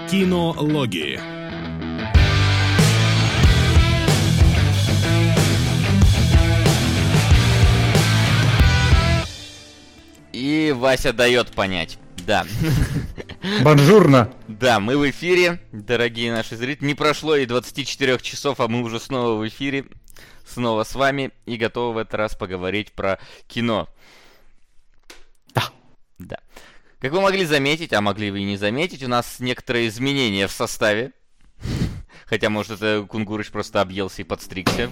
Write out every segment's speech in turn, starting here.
Кинологии. И Вася дает понять. Да. Бонжурно. Да, мы в эфире, дорогие наши зрители. Не прошло и 24 часов, а мы уже снова в эфире. Снова с вами и готовы в этот раз поговорить про кино. Да. Как вы могли заметить, а могли вы и не заметить, у нас некоторые изменения в составе. Хотя, может, это Кунгурыч просто объелся и подстригся.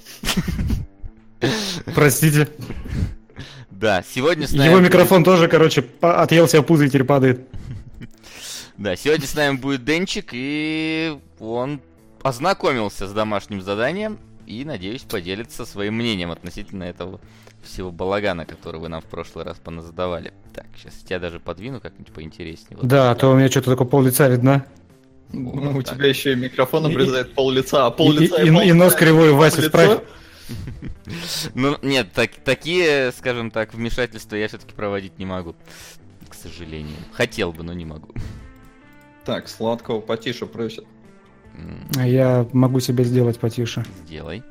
Простите. Да, сегодня с нами... Его микрофон тоже, короче, отъелся пузо и теперь падает. Да, сегодня с нами будет Денчик, и он ознакомился с домашним заданием и, надеюсь, поделится своим мнением относительно этого всего балагана, который вы нам в прошлый раз поназадавали. Так, сейчас я тебя даже подвину как-нибудь поинтереснее. Вот да, а то у меня что-то только пол-лица видно. Ну, у тебя еще и микрофон обрезает пол-лица, а пол-лица и нос кривой, Вася, справь. Ну, нет, такие, скажем так, вмешательства я все-таки проводить не могу. К сожалению. Хотел бы, но не могу. Так, сладкого потише просят. Я могу себя сделать потише. Сделай.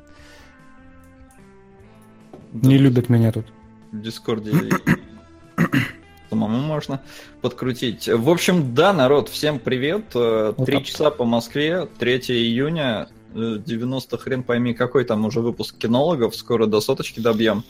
Не любят меня тут. В Дискорде самому можно подкрутить. В общем, да, народ, всем привет. 3 часа по Москве, 3 июня, 90 хрен пойми какой там уже выпуск кинологов, скоро до соточки добьем.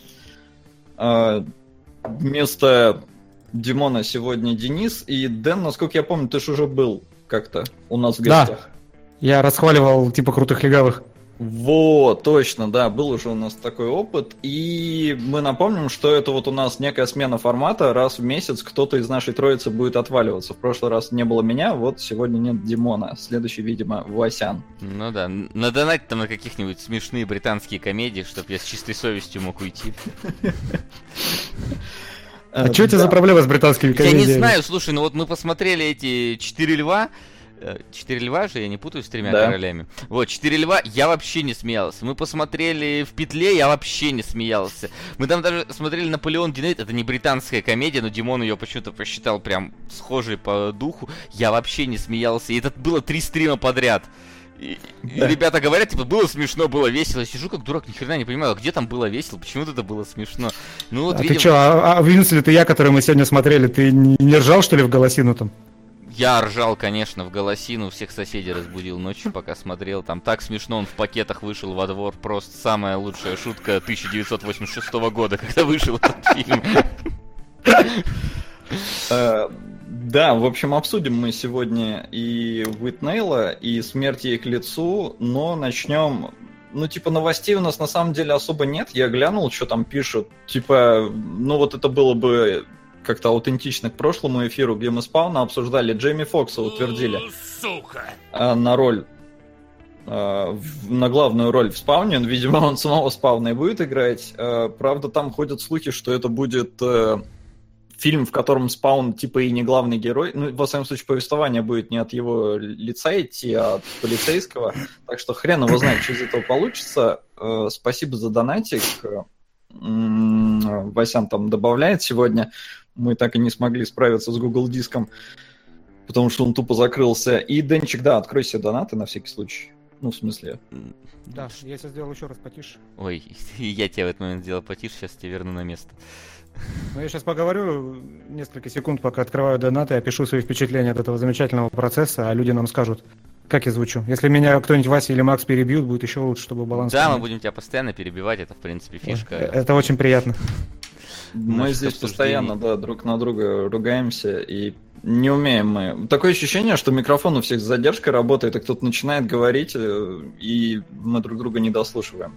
Вместо Димона сегодня Денис. И Дэн, насколько я помню, ты же уже был как-то у нас в гостях. Да, я расхваливал типа крутых легавых. Вот, точно, да, был уже у нас такой опыт, и мы напомним, что это вот у нас некая смена формата, раз в месяц кто-то из нашей троицы будет отваливаться. В прошлый раз не было меня, вот сегодня нет Димона, следующий, видимо, Васян. Ну да, надонать там на каких-нибудь смешные британские комедии, чтобы я с чистой совестью мог уйти. А что у тебя за проблема с британскими комедиями? Я не знаю, слушай, ну вот мы посмотрели эти «Четыре льва». 4 льва же, я не путаю с тремя королями. Вот, 4 льва, я вообще не смеялся. Мы посмотрели в петле, я вообще не смеялся. Мы там даже смотрели Наполеон Динейт, это не британская комедия, но Димон ее почему-то посчитал прям схожей по духу. Я вообще не смеялся, и это было 3 стрима подряд. И ребята говорят, типа, было смешно, было весело. Я сижу как дурак, ни хрена не понимаю, где там было весело, почему это было смешно. Ну вот, видимо... Ты что, а Винслет и я, который мы сегодня смотрели, ты не ржал, что ли, в голосину там? Я ржал, конечно, в голосину, всех соседей разбудил ночью, пока смотрел. Там так смешно, он в пакетах вышел во двор. Просто самая лучшая шутка 1986 года, когда вышел этот фильм. Да, в общем, обсудим мы сегодня и Уитнейла, и «Смерть ей к лицу», но начнем... Ну, типа, новостей у нас на самом деле особо нет. Я глянул, что там пишут. Типа, ну вот это было бы... как-то аутентично к прошлому эфиру, где мы Спауна обсуждали, Джейми Фокса утвердили на роль, на главную роль в Спауне. Видимо, он самого Спауна и будет играть. Правда, там ходят слухи, что это будет фильм, в котором Спаун типа и не главный герой. Ну, во всяком случае, повествование будет не от его лица идти, а от полицейского. Так что хрен его знает, что из этого получится. Спасибо за донатик. Васян там добавляет сегодня. Мы так и не смогли справиться с Google диском, потому что он тупо закрылся. И, Денчик, да, открой себе донаты на всякий случай. Ну, в смысле... Да, я сейчас сделал еще раз потише. Ой, я тебя в этот момент сделал потише, сейчас тебя верну на место. Ну, я сейчас поговорю несколько секунд, пока открываю донаты, опишу свои впечатления от этого замечательного процесса, а люди нам скажут, как я звучу. Если меня кто-нибудь, Вася или Макс, перебьют, будет еще лучше, чтобы баланс... Да, мы будем тебя постоянно перебивать, это, в принципе, фишка. Это очень приятно. Мы здесь постоянно, да, друг на друга ругаемся, и не умеем мы. Такое ощущение, что микрофон у всех с задержкой работает, и кто-то начинает говорить, и мы друг друга не дослушиваем.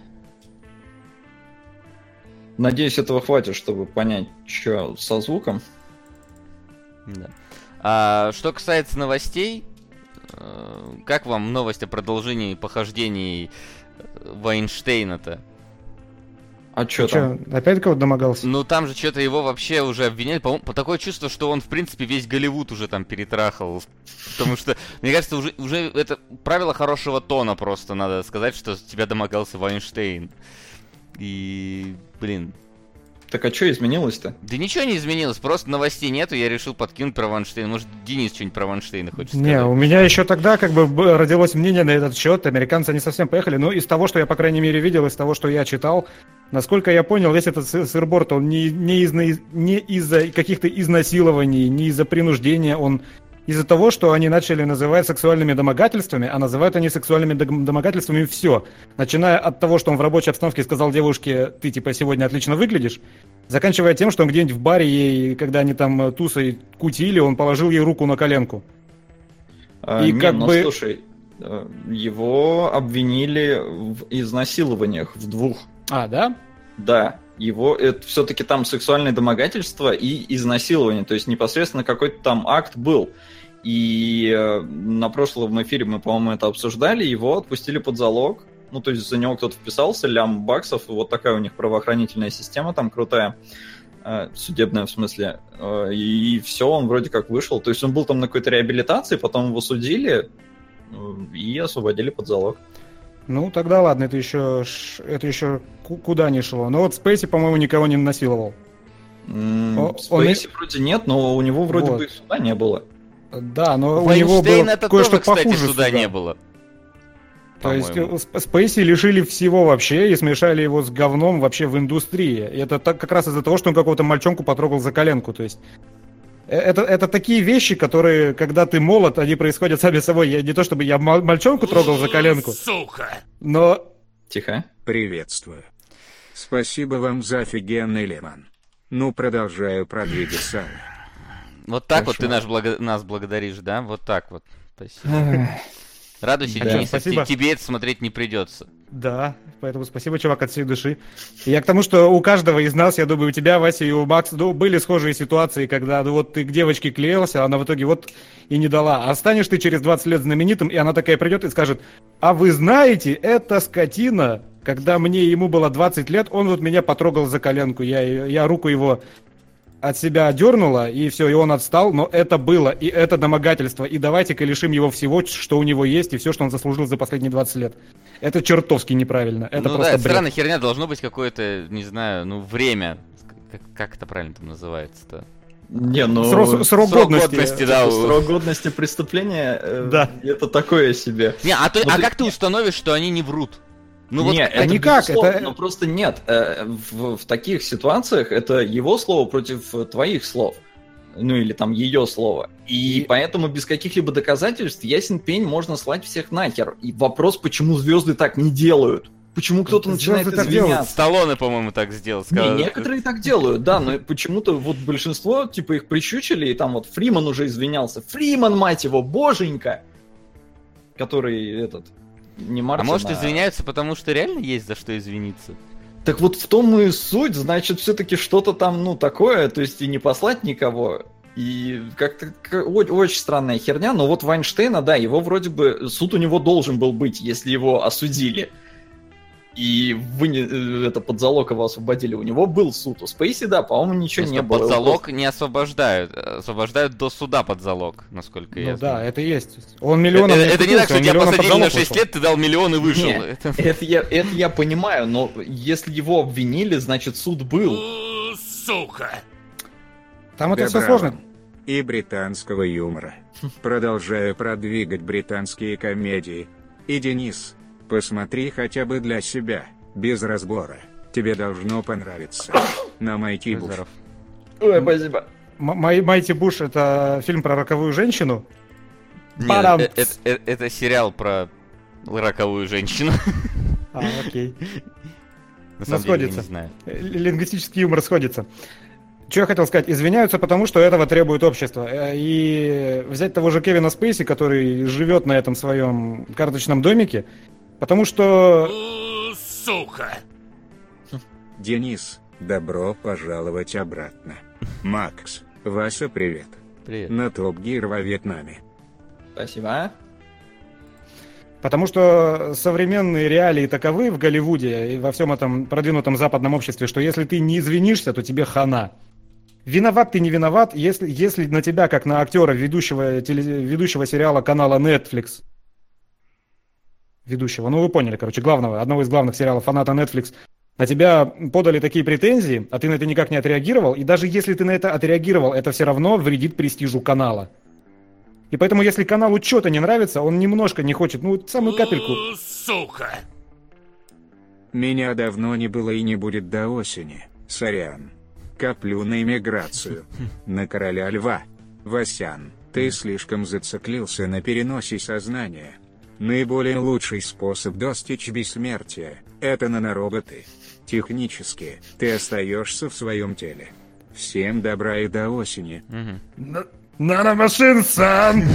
Надеюсь, этого хватит, чтобы понять, что со звуком. Да. А что касается новостей, как вам новость о продолжении похождений Вайнштейна-то? А что там? Опять кого-то домогался? Ну там же что-то его вообще уже обвиняли. По-моему, такое чувство, что он, в принципе, весь Голливуд уже там перетрахал. Потому что, мне кажется, уже это правило хорошего тона просто надо сказать, что тебя домогался Вайнштейн. И, блин. Так а что изменилось-то? Да ничего не изменилось, просто новостей нету, я решил подкинуть про Вайнштейна. Может, Денис что-нибудь про Вайнштейна хочет сказать? Не, у меня еще тогда как бы родилось мнение на этот счет, американцы не совсем поехали, но из того, что я, по крайней мере, видел, из того, что я читал, насколько я понял, весь этот сырборд, он не из-за каких-то изнасилований, не из-за принуждения, он из-за того, что они начали называть сексуальными домогательствами, а называют они сексуальными домогательствами все. Начиная от того, что он в рабочей обстановке сказал девушке, ты типа сегодня отлично выглядишь, заканчивая тем, что он где-нибудь в баре ей, когда они там тусой кутили, он положил ей руку на коленку. Слушай, его обвинили в изнасилованиях в 2. А, да? Да. Его это все-таки там сексуальное домогательство и изнасилование, то есть непосредственно какой-то там акт был. И на прошлом эфире мы, по-моему, это обсуждали, его отпустили под залог. Ну, то есть за него кто-то вписался, лям баксов, и вот такая у них правоохранительная система там крутая, судебная в смысле. И все, он вроде как вышел. То есть он был там на какой-то реабилитации, потом его судили и освободили под залог. Ну, тогда ладно, это еще куда не шло. Но вот Спейси, по-моему, никого не насиловал. Спейси вроде нет, но у него вроде бы и суда не было. Да, но у него было кое-что похуже суда не было. То есть Спейси лишили всего вообще и смешали его с говном вообще в индустрии. И это как раз из-за того, что он какого-то мальчонку потрогал за коленку. То есть это такие вещи, которые, когда ты молод, они происходят сами собой. Я не то чтобы я мальчонку трогал за коленку. Сука! Но... Тихо. Приветствую. Спасибо вам за офигенный лемон. Ну, продолжаю продвигаться. Вот так вот ты нас благодаришь, да? Вот так вот. Спасибо. Радуйся, Денис, тебе это смотреть не придется. Да, поэтому спасибо, чувак, от всей души. Я к тому, что у каждого из нас, я думаю, у тебя, Вася, и у Макса, были схожие ситуации, когда вот ты к девочке клеился, а она в итоге вот и не дала. А станешь ты через 20 лет знаменитым, и она такая придет и скажет: а вы знаете, эта скотина, когда ему было 20 лет, он вот меня потрогал за коленку, я руку его от себя дернула, и все, и он отстал, но это было, и это домогательство, и давайте-ка лишим его всего, что у него есть, и все, что он заслужил за последние 20 лет. Это чертовски неправильно, это просто да, бред. странная херня, должно быть какое-то, не знаю, время, как это правильно там называется-то? Не, ну... Срок годности, да. Срок годности преступления, да. Это такое себе. Не, а как ты установишь, что они не врут? Ну нет, вот, это никак, это... Но просто нет. В таких ситуациях это его слово против твоих слов. Ну или там ее слово. И поэтому без каких-либо доказательств, ясен пень, можно слать всех нахер. И вопрос, почему звезды так не делают? Почему кто-то начинает извиняться? Сталлоне, по-моему, так сделал. Не, некоторые так делают, да, но почему-то вот большинство, типа, их прищучили, и там вот Фриман уже извинялся. Фриман, мать его, боженька! Который не Мартин, может, извиняются, потому что реально есть за что извиниться? Так вот в том и суть, значит, все-таки что-то там, такое, то есть и не послать никого, и как-то очень странная херня, но вот Вайнштейна, да, его вроде бы, суд у него должен был быть, если его осудили, и под залог его освободили, у него был суд, у Спейси, да, по-моему, ничего не было. Под залог не освобождают до суда под залог, насколько я знаю. Да, это есть. Он миллионов это не так, что тебя посадили на 6 лет, ты дал миллион и вышел. Это я понимаю, но если его обвинили, значит суд был. Сука! Там это все сложно. И британского юмора. Продолжаю продвигать британские комедии. И, Денис, посмотри хотя бы для себя, без разбора. Тебе должно понравиться. На Майти Буш. Ой, спасибо. Майти Буш — это фильм про роковую женщину? Нет, это сериал про роковую женщину. Окей. На самом деле, я не знаю. Лингвистический юмор сходится. Что я хотел сказать? Извиняются, потому что этого требует общество. И взять того же Кевина Спейси, который живет на этом своем карточном домике, потому что... Сука! Денис, добро пожаловать обратно. Макс, Вася, привет. Привет. На Топ Гир во Вьетнаме. Спасибо. Потому что современные реалии таковы в Голливуде и во всем этом продвинутом западном обществе, что если ты не извинишься, то тебе хана. Виноват ты, не виноват, если на тебя, как на актера, ведущего сериала канала Netflix, ведущего, вы поняли, одного из главных сериалов фаната Netflix, На тебя подали такие претензии, а ты на это никак не отреагировал, и даже если ты на это отреагировал, это все равно вредит престижу канала. И поэтому, если каналу что-то не нравится, он немножко не хочет, самую капельку. Сука! Меня давно не было и не будет до осени. Сорян. Коплю на иммиграцию. На короля льва. Васян, ты слишком зациклился на переносе сознания. Наиболее лучший способ достичь бессмертия – это нанороботы. Технически, ты остаешься в своем теле. Всем добра и до осени. Наномашин, сан!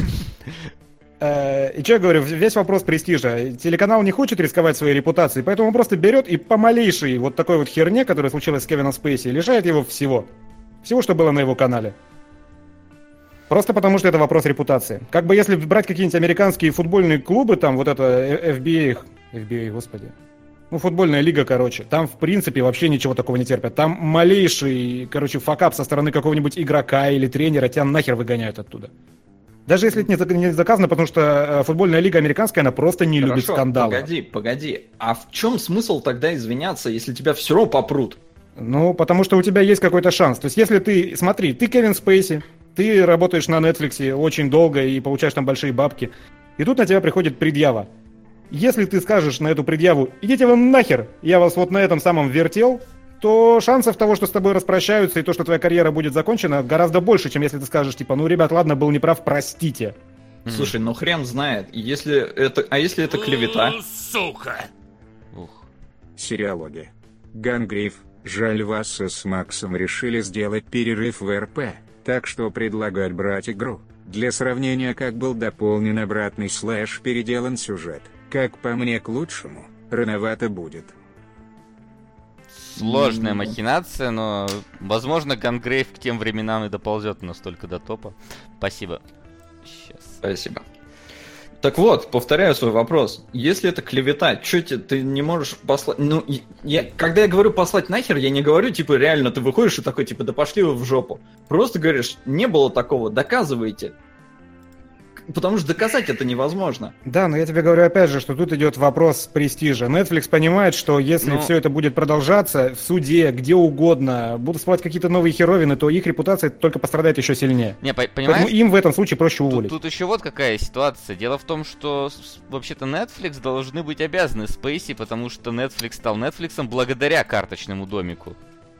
И что я говорю, весь вопрос престижа. Телеканал не хочет рисковать своей репутацией, поэтому он просто берет и по малейшей вот такой вот херне, которая случилась с Кевином Спейси, лишает его всего. Всего, что было на его канале. Просто потому, что это вопрос репутации. Как бы если брать какие-нибудь американские футбольные клубы, там вот это FBA, господи. Футбольная лига, короче. Там, в принципе, вообще ничего такого не терпят. Там малейший, факап со стороны какого-нибудь игрока или тренера тебя нахер выгоняют оттуда. Даже если это не доказано, потому что футбольная лига американская, она просто не любит скандалы. Погоди. А в чем смысл тогда извиняться, если тебя все равно попрут? Потому что у тебя есть какой-то шанс. То есть, если ты, смотри, ты Кевин Спейси, ты работаешь на Netflix очень долго и получаешь там большие бабки, и тут на тебя приходит предъява. Если ты скажешь на эту предъяву: идите вы нахер, я вас вот на этом самом вертел, то шансов того, что с тобой распрощаются и то, что твоя карьера будет закончена, гораздо больше, чем если ты скажешь, ребят, ладно, был неправ, простите. Слушай, хрен знает, если это клевета? Сука! Сериалоги. Гангриф, жаль, вас с Максом решили сделать перерыв в РП, так что предлагаю брать игру. Для сравнения, как был дополнен обратный / переделан сюжет. Как по мне, к лучшему, рановато будет. Сложная махинация, но, возможно, Гангрейв к тем временам и доползет настолько до топа. Спасибо. Спасибо. Так вот, повторяю свой вопрос. Если это клевета, что ты не можешь послать... Когда я говорю послать нахер, я не говорю, реально ты выходишь и такой, да пошли вы в жопу. Просто говоришь, не было такого, доказывайте. Потому что доказать это невозможно. Да, но я тебе говорю опять же, что тут идет вопрос престижа. Netflix понимает, что если все это будет продолжаться в суде, где угодно, будут всплывать какие-то новые херовины, то их репутация только пострадает еще сильнее. Понимаешь? Поэтому им в этом случае проще уволить. Тут еще вот какая ситуация. Дело в том, что вообще-то Netflix должны быть обязаны Спейси, потому что Netflix стал Netflixом благодаря карточному домику.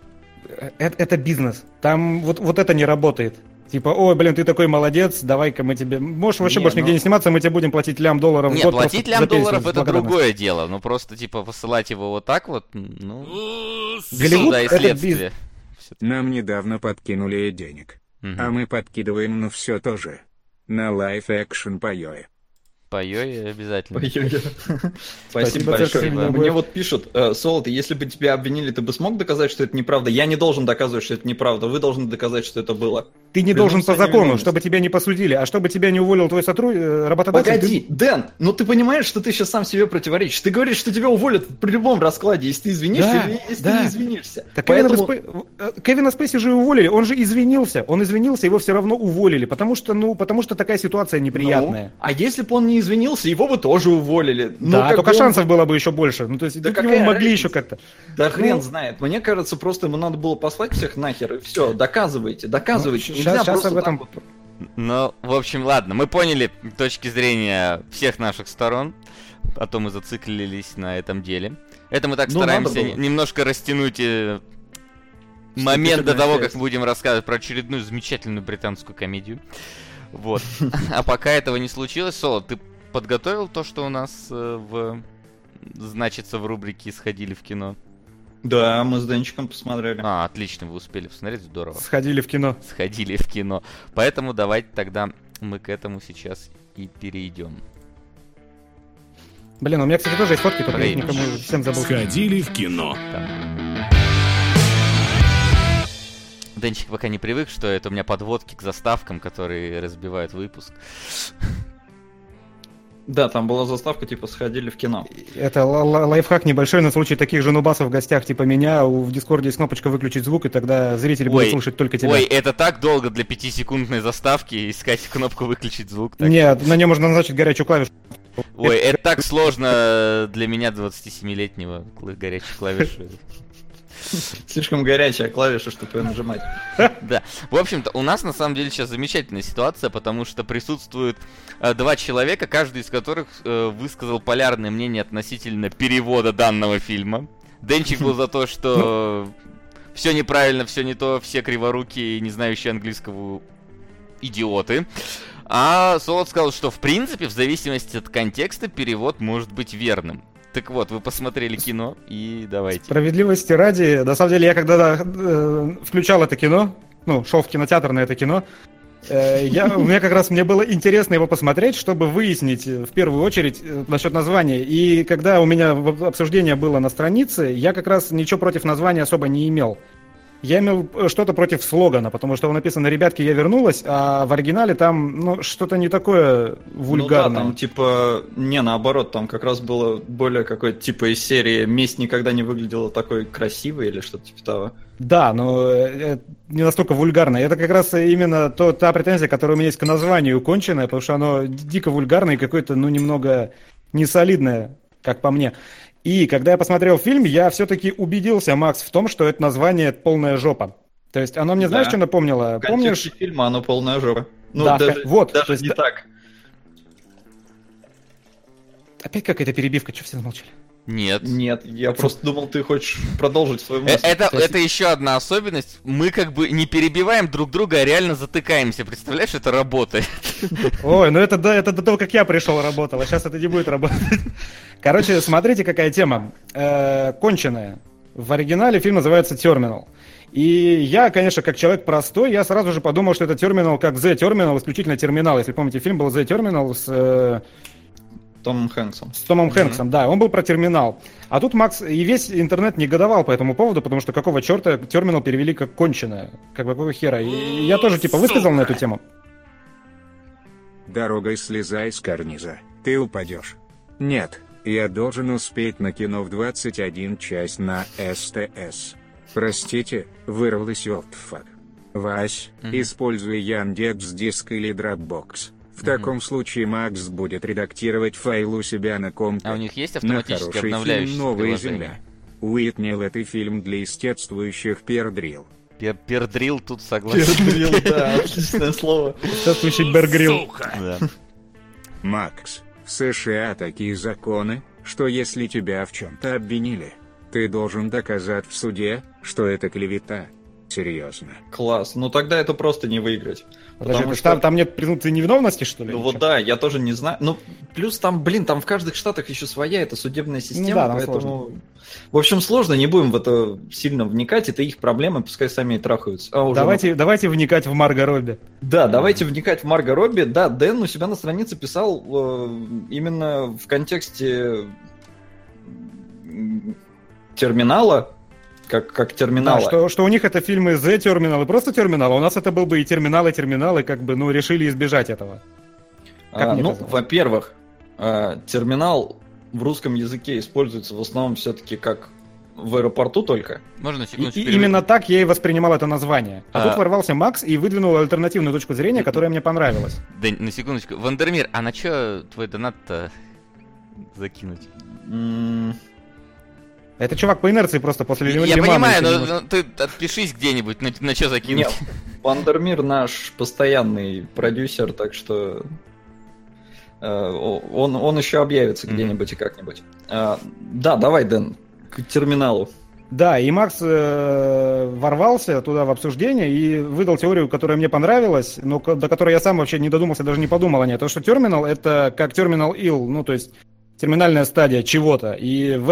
Это бизнес. Там вот это не работает. Ой, ты такой молодец, давай-ка мы тебе... Можешь вообще больше нигде не сниматься, мы тебе будем платить $1 в год. Нет, платить $1 это другое дело. Просто, посылать его вот так вот, Голливуд суда и следствие. Нам недавно подкинули денег. А мы подкидываем, все тоже. На лайв-экшн по Йое. По Йое обязательно. Спасибо большое. Мне вот пишут: Солод, если бы тебя обвинили, ты бы смог доказать, что это неправда? Я не должен доказывать, что это неправда. Вы должны доказать, что это было. Ты не должен по закону, чтобы тебя не посудили, а чтобы тебя не уволил твой работодатель. Погоди, Дэн, ты понимаешь, что ты сейчас сам себе противоречишь. Ты говоришь, что тебя уволят при любом раскладе, если ты извинишься или если ты не извинишься. Так Кевина Спейси же уволили, он же извинился. Он извинился, его все равно уволили, потому что такая ситуация неприятная. А если бы он не извинился, его бы тоже уволили. Только шансов было бы еще больше. То есть его могли еще как-то. Да хрен знает. Мне кажется, просто ему надо было послать всех нахер, и все, доказывайте. Сейчас об этом... В общем, ладно, мы поняли точки зрения всех наших сторон, а то мы зациклились на этом деле. Это мы так стараемся немножко растянуть момент до того, как мы будем рассказывать про очередную замечательную британскую комедию. Вот. А пока этого не случилось, Соло, ты подготовил то, что у нас значится в рубрике «Сходили в кино»? Да, мы с Денчиком посмотрели. Отлично, вы успели посмотреть, здорово. Сходили в кино. Поэтому давайте тогда мы к этому сейчас и перейдем. У меня, кстати, тоже есть фотки, только я никому всем забыл. Сходили в кино. Денчик пока не привык, что это у меня подводки к заставкам, которые разбивают выпуск. Да, там была заставка, сходили в кино. Это лайфхак небольшой на случай таких же нубасов в гостях, меня. В Дискорде есть кнопочка «Выключить звук», и тогда зрители будут слушать только тебя. Ой, это так долго для 5-секундной заставки искать кнопку «Выключить звук». Так. Нет, на нее можно назначить горячую клавишу. Ой, это так сложно для меня, 27-летнего, горячей клавиши. Слишком горячая клавиша, чтобы ее нажимать. Да. В общем-то, у нас на самом деле сейчас замечательная ситуация, потому что присутствуют два человека, каждый из которых высказал полярное мнение относительно перевода данного фильма. Денчик был за то, что все неправильно, все не то, все криворукие и не знающие английского идиоты. А Солод сказал, что в принципе, в зависимости от контекста, перевод может быть верным. Так вот, вы посмотрели кино, и давайте. Справедливости ради, на самом деле, я когда включал это кино, шел в кинотеатр на это кино, мне было интересно его посмотреть, чтобы выяснить в первую очередь насчет названия. И когда у меня обсуждение было на странице, я как раз ничего против названия особо не имел. Я имел что-то против слогана, потому что написано «Ребятки, я вернулась», а в оригинале там что-то не такое вульгарное. Ну да, там наоборот, там как раз было более какое-то типа из серии «Месть никогда не выглядела такой красивой» или что-то типа того. Да, но не настолько вульгарно. Это как раз именно та претензия, которая у меня есть к названию конченая, потому что оно дико вульгарное и какое-то, немного несолидное, как по мне. И когда я посмотрел фильм, я все-таки убедился, Макс, в том, что это название полная жопа. То есть оно мне, знаешь, что напомнило? В контексте фильма оно полная жопа. Даже не так. Опять какая-то перебивка, что все замолчали? Нет, я просто думал, ты хочешь продолжить свою мысль. Это еще одна особенность. Мы как бы не перебиваем друг друга, а реально затыкаемся. Представляешь, это работает. Ой, это до того, как я пришел, работало. Сейчас это не будет работать. Короче, смотрите, какая тема. Конченая. В оригинале фильм называется «Терминал». И я, конечно, как человек простой, я сразу же подумал, что это терминал как The Terminal, исключительно терминал. Если помните, фильм был The Terminal с... Томом Хэнксом. С Томом Хэнксом, да, он был про терминал. А тут Макс и весь интернет негодовал по этому поводу, потому что какого черта терминал перевели как конченое, как бы какого хера. И я тоже высказал на эту тему. Дорогой слезай с карниза, ты упадешь. Нет, я должен успеть на кино в 21 час на СТС. Простите, вырвалась олдфак. Вась, используй Яндекс.Диск или Dropbox. В таком случае Макс будет редактировать файл у себя на компе. А у них есть автоматически обновляющиеся «Новая земля». Уитнил — это фильм для естествующих пердрил. Пердрил тут согласен. Пердрил, да, отличное слово. Естествующий бергрил. Сука! Макс, в США такие законы, что если тебя в чем-то обвинили, ты должен доказать в суде, что это клевета. Серьезно. Класс. Ну тогда это просто не выиграть. Потому что там нет презумпции невиновности, что ли? Ну вот да, я тоже не знаю. Ну, плюс там, там в каждых штатах еще своя эта судебная система, да, поэтому... Сложно. В общем, сложно, не будем в это сильно вникать, это их проблемы, пускай сами и трахаются. Давайте вникать в Марго Робби. Да, давайте вникать в Марго Робби. Да, Дэн у себя на странице писал именно в контексте терминала, как терминала. Да, что у них это фильмы The Terminal и просто терминал, а у нас это был бы и терминал, и как бы, решили избежать этого. Во-первых, терминал в русском языке используется в основном все-таки как в аэропорту только. Можно секундочку? И именно так я и воспринимал это название. А тут ворвался Макс и выдвинул альтернативную точку зрения, которая мне понравилась. Да, на секундочку. Вандермир, а на чё твой донат-то закинуть? Это чувак по инерции просто после Я понимаю, но ты отпишись где-нибудь, на что закинуть. Нет, Вандермир наш постоянный продюсер, так что он еще объявится где-нибудь и как-нибудь. Да, давай, Дэн, к терминалу. Да, и Макс ворвался туда в обсуждение и выдал теорию, которая мне понравилась, но до которой я сам вообще не додумался, даже не подумал о ней. То, что терминал — это как терминал ил, то есть терминальная стадия чего-то. И в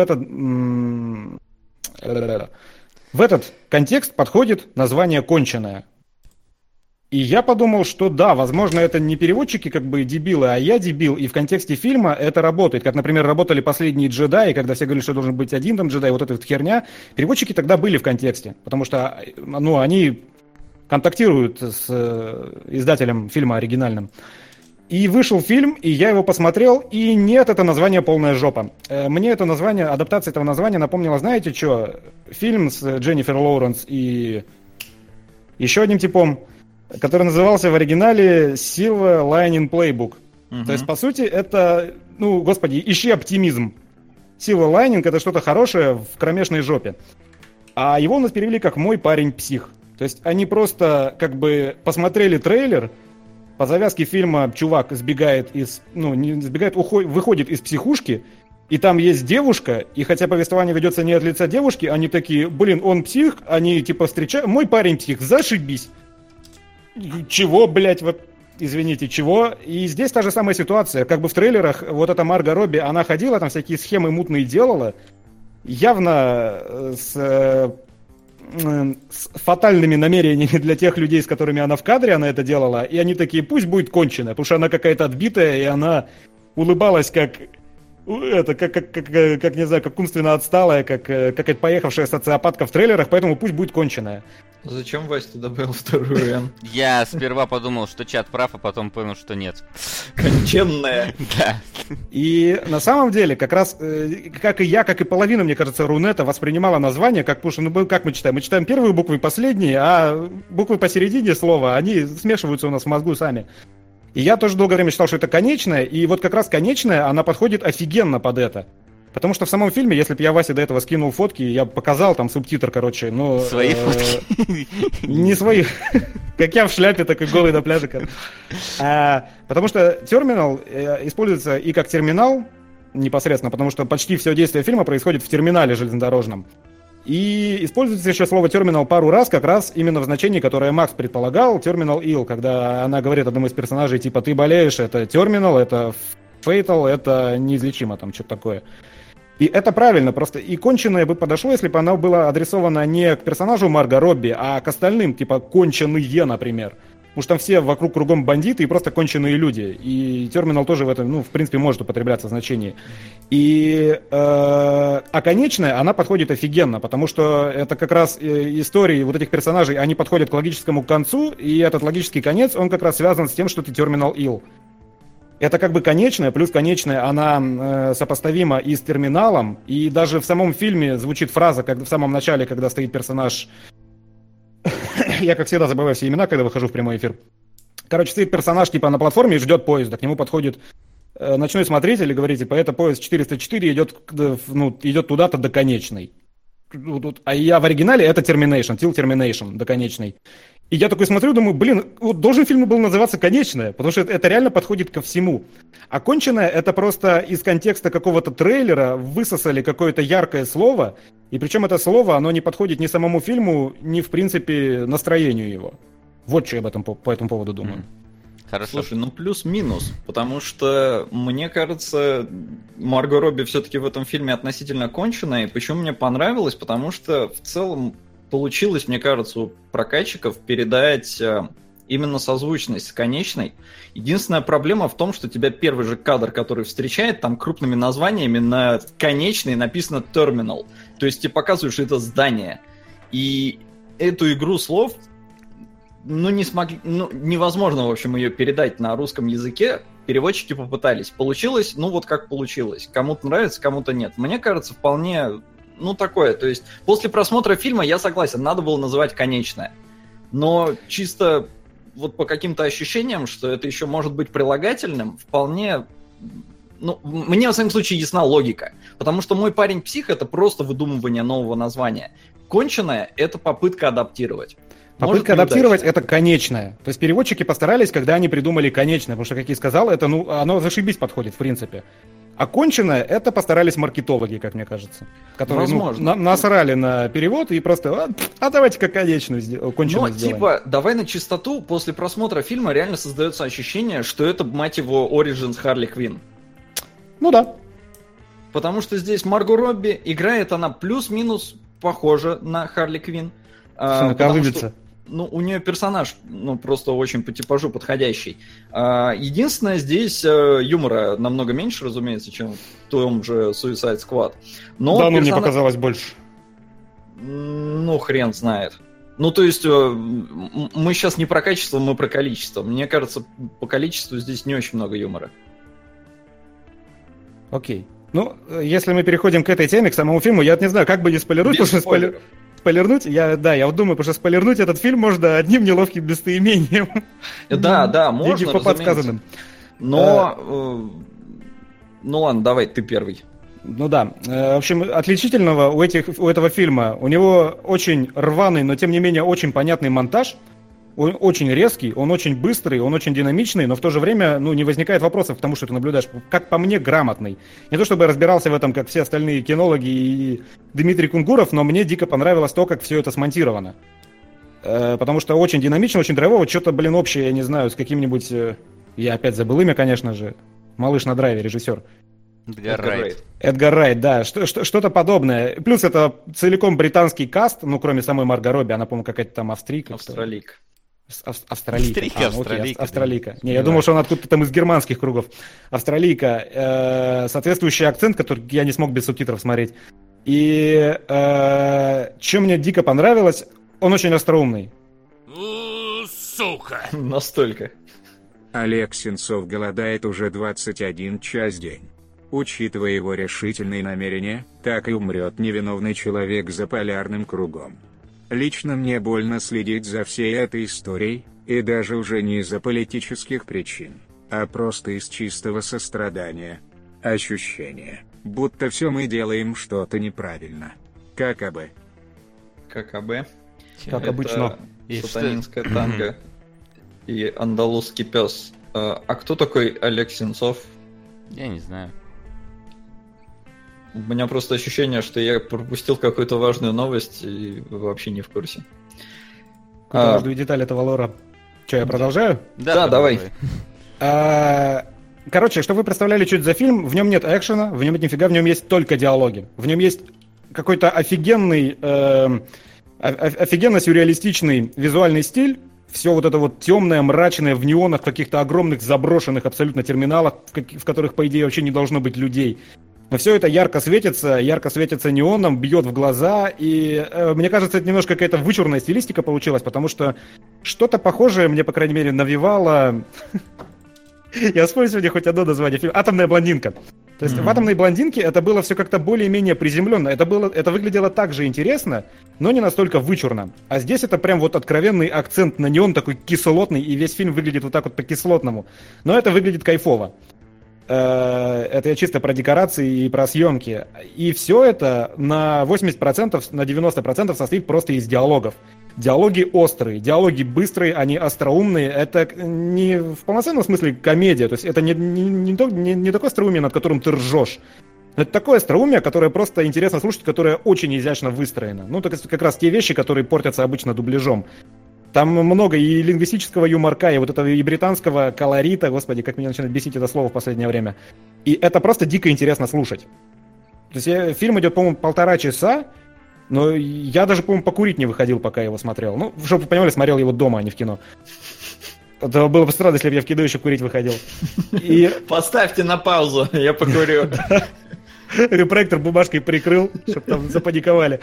этот контекст подходит название «конченое». И я подумал, что да, возможно, это не переводчики как бы дебилы, а я дебил, и в контексте фильма это работает. Как, например, работали последние джедаи, когда все говорили, что должен быть один там джедай, вот эта вот херня. Переводчики тогда были в контексте, потому что, они контактируют с издателем фильма оригинальным. И вышел фильм, и я его посмотрел, и нет, это название полная жопа. Мне это название, адаптация этого названия напомнила, знаете что? Фильм с Дженнифер Лоуренс и еще одним типом, который назывался в оригинале Silver Lining Playbook. То есть, по сути, это ну, господи, ищи оптимизм. Silver Lining — это что-то хорошее в кромешной жопе. А его у нас перевели как «Мой парень псих». То есть они просто как бы посмотрели трейлер, по завязке фильма чувак сбегает из... Ну, не сбегает, выходит из психушки, и там есть девушка, и хотя повествование ведется не от лица девушки, они такие, блин, он псих, они типа встречают... Мой парень псих, зашибись. Чего, блядь, вот... Извините, чего? И здесь та же самая ситуация. Как бы в трейлерах вот эта Марго Робби, она ходила, там всякие схемы мутные делала, явно с фатальными намерениями для тех людей, с которыми она в кадре, она это делала, и они такие, пусть будет конченая, потому что она какая-то отбитая, и она улыбалась как... Это, как не знаю, как умственно отсталая, как поехавшая социопатка в трейлерах, поэтому пусть будет конченая. Зачем, Вась, ты добавил вторую «Н»? Я сперва подумал, что чат прав, а потом понял, что нет. Конченная. Да. И на самом деле, как раз, как и я, как и половина, мне кажется, Рунета воспринимала название, как, потому что, ну, как мы читаем? Мы читаем первые буквы и последние, а буквы посередине слова, они смешиваются у нас в мозгу сами. И я тоже долгое время считал, что это конечная, и вот как раз конечная, она подходит офигенно под это. Потому что в самом фильме, если бы я Васе до этого скинул фотки, я показал там субтитр, короче, но... Свои фотки? Не свои. Как я в шляпе, так и голый на пляже. Потому что терминал используется и как терминал непосредственно, потому что почти все действие фильма происходит в терминале железнодорожном. И используется еще слово терминал пару раз, как раз именно в значении, которое Макс предполагал, терминал ill, когда она говорит одному из персонажей, типа, ты болеешь, это терминал, это фейтал, это неизлечимо, там, что-то такое. И это правильно, просто и конченое бы подошло, если бы она была адресована не к персонажу Марго Робби, а к остальным, типа конченые, например. Потому что там все вокруг кругом бандиты и просто конченые люди. И терминал тоже в этом, ну, в принципе, может употребляться в значении. И а конечная, она подходит офигенно, потому что это как раз истории вот этих персонажей, они подходят к логическому концу, и этот логический конец, он как раз связан с тем, что ты терминал ill. Это как бы конечная, плюс конечная, она сопоставима и с терминалом, и даже в самом фильме звучит фраза, как в самом начале, когда стоит персонаж... Я, как всегда, забываю все имена, когда выхожу в прямой эфир. Короче, стоит персонаж типа на платформе и ждет поезда, к нему подходит ночной смотритель и говорит, типа, это поезд 404 идет, ну, идет туда-то до конечной. А я в оригинале это Termination, Till Termination, до конечной. И я такой смотрю, думаю, блин, вот должен фильм был называться «Конечная», потому что это реально подходит ко всему. А «Конченая» — это просто из контекста какого-то трейлера высосали какое-то яркое слово, и причем это слово, оно не подходит ни самому фильму, ни, в принципе, настроению его. Вот что я по этому поводу думаю. Хорошо. Слушай, ну плюс-минус, потому что, мне кажется, Марго Робби все-таки в этом фильме относительно конченая, и почему мне понравилось, потому что в целом получилось, мне кажется, у прокатчиков передать именно созвучность с конечной. Единственная проблема в том, что тебя первый же кадр, который встречает, там крупными названиями на конечной написано «Terminal». То есть тебе показывают, что это здание. И эту игру слов, ну, не смогли, ну, невозможно, в общем, ее передать на русском языке. Переводчики попытались. Получилось, ну, вот как получилось. Кому-то нравится, кому-то нет. Мне кажется, вполне... Ну, такое, то есть после просмотра фильма я согласен, надо было называть «Конечная». Но чисто вот по каким-то ощущениям, что это еще может быть прилагательным, вполне... Ну, мне, в самом случае, ясна логика. Потому что «Мой парень псих» — это просто выдумывание нового названия. «Конченая» — это попытка адаптировать. Попытка адаптировать — это конечная. То есть переводчики постарались, когда они придумали конечное, потому что, как я сказал, это, ну, оно зашибись подходит, в принципе. Оконченное — это постарались маркетологи, как мне кажется, которые насрали на перевод и просто, давайте-ка конечную конченую сделаем. Типа, давай на чистоту, после просмотра фильма реально создается ощущение, что это, мать его, Origins Харли Квинн. Ну да. Потому что здесь Марго Робби, играет она плюс-минус похожа на Харли Квинн. Что, ну, у нее персонаж, ну, просто очень по типажу подходящий. Единственное, здесь юмора намного меньше, разумеется, чем в том же Suicide Squad. Но да, ну, мне показалось больше. Ну, хрен знает. Ну, то есть, мы сейчас не про качество, мы про количество. Мне кажется, по количеству здесь не очень много юмора. Окей. Ну, если мы переходим к этой теме, к самому фильму, я не знаю, как бы не спойлернуть, потому что спойлернуть, я вот думаю, потому что спойлернуть этот фильм можно одним неловким местоимением. Да, можно, по подсказанным. Но Ну ладно, давай, ты первый. Ну да. В общем, отличительного у этого фильма, у него очень рваный, но тем не менее очень понятный монтаж. Он очень резкий, он очень быстрый, он очень динамичный, но в то же время, не возникает вопросов к тому, что ты наблюдаешь. Как по мне, грамотный. Не то чтобы я разбирался в этом, как все остальные кинологи и Дмитрий Кунгуров, но мне дико понравилось то, как все это смонтировано. Потому что очень динамично, очень драйвово. Что-то, общее, я не знаю, с каким-нибудь... Я опять забыл имя, конечно же. «Малыш на драйве», режиссер. Эдгар Райт, да. Что-то подобное. Плюс это целиком британский каст, кроме самой Марго Робби. Она, по-моему, какая-то там австрийка. Австралийка. Австралийка. Не, я думал, что он откуда-то там из германских кругов. Австралийка. Соответствующий акцент, который я не смог без субтитров смотреть. И что мне дико понравилось, он очень остроумный. Сука! Настолько. Олег Сенцов голодает уже 21 час день. Учитывая его решительные намерения, так и умрет невиновный человек за полярным кругом. Лично мне больно следить за всей этой историей, и даже уже не из-за политических причин, а просто из чистого сострадания. Ощущение, будто все мы делаем что-то неправильно. Как АБ. Как обычно. Сатанинская танго и андалузский пес. А кто такой Олег Сенцов? Я не знаю. У меня просто ощущение, что я пропустил какую-то важную новость и вообще не в курсе. Какую-то важную деталь этого лора. Че, я продолжаю? Да, давай. Короче, чтобы вы представляли, что это за фильм, в нем нет экшена, в нем нет нифига, в нем есть только диалоги. В нем есть какой-то офигенно сюрреалистичный визуальный стиль. Все вот это вот темное, мрачное, в неонах, каких-то огромных заброшенных абсолютно терминалах, в которых, по идее, вообще не должно быть людей. Но все это ярко светится неоном, бьет в глаза, и мне кажется, это немножко какая-то вычурная стилистика получилась, потому что что-то похожее мне, по крайней мере, навевало... Я вспомнил сегодня хоть одно название фильма. «Атомная блондинка». То есть в «Атомной блондинке» это было все как-то более-менее приземленно. Это выглядело так же интересно, но не настолько вычурно. А здесь это прям вот откровенный акцент на неон, такой кислотный, и весь фильм выглядит вот так вот по-кислотному. Но это выглядит кайфово. Это я чисто про декорации и про съемки. И все это на 80%, на 90% состоит просто из диалогов. Диалоги острые, диалоги быстрые, они остроумные. Это не в полноценном смысле комедия. То есть это не такое остроумие, над которым ты ржешь. Это такое остроумие, которое просто интересно слушать, которое очень изящно выстроено. Так это как раз те вещи, которые портятся обычно дубляжом. Там много и лингвистического юморка, и вот этого и британского колорита. Господи, как меня начинает бесить это слово в последнее время. И это просто дико интересно слушать. То есть фильм идет, по-моему, 1,5 часа, но я даже, по-моему, покурить не выходил, пока его смотрел. Чтобы вы понимали, смотрел его дома, а не в кино. Это было бы странно, если бы я в кино еще курить выходил. Поставьте на паузу, я покурю. Репроектор бумажкой прикрыл, чтобы там запаниковали.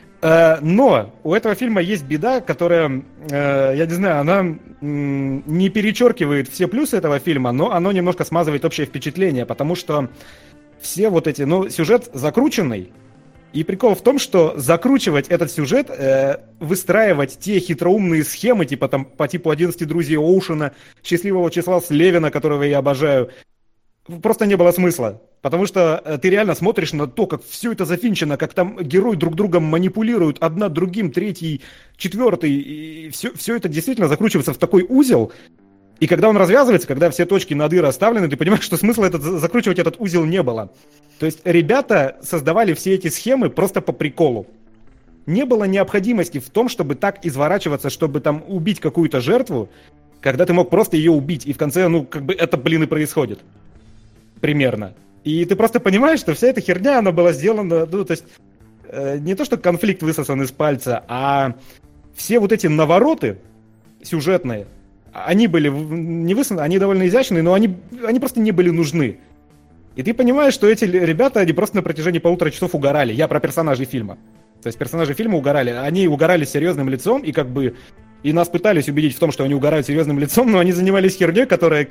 Но у этого фильма есть беда, которая, я не знаю, она не перечеркивает все плюсы этого фильма, но оно немножко смазывает общее впечатление, потому что все вот эти, сюжет закрученный, и прикол в том, что закручивать этот сюжет, выстраивать те хитроумные схемы, по типу 11 друзей Оушена, счастливого числа Слевина, которого я обожаю, просто не было смысла. Потому что ты реально смотришь на то, как все это зафинчено, как там герои друг другом манипулируют, одна другим, третий, четвертый, и все это действительно закручивается в такой узел. И когда он развязывается, когда все точки над «и» расставлены, ты понимаешь, что смысла закручивать этот узел не было. То есть ребята создавали все эти схемы просто по приколу. Не было необходимости в том, чтобы так изворачиваться, чтобы там убить какую-то жертву, когда ты мог просто ее убить, и в конце, это, и происходит. Примерно. И ты просто понимаешь, что вся эта херня, она была сделана, то есть не то, что конфликт высосан из пальца, а все вот эти навороты сюжетные, они были не высосаны, они довольно изящные, но они просто не были нужны. И ты понимаешь, что эти ребята, они просто на протяжении 1,5 часов угорали. Я про персонажей фильма. То есть персонажи фильма угорали. Они угорали серьезным лицом, и нас пытались убедить в том, что они угорают серьезным лицом, но они занимались херней, которая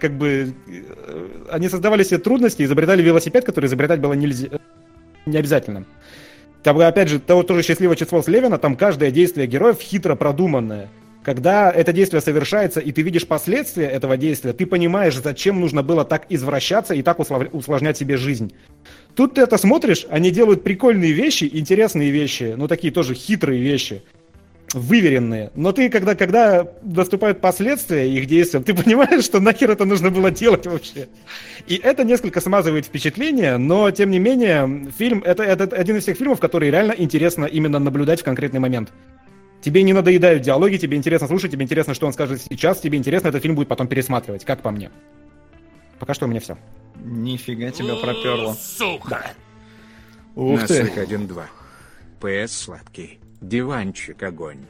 они создавали себе трудности, изобретали велосипед, который изобретать было не обязательно. Там, опять же, тоже «Счастливое число Слевина», там каждое действие героев хитро продуманное. когда это действие совершается, и ты видишь последствия этого действия, ты понимаешь, зачем нужно было так извращаться и так усложнять себе жизнь. Тут ты это смотришь, они делают прикольные вещи, интересные вещи, но такие тоже хитрые вещи, выверенные. Но ты, когда наступают последствия их действиям, ты понимаешь, что нахер это нужно было делать вообще. И это несколько смазывает впечатление, но, тем не менее, фильм это один из тех фильмов, которые реально интересно именно наблюдать в конкретный момент. Тебе не надоедают диалоги, тебе интересно слушать, тебе интересно, что он скажет сейчас, тебе интересно этот фильм будет потом пересматривать, как по мне. Пока что у меня все. Нифига тебя проперло. Сука! Ух ты. Насык 1-2. ПС сладкий. Диванчик огонь.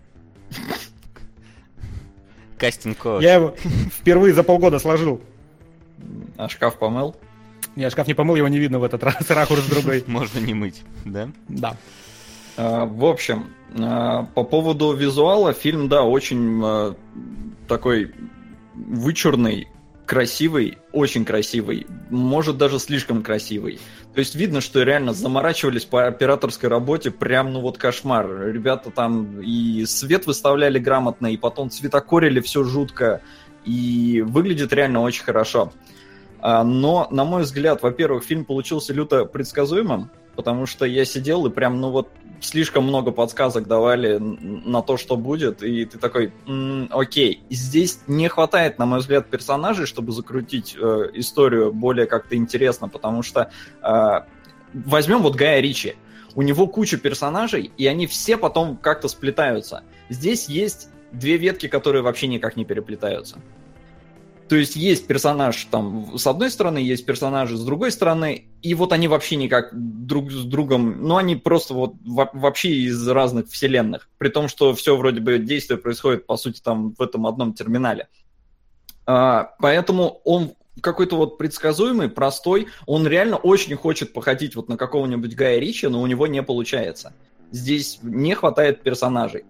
Кастинг-коуч. Я его впервые за полгода сложил. А шкаф помыл? Я шкаф не помыл, его не видно в этот раз, ракурс другой. Можно не мыть, да? Да. В общем, по поводу визуала, фильм, да, очень такой вычурный, красивый, очень красивый, может даже слишком красивый. То есть видно, что реально заморачивались по операторской работе, прям, ну вот кошмар. Ребята там и свет выставляли грамотно, и потом цветокорили все жутко, и выглядит реально очень хорошо. Но, на мой взгляд, во-первых, фильм получился люто предсказуемым, потому что я сидел и прям, ну вот, слишком много подсказок давали на то, что будет, и ты такой, окей. Здесь не хватает, на мой взгляд, персонажей, чтобы закрутить историю более как-то интересно, потому что возьмем вот Гая Ричи. У него куча персонажей, и они все потом как-то сплетаются. Здесь есть две ветки, которые вообще никак не переплетаются. То есть есть персонаж там с одной стороны, есть персонажи с другой стороны, и вот они вообще никак друг с другом, ну они просто вот вообще из разных вселенных, при том, что все вроде бы действие происходит, по сути, там в этом одном терминале. Поэтому он какой-то вот предсказуемый, простой, он реально очень хочет походить вот на какого-нибудь Гая Ричи, но у него не получается. Здесь не хватает персонажей.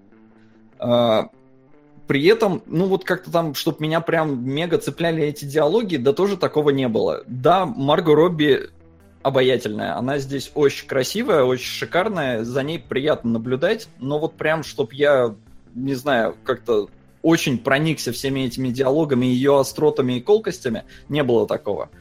При этом, ну вот как-то там, чтобы меня прям мега цепляли эти диалоги, да тоже такого не было. Да, Марго Робби обаятельная, она здесь очень красивая, очень шикарная, за ней приятно наблюдать, но вот прям, чтоб я, не знаю, как-то очень проникся всеми этими диалогами, ее остротами и колкостями, не было такого.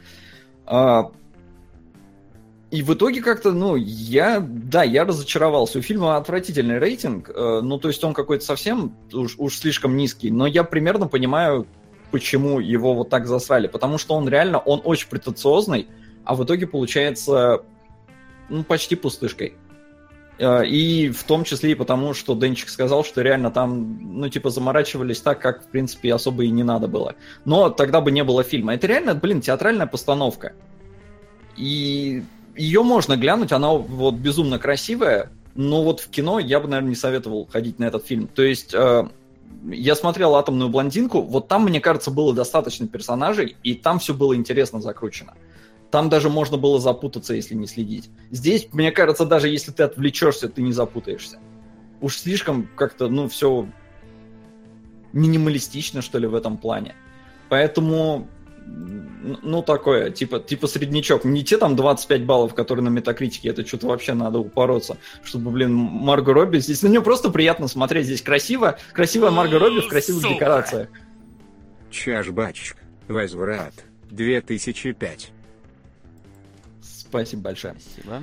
И в итоге как-то, ну, я разочаровался. У фильма отвратительный рейтинг, ну, то есть он какой-то совсем уж слишком низкий, но я примерно понимаю, почему его вот так засрали, потому что он очень претенциозный, а в итоге получается, ну, почти пустышкой. И в том числе и потому, что Денчик сказал, что реально там, ну, типа, заморачивались так, как, в принципе, особо и не надо было. Но тогда бы не было фильма. Это реально, театральная постановка. И ее можно глянуть, она вот безумно красивая, но вот в кино я бы, наверное, не советовал ходить на этот фильм. То есть я смотрел «Атомную блондинку», вот там, мне кажется, было достаточно персонажей, и там все было интересно закручено. Там даже можно было запутаться, если не следить. Здесь, мне кажется, даже если ты отвлечешься, ты не запутаешься. Уж слишком как-то, ну, все минималистично, что ли, в этом плане. Поэтому, ну, такое, типа среднячок. Не те там 25 баллов, которые на Метакритике, это что-то вообще надо упороться, чтобы, Марго Робби здесь... На нее просто приятно смотреть. Здесь красивая Марго Робби в красивых декорациях. Чаш-бачк. Возврат. 2005. Спасибо большое. Спасибо.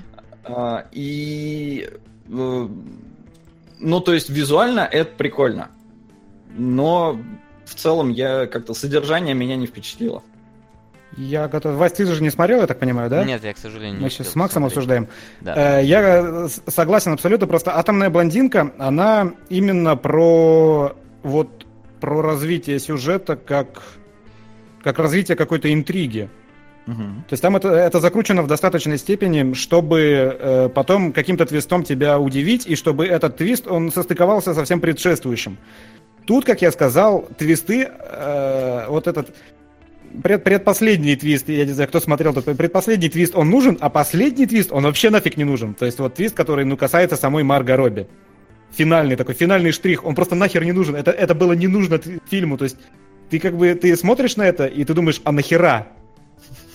Ну, то есть визуально это прикольно. Но в целом содержание меня не впечатлило. Я готов. Вась, ты же не смотрел, я так понимаю, да? Нет, я, к сожалению, не Мы сейчас с Максом посмотреть. обсуждаем. Да. Я согласен абсолютно. Просто «Атомная блондинка», она именно про развитие сюжета как развитие какой-то интриги. То есть там это закручено в достаточной степени, чтобы потом каким-то твистом тебя удивить, и чтобы этот твист, он состыковался со всем предшествующим. Тут, как я сказал, твисты, вот этот предпоследний твист, я не знаю, кто смотрел, предпоследний твист, он нужен, а последний твист, он вообще нафиг не нужен. То есть вот твист, который, касается самой Марго Робби. Финальный штрих, он просто нахер не нужен. Это было не нужно фильму. То есть ты смотришь на это, и ты думаешь, а нахера?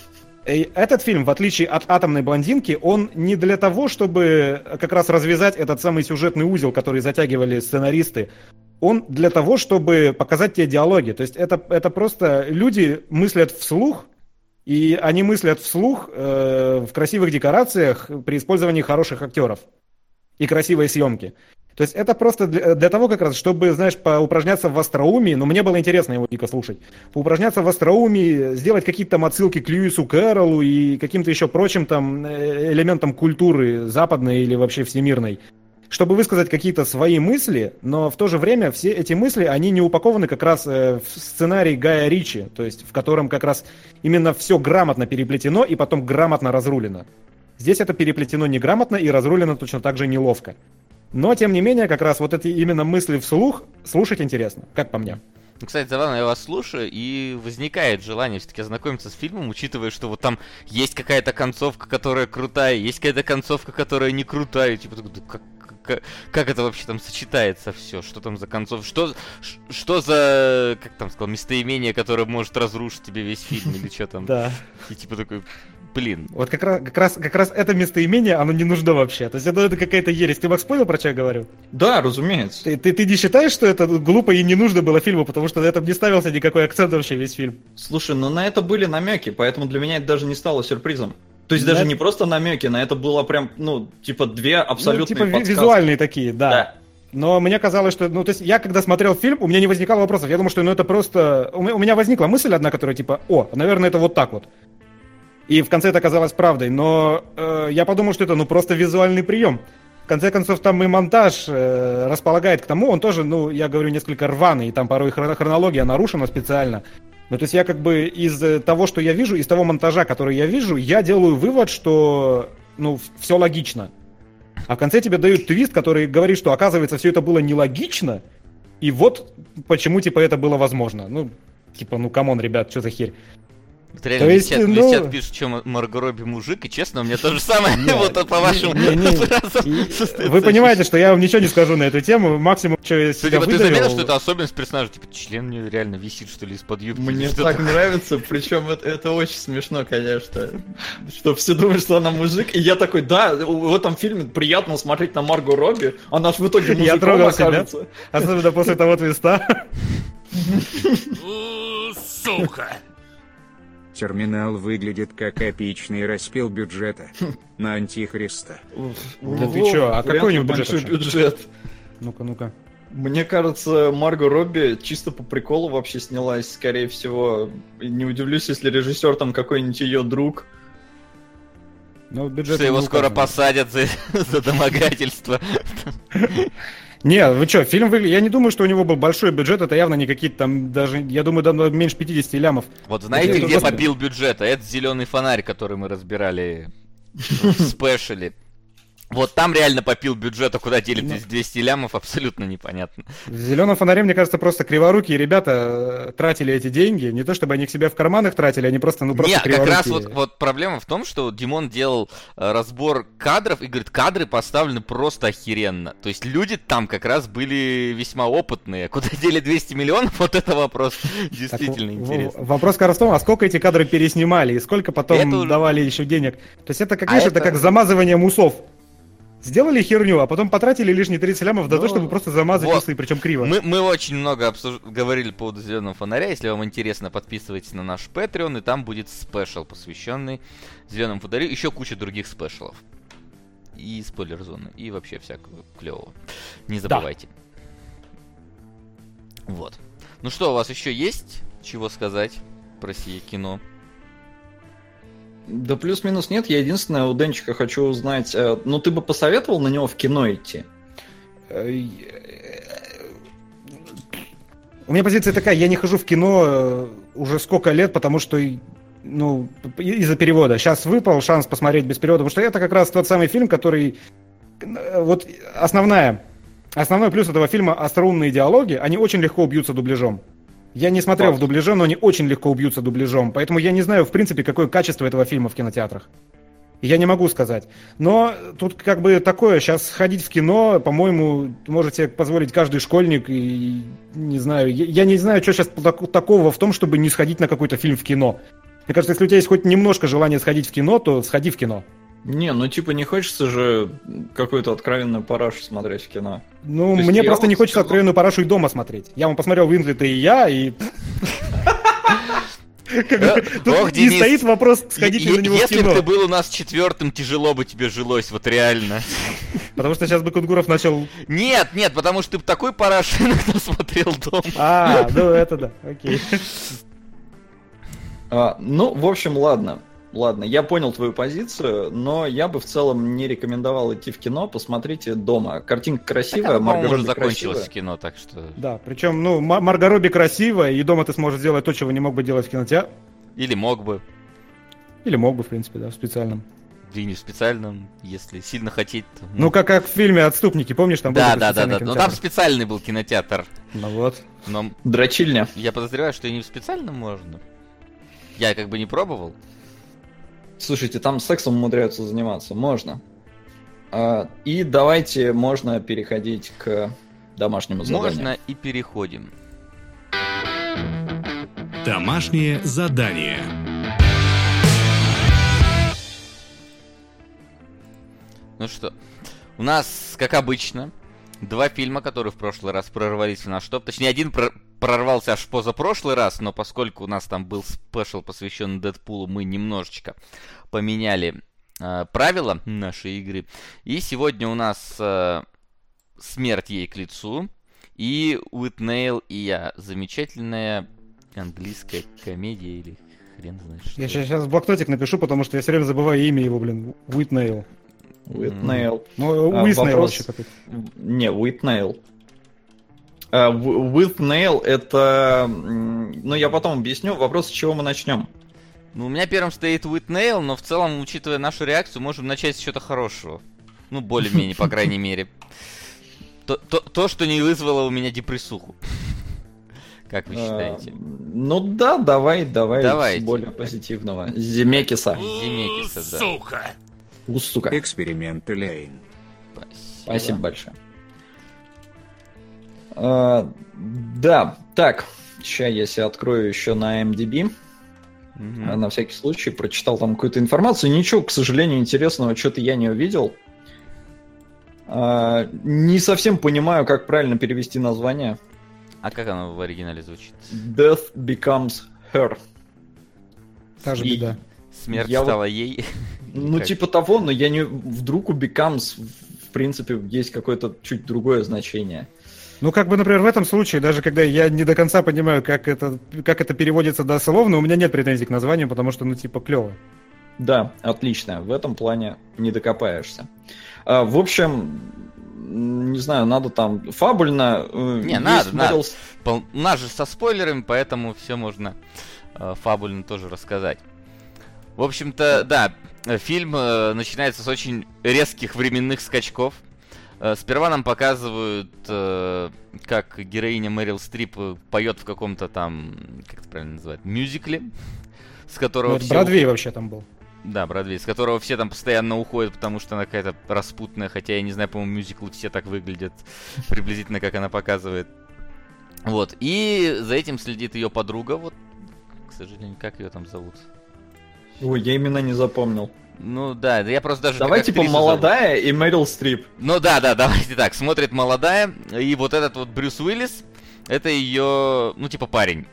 Этот фильм, в отличие от «Атомной блондинки», он не для того, чтобы как раз развязать этот самый сюжетный узел, который затягивали сценаристы. Он для того, чтобы показать тебе диалоги. То есть это просто люди мыслят вслух, и они мыслят вслух в красивых декорациях при использовании хороших актеров и красивой съемки. То есть это просто для того, как раз, чтобы, знаешь, поупражняться в остроумии, но мне было интересно его дико слушать, поупражняться в остроумии, сделать какие-то там отсылки к Льюису Кэрроллу и каким-то еще прочим там элементам культуры западной или вообще всемирной, чтобы высказать какие-то свои мысли, но в то же время все эти мысли, они не упакованы как раз в сценарий Гая Ричи, то есть в котором как раз именно все грамотно переплетено и потом грамотно разрулено. Здесь это переплетено неграмотно и разрулено точно так же неловко. Но, тем не менее, как раз вот эти именно мысли вслух слушать интересно, как по мне. Ну, кстати, забавно, я вас слушаю, и возникает желание все-таки ознакомиться с фильмом, учитывая, что вот там есть какая-то концовка, которая крутая, есть какая-то концовка, которая не крутая, типа, как это вообще там сочетается все, что там за концовка, что за, как там сказал, местоимение, которое может разрушить тебе весь фильм, или что там. Да. И типа такой... Блин. Вот как раз это местоимение, оно не нужно вообще. То есть это какая-то ересь. Ты, Макс, понял, про что я говорю? Да, разумеется. Ты не считаешь, что это глупо и не нужно было фильму, потому что на этом не ставился никакой акцент вообще весь фильм? Слушай, ну на это были намеки, поэтому для меня это даже не стало сюрпризом. То есть даже не просто намеки, на это было прям, ну, типа две абсолютные подсказки. Визуальные такие, да. Но мне казалось, что, ну, то есть я когда смотрел фильм, у меня не возникало вопросов. Я думал, что, ну, это просто... У меня возникла мысль одна, которая типа, наверное, это вот так вот. И в конце это оказалось правдой, но я подумал, что это ну просто визуальный прием. В конце концов, там и монтаж располагает к тому, он тоже, ну, я говорю, несколько рваный, и там порой хронология нарушена специально. Ну, то есть я как бы из того, что я вижу, из того монтажа, который я вижу, я делаю вывод, что, ну, все логично. А в конце тебе дают твист, который говорит, что, оказывается, все это было нелогично, и вот почему, типа, это было возможно. Ну, типа, ну, камон, ребят, что за херь. Вот реально висят, пишут, что Марго Робби мужик, и честно, у меня то же самое, вот по вашему фразам. Вы понимаете, что я вам ничего не скажу на эту тему, максимум, что я себя выдавил. Ты заметил, что это особенность персонажа, типа, член мне реально висит, что ли, из-под юбки? Мне так нравится, причем это очень смешно, конечно, что все думают, что она мужик, и я такой, да, в этом фильме приятно смотреть на Марго Робби, она ж в итоге мужиком окажется. Особенно после того твиста. Сука! Терминал выглядит как эпичный распил бюджета на Антихриста. Да ты чё, а какой у него бюджет? Ну-ка. Мне кажется, Марго Робби чисто по приколу вообще снялась, скорее всего. Не удивлюсь, если режиссер там какой-нибудь ее друг. Что его скоро посадят за домогательство. Не, вы что, фильм выглядит... Я не думаю, что у него был большой бюджет, это явно не какие-то там, даже, я думаю, давно меньше 50 лямов. Вот знаете, где побил бюджет? Это «Зеленый фонарь», который мы разбирали в спешле. Вот там реально попил бюджет, а куда делить 200 лямов, абсолютно непонятно. В «Зеленом фонаре», мне кажется, просто криворукие ребята тратили эти деньги. Не то, чтобы они их себе в карманах тратили, они просто, ну, просто криворукие. Как раз вот проблема в том, что Димон делал разбор кадров, и говорит, кадры поставлены просто охеренно. То есть люди там как раз были весьма опытные. Куда дели 200 миллионов, вот это вопрос действительно интересный. Вопрос как раз в том, а сколько эти кадры переснимали, и сколько потом давали еще денег. То есть это, как, видишь, это как замазывание мусов. Сделали херню, а потом потратили лишние 30 лямов на то, чтобы просто замазать усы, причем криво. Мы очень много говорили по поводу «Зеленого фонаря». Если вам интересно, подписывайтесь на наш Patreon, и там будет спешл, посвященный «Зеленому фонарю». Еще куча других спешлов. И спойлер-зоны, и вообще всякого клевого. Не забывайте. Да. Вот. Ну что, у вас еще есть чего сказать про сие кино? Да плюс-минус нет, я единственное у Денчика хочу узнать, ну ты бы посоветовал на него в кино идти? У меня позиция такая, я не хожу в кино уже сколько лет, потому что, ну, из-за перевода. Сейчас выпал шанс посмотреть без перевода, потому что это как раз тот самый фильм, который, вот основной плюс этого фильма — остроумные диалоги, они очень легко убьются дубляжом. Я не смотрел в дубляже, но они очень легко убьются дубляжом, поэтому я не знаю, в принципе, какое качество этого фильма в кинотеатрах. Я не могу сказать. Но тут как бы такое, сейчас ходить в кино, по-моему, может себе позволить каждый школьник, и не знаю, я не знаю, что сейчас такого в том, чтобы не сходить на какой-то фильм в кино. Мне кажется, если у тебя есть хоть немножко желания сходить в кино, то сходи в кино. Не, ну типа не хочется же какую-то откровенную парашу смотреть в кино. Ну, То есть мне я просто вот не хочется сказал- откровенную парашу и дома смотреть. Я вам посмотрел Уинслета и я, и... Ох, Тут не Денис, стоит вопрос, сходить ли на него в Если бы ты кино. был у нас четвертым, тяжело бы тебе жилось, вот реально. Потому что сейчас бы Кунгуров начал... Нет, потому что ты бы такой параш иногда смотрел дома. Ну это да, окей. Ну, в общем, ладно, я понял твою позицию, но я бы в целом не рекомендовал идти в кино, посмотрите дома. Картинка красивая, По-моему, Марго уже Робби закончилось красивая. в кино, так что... Да, причем, ну, Марго Робби красивая, и дома ты сможешь сделать то, чего не мог бы делать в кинотеатре. Или мог бы. Или мог бы, в принципе, да, в специальном. Да и не в специальном, если сильно хотеть. То... Ну, как в фильме «Отступники», помнишь, там был Да. такой специальный Но кинотеатр? там специальный был кинотеатр. Ну вот. Но Дрочильня. я подозреваю, что и не в специальном можно. Я как бы не пробовал. Слушайте, там сексом умудряются заниматься, можно. И давайте можно переходить к домашнему заданию. Можно и переходим. Домашнее задание. Ну что, у нас, как обычно, два фильма, которые в прошлый раз прорвались в наш топ. Точнее, один прорвался аж позапрошлый раз, но поскольку у нас там был спешл, посвященный Дэдпулу, мы немножечко поменяли правила нашей игры. И сегодня у нас «Смерть ей к лицу» и «Уитнейл и я». Замечательная английская комедия или хрен знает что. Я сейчас в блокнотик напишу, потому что я все время забываю имя его, блин. Уитнейл. Уитнейл. Ну, Уиснейл вопрос- вообще какой-то. Не, Уитнейл. Уитнейл это... Ну, я потом объясню. Вопрос, с чего мы начнем. Ну, у меня первым стоит Уитнейл, но в целом, учитывая нашу реакцию, можем начать с чего-то хорошего. Ну, более-менее, по крайней мере. То, что не вызвало у меня депрессуху. Как вы считаете? Ну да, давай Давайте. с более позитивного. Земекиса. Земекиса, да. Сука. Сука. Эксперименты Лейн. Спасибо большое. Да, так. Сейчас я себе открою еще на MDB. Мгм. На всякий случай. Прочитал там какую-то информацию. Ничего, к сожалению, интересного что-то я не увидел. Не совсем понимаю, как правильно перевести название. А как оно в оригинале звучит? Death becomes her. Та же И- беда. Смерть Я вот- стала ей? Ну, Как? типа того, но я не... Вдруг у becomes, в принципе, есть какое-то чуть другое значение. Ну, как бы, например, в этом случае, даже когда я не до конца понимаю, как это переводится дословно, у меня нет претензий к названию, потому что, ну, типа, клево. Да, отлично. В этом плане не докопаешься. В общем, не знаю, надо там фабульно... Не, есть надо. Мэрил У нас же со спойлерами, поэтому все можно фабульно тоже рассказать. В общем-то, да, фильм начинается с очень резких временных скачков. Сперва нам показывают, как героиня Мэрил Стрип поет в каком-то там, как это правильно называть, мюзикле, с которого Ну, это все... Бродвей вообще там был. Да, Бродвей, с которого все там постоянно уходят, потому что она какая-то распутная, хотя я не знаю, по-моему, мюзиклы все так выглядят, приблизительно как она показывает. Вот, и за этим следит ее подруга, вот, к сожалению, как ее там зовут? Ой, я имена не запомнил. Ну да, я просто даже... Давай как типа актрису молодая и Мэрил Стрип. Ну да, давайте так, смотрит молодая, и вот этот вот Брюс Уиллис, это ее, ну типа парень,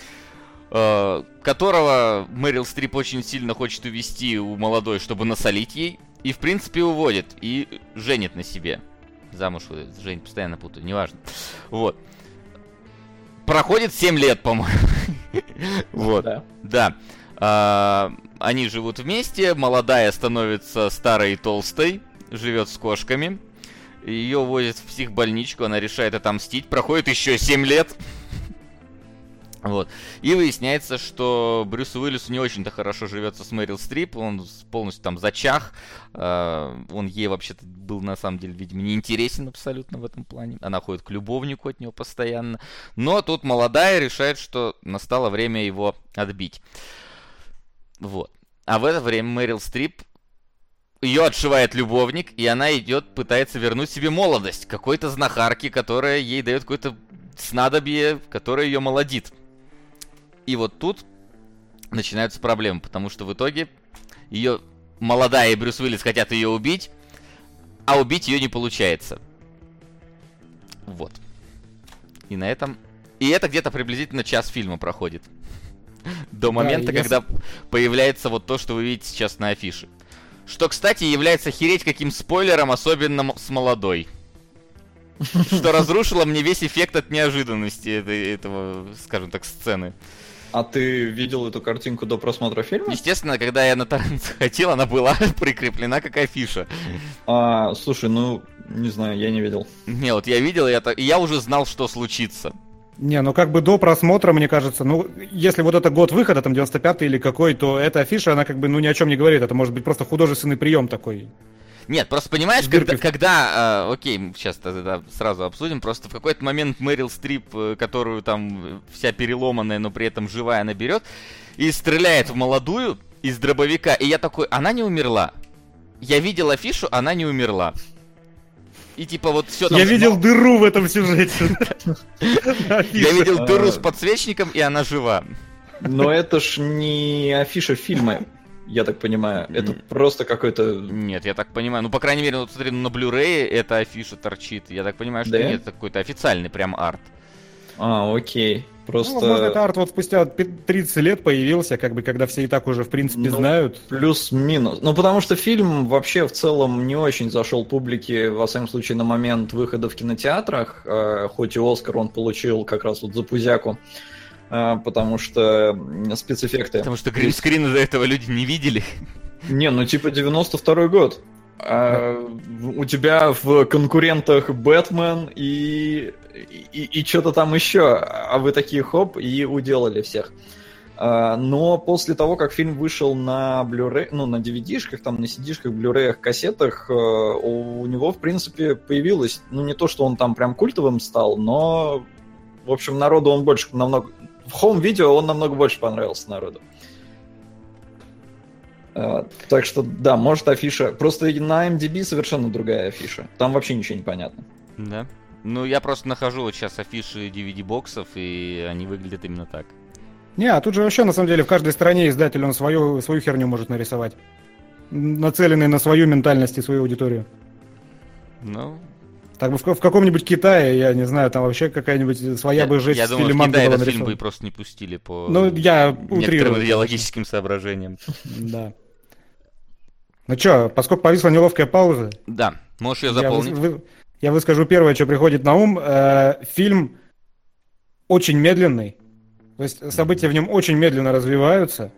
которого Мэрил Стрип очень сильно хочет увести у молодой, чтобы насолить ей, и в принципе уводит, и женит на себе. Замуж выдает, женит, постоянно путаю, неважно. Вот. Проходит 7 лет, по-моему. Вот. Да. Да. Они живут вместе, молодая становится старой и толстой, живет с кошками. Ее возят в психбольничку, она решает отомстить. Проходит еще 7 лет. Вот. И выясняется, что Брюсу Уиллису не очень-то хорошо живется с Мэрил Стрип. Он полностью там зачах. Он ей вообще-то был на самом деле, видимо, неинтересен абсолютно в этом плане. Она ходит к любовнику от него постоянно. Но тут молодая решает, что настало время его отбить. Вот. А в это время Мэрил Стрип, ее отшивает любовник, и она идет, пытается вернуть себе молодость какой-то знахарки, которая ей дает какое-то снадобье, которое ее молодит. И вот тут начинаются проблемы, потому что в итоге ее молодая и Брюс Уиллис хотят ее убить, а убить ее не получается. Вот. И на этом... И это где-то приблизительно час фильма проходит. До момента, когда появляется вот то, что вы видите сейчас на афише. Что, кстати, является хереть каким спойлером, особенно с молодой. Что разрушило мне весь эффект от неожиданности этого, скажем так, сцены. А ты видел эту картинку до просмотра фильма? Естественно, когда я на торрент заходил, она была прикреплена как афиша. Слушай, ну, не знаю, я не видел. Не, вот я видел, и я уже знал, что случится. Не, ну как бы до просмотра, мне кажется, ну, если вот это год выхода, там, 95-й или какой, то эта афиша, она как бы, ну, ни о чем не говорит. Это может быть просто художественный прием такой. Нет, просто понимаешь, окей, сейчас тогда сразу обсудим, просто в какой-то момент Мэрил Стрип, которую там вся переломанная, но при этом живая, она берет и стреляет в молодую из дробовика, и я такой, она не умерла. Я видел афишу, она не умерла. И типа вот все там... Я видел дыру в этом сюжете. Я видел дыру с подсвечником, и она жива. Но это ж не афиша фильма, я так понимаю. Это просто какой-то... Нет, я так понимаю. Ну, по крайней мере, вот смотри, на Blu-ray эта афиша торчит. Я так понимаю, что нет, это какой-то официальный прям арт. Окей. Просто... Ну, возможно, это арт вот спустя 30 лет появился, как бы, когда все и так уже, в принципе, знают. Плюс-минус. Ну, потому что фильм вообще в целом не очень зашел публике, во всяком случае, на момент выхода в кинотеатрах. Хоть и Оскар он получил как раз вот за пузяку. Потому что спецэффекты... Потому что гринскрин из-за этого люди не видели. Не, ну типа 92-й год. У тебя в конкурентах Бэтмен и что-то там еще, а вы такие хоп и уделали всех. Но после того, как фильм вышел на Blu-ray, ну на DVD-шках, там на CD-шках, Blu-ray, кассетах, у него в принципе появилось, ну не то, что он там прям культовым стал, но в общем народу он больше намного... В хоум-видео он намного больше понравился народу. Так что, да, может афиша... Просто на IMDb совершенно другая афиша. Там вообще ничего не понятно. Да? Ну, я просто нахожу вот сейчас афиши DVD-боксов, и они выглядят именно так. Не, а тут же вообще, на самом деле, в каждой стране издатель, он свою херню может нарисовать. Нацеленный на свою ментальность и свою аудиторию. Ну... Так бы в каком-нибудь Китае, я не знаю, там вообще какая-нибудь своя бы жесть в стиле манги была. Я думаю, в Китае этот фильм бы просто не пустили по некоторым идеологическим соображениям. Да. Ну чё, поскольку повисла неловкая пауза... Да, можешь ее заполнить. Я выскажу первое, что приходит на ум. Фильм очень медленный. То есть события в нем очень медленно развиваются.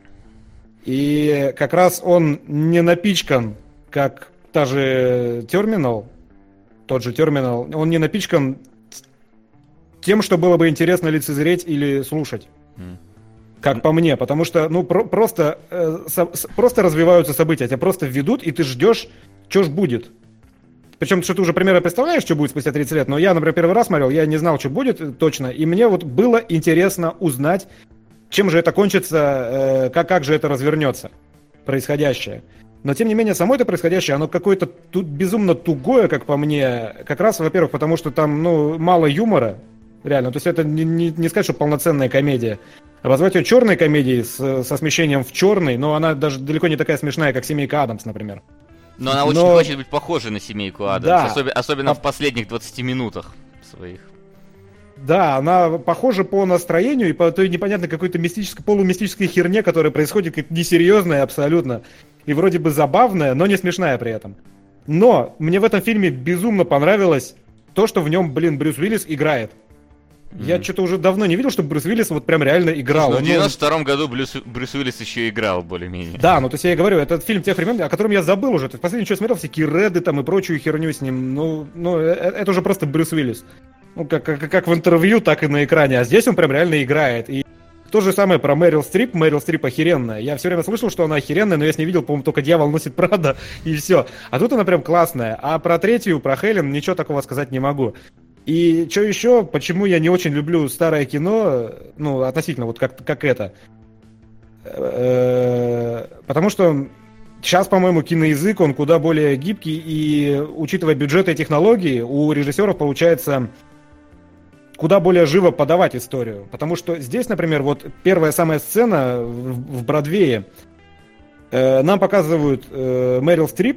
И как раз он не напичкан, как та же «Терминал», тот же «Терминал», он не напичкан тем, что было бы интересно лицезреть или слушать. Как по мне, потому что, ну, просто развиваются события, тебя просто ведут, и ты ждешь, что ж будет. Причем, что ты уже примерно представляешь, что будет спустя 30 лет, но я, например, первый раз смотрел, я не знал, что будет точно, и мне вот было интересно узнать, чем же это кончится, как же это развернется, происходящее. Но, тем не менее, само это происходящее, оно какое-то тут безумно тугое, как по мне. Как раз, во-первых, потому что там, ну, мало юмора, реально. То есть это не сказать, что полноценная комедия. Обозвать ее черной комедией со смещением в черный, но она даже далеко не такая смешная, как «Семейка Адамс», например. Но она очень хочет быть похожей на «Семейку Адамс», да. Особенно в последних 20 минутах своих. Да, она похожа по настроению и по той непонятной какой-то полумистической херне, которая происходит как несерьезная абсолютно. И вроде бы забавная, но не смешная при этом. Но мне в этом фильме безумно понравилось то, что в нем, Брюс Уиллис играет. Я что-то уже давно не видел, чтобы Брюс Уиллис вот прям реально играл. Ну, в 92-м году Брюс Уиллис еще играл, более-менее. Да, ну то есть я и говорю, этот фильм тех времен, о котором я забыл уже. То есть последний, что я смотрел, всякие Реды там и прочую херню с ним. Ну, это уже просто Брюс Уиллис. Ну, как в интервью, так и на экране. А здесь он прям реально играет. И то же самое про Мэрил Стрип. Мэрил Стрип охеренная. Я все время слышал, что она охеренная, но я с ней видел, по-моему, только «Дьявол носит Прада» и все. А тут она прям классная. А про третью, про Хелен, ничего такого сказать не могу. И что еще, почему я не очень люблю старое кино, ну, относительно вот как это. Потому что сейчас, по-моему, киноязык, он куда более гибкий, и, учитывая бюджеты и технологии, у режиссеров получается куда более живо подавать историю. Потому что здесь, например, вот первая самая сцена в Бродвее, нам показывают Мэрил Стрип,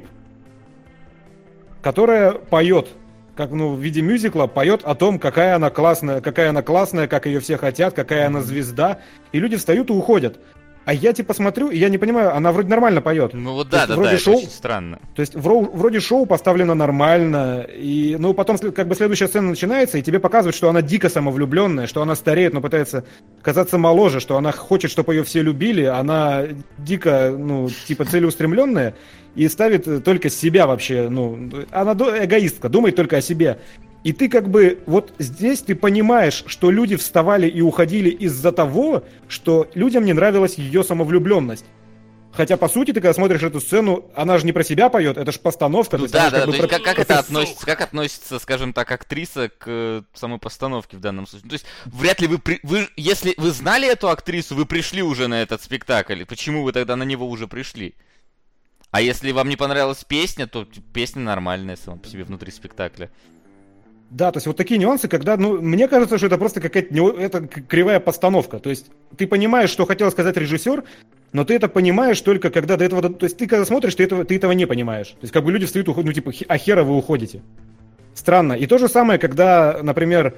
которая поет, как, ну, в виде мюзикла, поет о том, какая она классная, как ее все хотят, какая она звезда. И люди встают и уходят. А я типа смотрю, и я не понимаю, она вроде нормально поет. Ну вот да, это очень странно. То есть вроде шоу поставлено нормально, и ну потом как бы следующая сцена начинается, и тебе показывают, что она дико самовлюбленная, что она стареет, но пытается казаться моложе, что она хочет, чтобы ее все любили, она дико, ну, типа целеустремленная, и ставит только себя вообще, ну, она эгоистка, думает только о себе. И ты как бы, вот здесь ты понимаешь, что люди вставали и уходили из-за того, что людям не нравилась ее самовлюбленность. Хотя, по сути, ты когда смотришь эту сцену, она же не про себя поет, это же постановка. Ну, да, то есть как это относится, как относится, скажем так, актриса к самой постановке в данном случае? То есть вряд ли вы, если вы знали эту актрису, вы пришли уже на этот спектакль, почему вы тогда на него уже пришли? А если вам не понравилась песня, то песня нормальная сама по себе внутри спектакля. Да, то есть вот такие нюансы, когда, ну, мне кажется, что это просто какая-то кривая постановка. То есть ты понимаешь, что хотел сказать режиссер, но ты это понимаешь только когда до этого... То есть ты когда смотришь, ты этого не понимаешь. То есть как бы люди встают, уходят, ну типа, а хера вы уходите. Странно. И то же самое, когда, например,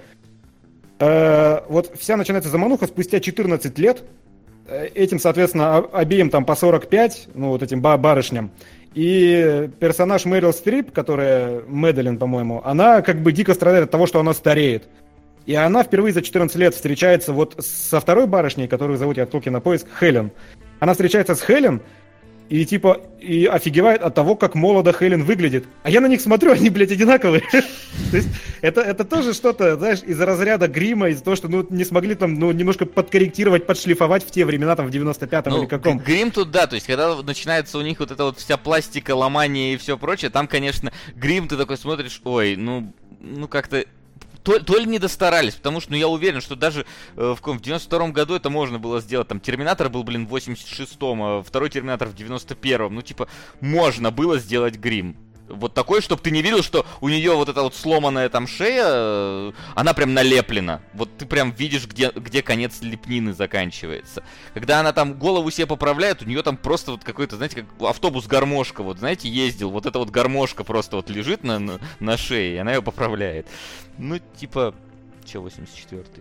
вот вся начинается замануха спустя 14 лет, этим, соответственно, обеим там по 45, ну вот этим барышням, и персонаж Мэрил Стрип, которая Мэдалин, по-моему, она как бы дико страдает от того, что она стареет. И она впервые за 14 лет встречается вот со второй барышней, которую зовут, я открыл на поиск, Хелен. Она встречается с Хелен и типа и офигевает от того, как молодо Хелен выглядит. А я на них смотрю, они, блядь, одинаковые. То есть это тоже что-то, знаешь, из разряда грима, из-за того, что ну не смогли там ну немножко подкорректировать, подшлифовать в те времена, там в 95-м или каком. Грим тут, да, то есть когда начинается у них вот эта вот вся пластика, ломание и все прочее, там, конечно, грим ты такой смотришь, ой, ну как-то... То ли не достарались, потому что, ну, я уверен, что даже в 92-м году это можно было сделать. Там Терминатор был, в 86-м, а второй Терминатор в 91-м. Ну, типа, можно было сделать грим. Вот такой, чтобы ты не видел, что у нее вот эта вот сломанная там шея, она прям налеплена. Вот ты прям видишь, где конец лепнины заканчивается. Когда она там голову себе поправляет, у нее там просто вот какой-то, знаете, как автобус-гармошка, вот, знаете, ездил. Вот эта вот гармошка просто вот лежит на шее, и она ее поправляет. Ну, типа, че 84-й?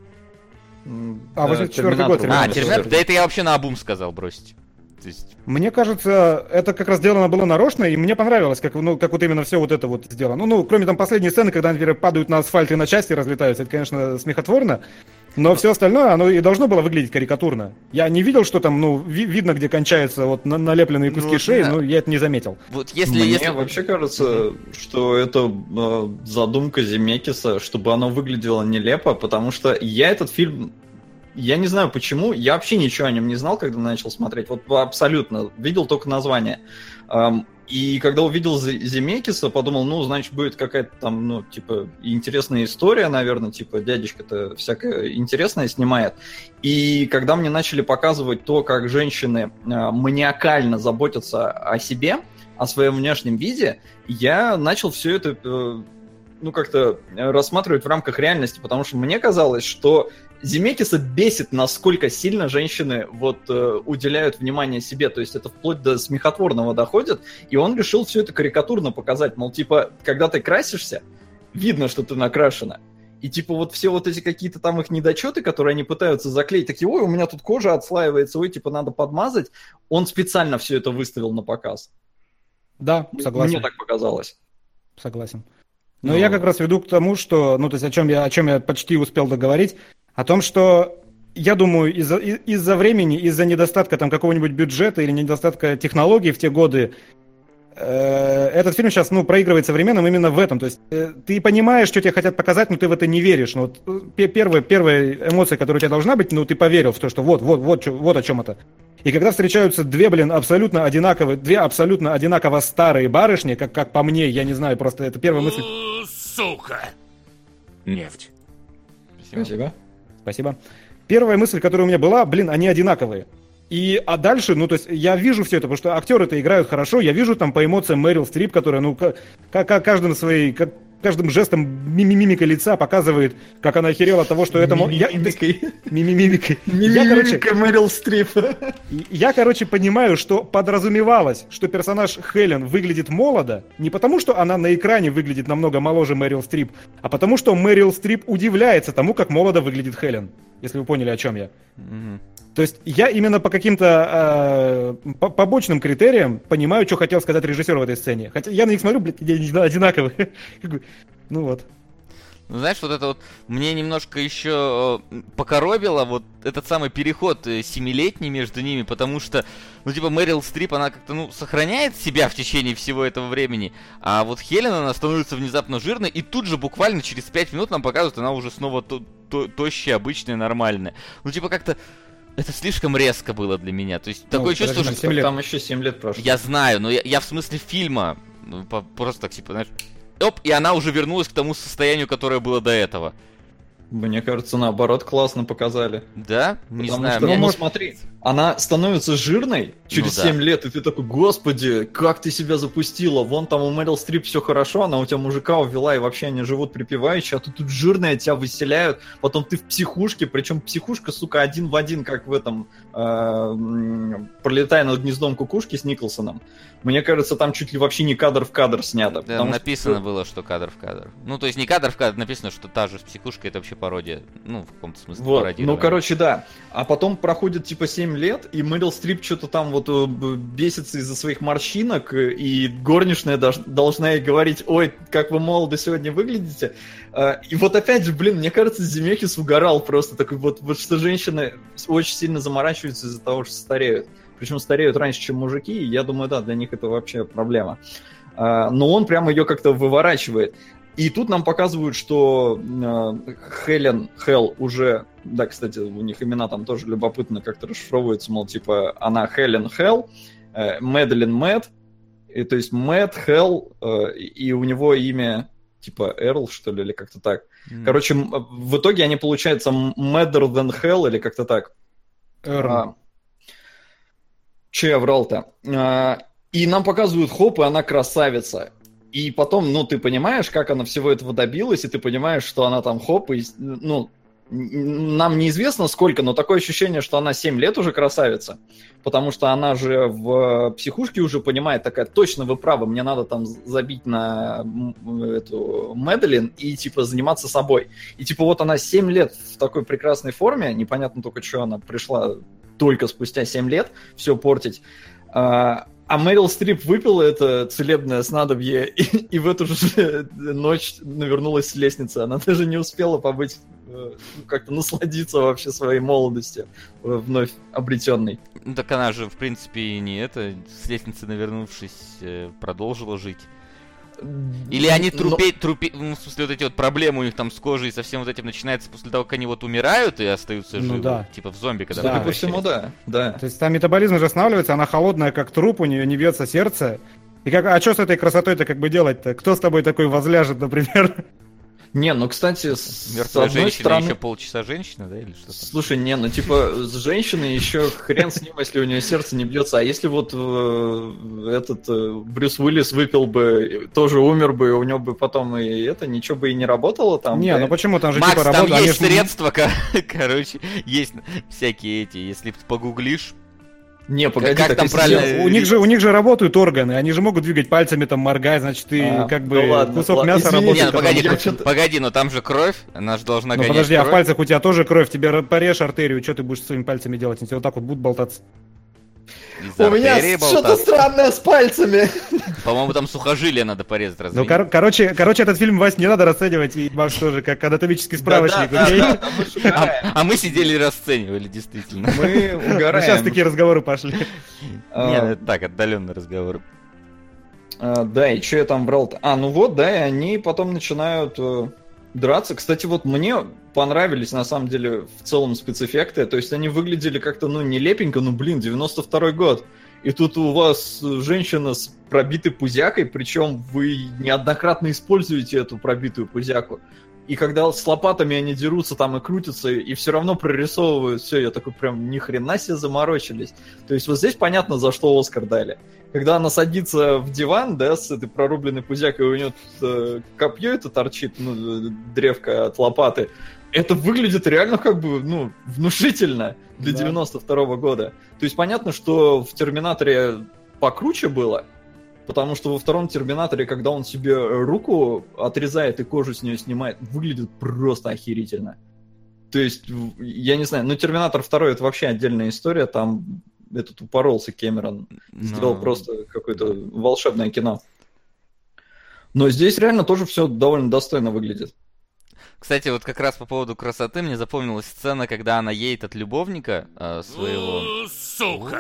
А, 84-й год. Терминатор, да это я вообще наобум сказал, бросить. Мне кажется, это как раз сделано было нарочно, и мне понравилось, как вот именно все вот это вот сделано. Ну, кроме там последней сцены, когда, например, падают на асфальт и на части разлетаются, это, конечно, смехотворно, но все остальное, оно и должно было выглядеть карикатурно. Я не видел, что там, ну, видно, где кончаются вот налепленные куски шеи, но я это не заметил. Вот Мне вообще кажется, что это задумка Земекиса, чтобы оно выглядело нелепо, потому что я этот фильм... Я не знаю почему, я вообще ничего о нем не знал, когда начал смотреть, вот абсолютно, видел только название. И когда увидел Земекиса, подумал, ну, значит, будет какая-то там, ну, типа, интересная история, наверное, типа, дядечка-то всякое интересное снимает. И когда мне начали показывать то, как женщины маниакально заботятся о себе, о своем внешнем виде, я начал все это, ну, как-то рассматривать в рамках реальности, потому что мне казалось, что Земекиса бесит, насколько сильно женщины вот уделяют внимание себе, то есть это вплоть до смехотворного доходит, и он решил все это карикатурно показать, мол, типа, когда ты красишься, видно, что ты накрашена, и типа вот все вот эти какие-то там их недочеты, которые они пытаются заклеить, такие, ой, у меня тут кожа отслаивается, ой, типа надо подмазать, он специально все это выставил на показ. Да, согласен. Мне так показалось. Согласен. Но я как раз веду к тому, что, ну, то есть о чем я почти успел договорить, о том, что, я думаю, из-за времени, из-за недостатка там какого-нибудь бюджета или недостатка технологий в те годы, этот фильм сейчас, ну, проигрывает современным именно в этом. То есть ты понимаешь, что тебе хотят показать, но ты в это не веришь. Ну, вот, первая эмоция, которая у тебя должна быть, ну, ты поверил в то, что вот о чем это. И когда встречаются две абсолютно одинаково старые барышни, как по мне, я не знаю, просто это первая мысль... Сука! Нефть. Спасибо. Первая мысль, которая у меня была, они одинаковые. А дальше, ну, то есть, я вижу все это, потому что актеры-то играют хорошо, я вижу там по эмоциям Мэрил Стрип, которая, ну, каждый каждым жестом, мимикой лица показывает, как она охерела от того, что это... Мимикой. Мимикой. Мимикой Мэрил Стрип. Я, понимаю, что подразумевалось, что персонаж Хелен выглядит молодо, не потому, что она на экране выглядит намного моложе Мэрил Стрип, а потому, что Мэрил Стрип удивляется тому, как молодо выглядит Хелен. Если вы поняли, о чем я. То есть я именно по каким-то побочным критериям понимаю, что хотел сказать режиссер в этой сцене. Хотя я на них смотрю, блядь, они одинаковые. Ну вот. Ну, знаешь, вот это вот мне немножко еще покоробило вот этот самый переход 7-летний между ними, потому что, ну, типа, Мэрил Стрип, она как-то, ну, сохраняет себя в течение всего этого времени, а вот Хелен, она становится внезапно жирной, и тут же буквально через 5 минут нам показывают, она уже снова тощая, обычная, нормальная. Ну, типа, как-то это слишком резко было для меня, то есть такое чувство, что... Там еще 7 лет прошло. Я знаю, но я в смысле фильма, просто так, типа, знаешь... Оп, и она уже вернулась к тому состоянию, которое было до этого. Мне кажется, наоборот, классно показали. Да? Не Потому знаю. что, смотри, она становится жирной через 7 лет, и ты такой, господи, как ты себя запустила? Вон там у Мэрил Стрип все хорошо, она у тебя мужика увела, и вообще они живут припеваючи, а ты тут жирная, тебя выселяют, потом ты в психушке, причем психушка, сука, один в один, как в этом «Пролетая над гнездом кукушки» с Николсоном. Мне кажется, там чуть ли вообще не кадр в кадр снято. Да, написано было, что кадр в кадр. Ну, то есть не кадр в кадр, написано, что та же психушка, это вообще пародия. Ну, в каком-то смысле вот. пародирование. Ну, короче, да. А потом проходит, типа, 7 лет, и Мэрил Стрип что-то там вот бесится из-за своих морщинок, и горничная должна ей говорить, ой, как вы молодо сегодня выглядите. И вот опять же, блин, мне кажется, Земекис угорал просто. Такой вот что женщины очень сильно заморачиваются из-за того, что стареют. Причем стареют раньше, чем мужики, и я думаю, да, для них это вообще проблема. Но он прямо ее как-то выворачивает. И тут нам показывают, что Хел уже... Да, кстати, у них имена там тоже любопытно как-то расшифровываются, мол, типа, она Хелен Хел, Мэдалин Мэтт, то есть Мэтт, Хел, и у него имя типа Эрл, что ли, или как-то так. Короче, в итоге они, получается, Madder than Hell, или как-то так. Че я врал-то? И нам показывают, хоп, и она красавица. И потом, ну, ты понимаешь, как она всего этого добилась, и ты понимаешь, что она там хоп, и, ну, нам неизвестно сколько, но такое ощущение, что она 7 лет уже красавица. Потому что она же в психушке уже понимает, такая, точно вы правы, мне надо там забить на эту Мэдалин и, типа, заниматься собой. И, типа, вот она 7 лет в такой прекрасной форме, непонятно только, что она пришла только спустя 7 лет все портить. А Мэрил Стрип выпила это целебное снадобье и в эту же ночь навернулась с лестницы. Она даже не успела побыть, как-то насладиться вообще своей молодостью, вновь обретенной. Ну так она же, в принципе, и не это, с лестницы навернувшись, продолжила жить. Или они ну, в смысле, вот эти вот проблемы у них там с кожей и со всем вот этим начинается после того, как они вот умирают и остаются живы, да. Типа в зомби, когда да, по всему, да. То есть там метаболизм уже останавливается, она холодная, как труп, у нее не бьется сердце. И как, а что с этой красотой-то как бы делать-то? Кто с тобой такой возляжет, например? Не, ну, кстати, мертвая женщина стороны... еще полчаса женщина, да, или что-то? Слушай, не, ну, типа, с женщиной еще хрен с ним, если у нее сердце не бьется. А если вот этот Брюс Уиллис выпил бы, тоже умер бы, у него бы потом и это, ничего бы и не работало там? Не, да? Ну почему, там же Макс, типа там работает... есть средства, короче, есть всякие эти, если погуглишь. Не, погоди, как там правильно? У них же работают органы, они же могут двигать пальцами, там, моргать, значит, ты как бы ладно, кусок ладно. мяса Извини, работает. Погоди, но там же кровь, она же должна гонять подожди, кровь. А в пальцах у тебя тоже кровь, тебе порежь артерию, что ты будешь своими пальцами делать, они тебе вот так вот будут болтаться. У меня что-то странное с пальцами. По-моему, там сухожилие надо порезать, разве? Ну, короче, этот фильм, Вась, не надо расценивать, и Макс тоже, как анатомический справочник. А мы сидели и расценивали, действительно. Мы угораем. Сейчас такие разговоры пошли. Нет, это так, отдаленные разговоры. Да, и что я там брал-то? Ну вот, да, и они потом начинают драться. Кстати, вот мне понравились, на самом деле, в целом спецэффекты. То есть они выглядели как-то, нелепенько, 92-й год. И тут у вас женщина с пробитой пузякой, причем вы неоднократно используете эту пробитую пузяку. и когда с лопатами они дерутся там и крутятся, и все равно прорисовывают все, я такой прям ни хрена себе заморочились. То есть вот здесь понятно, за что Оскар дали. Когда она садится в диван, да, с этой прорубленной пузякой, у нее копье это торчит, ну, древко от лопаты, это выглядит реально как бы, ну, внушительно для 92-го года. То есть понятно, что в «Терминаторе» покруче было, потому что во втором «Терминаторе», когда он себе руку отрезает и кожу с нее снимает, выглядит просто охерительно. То есть, я не знаю, ну «Терминатор 2» это вообще отдельная история, там этот упоролся Кэмерон, сделал просто какое-то волшебное кино. Но здесь реально тоже все довольно достойно выглядит. Кстати, вот как раз по поводу красоты мне запомнилась сцена, когда она едет от любовника своего... Сука!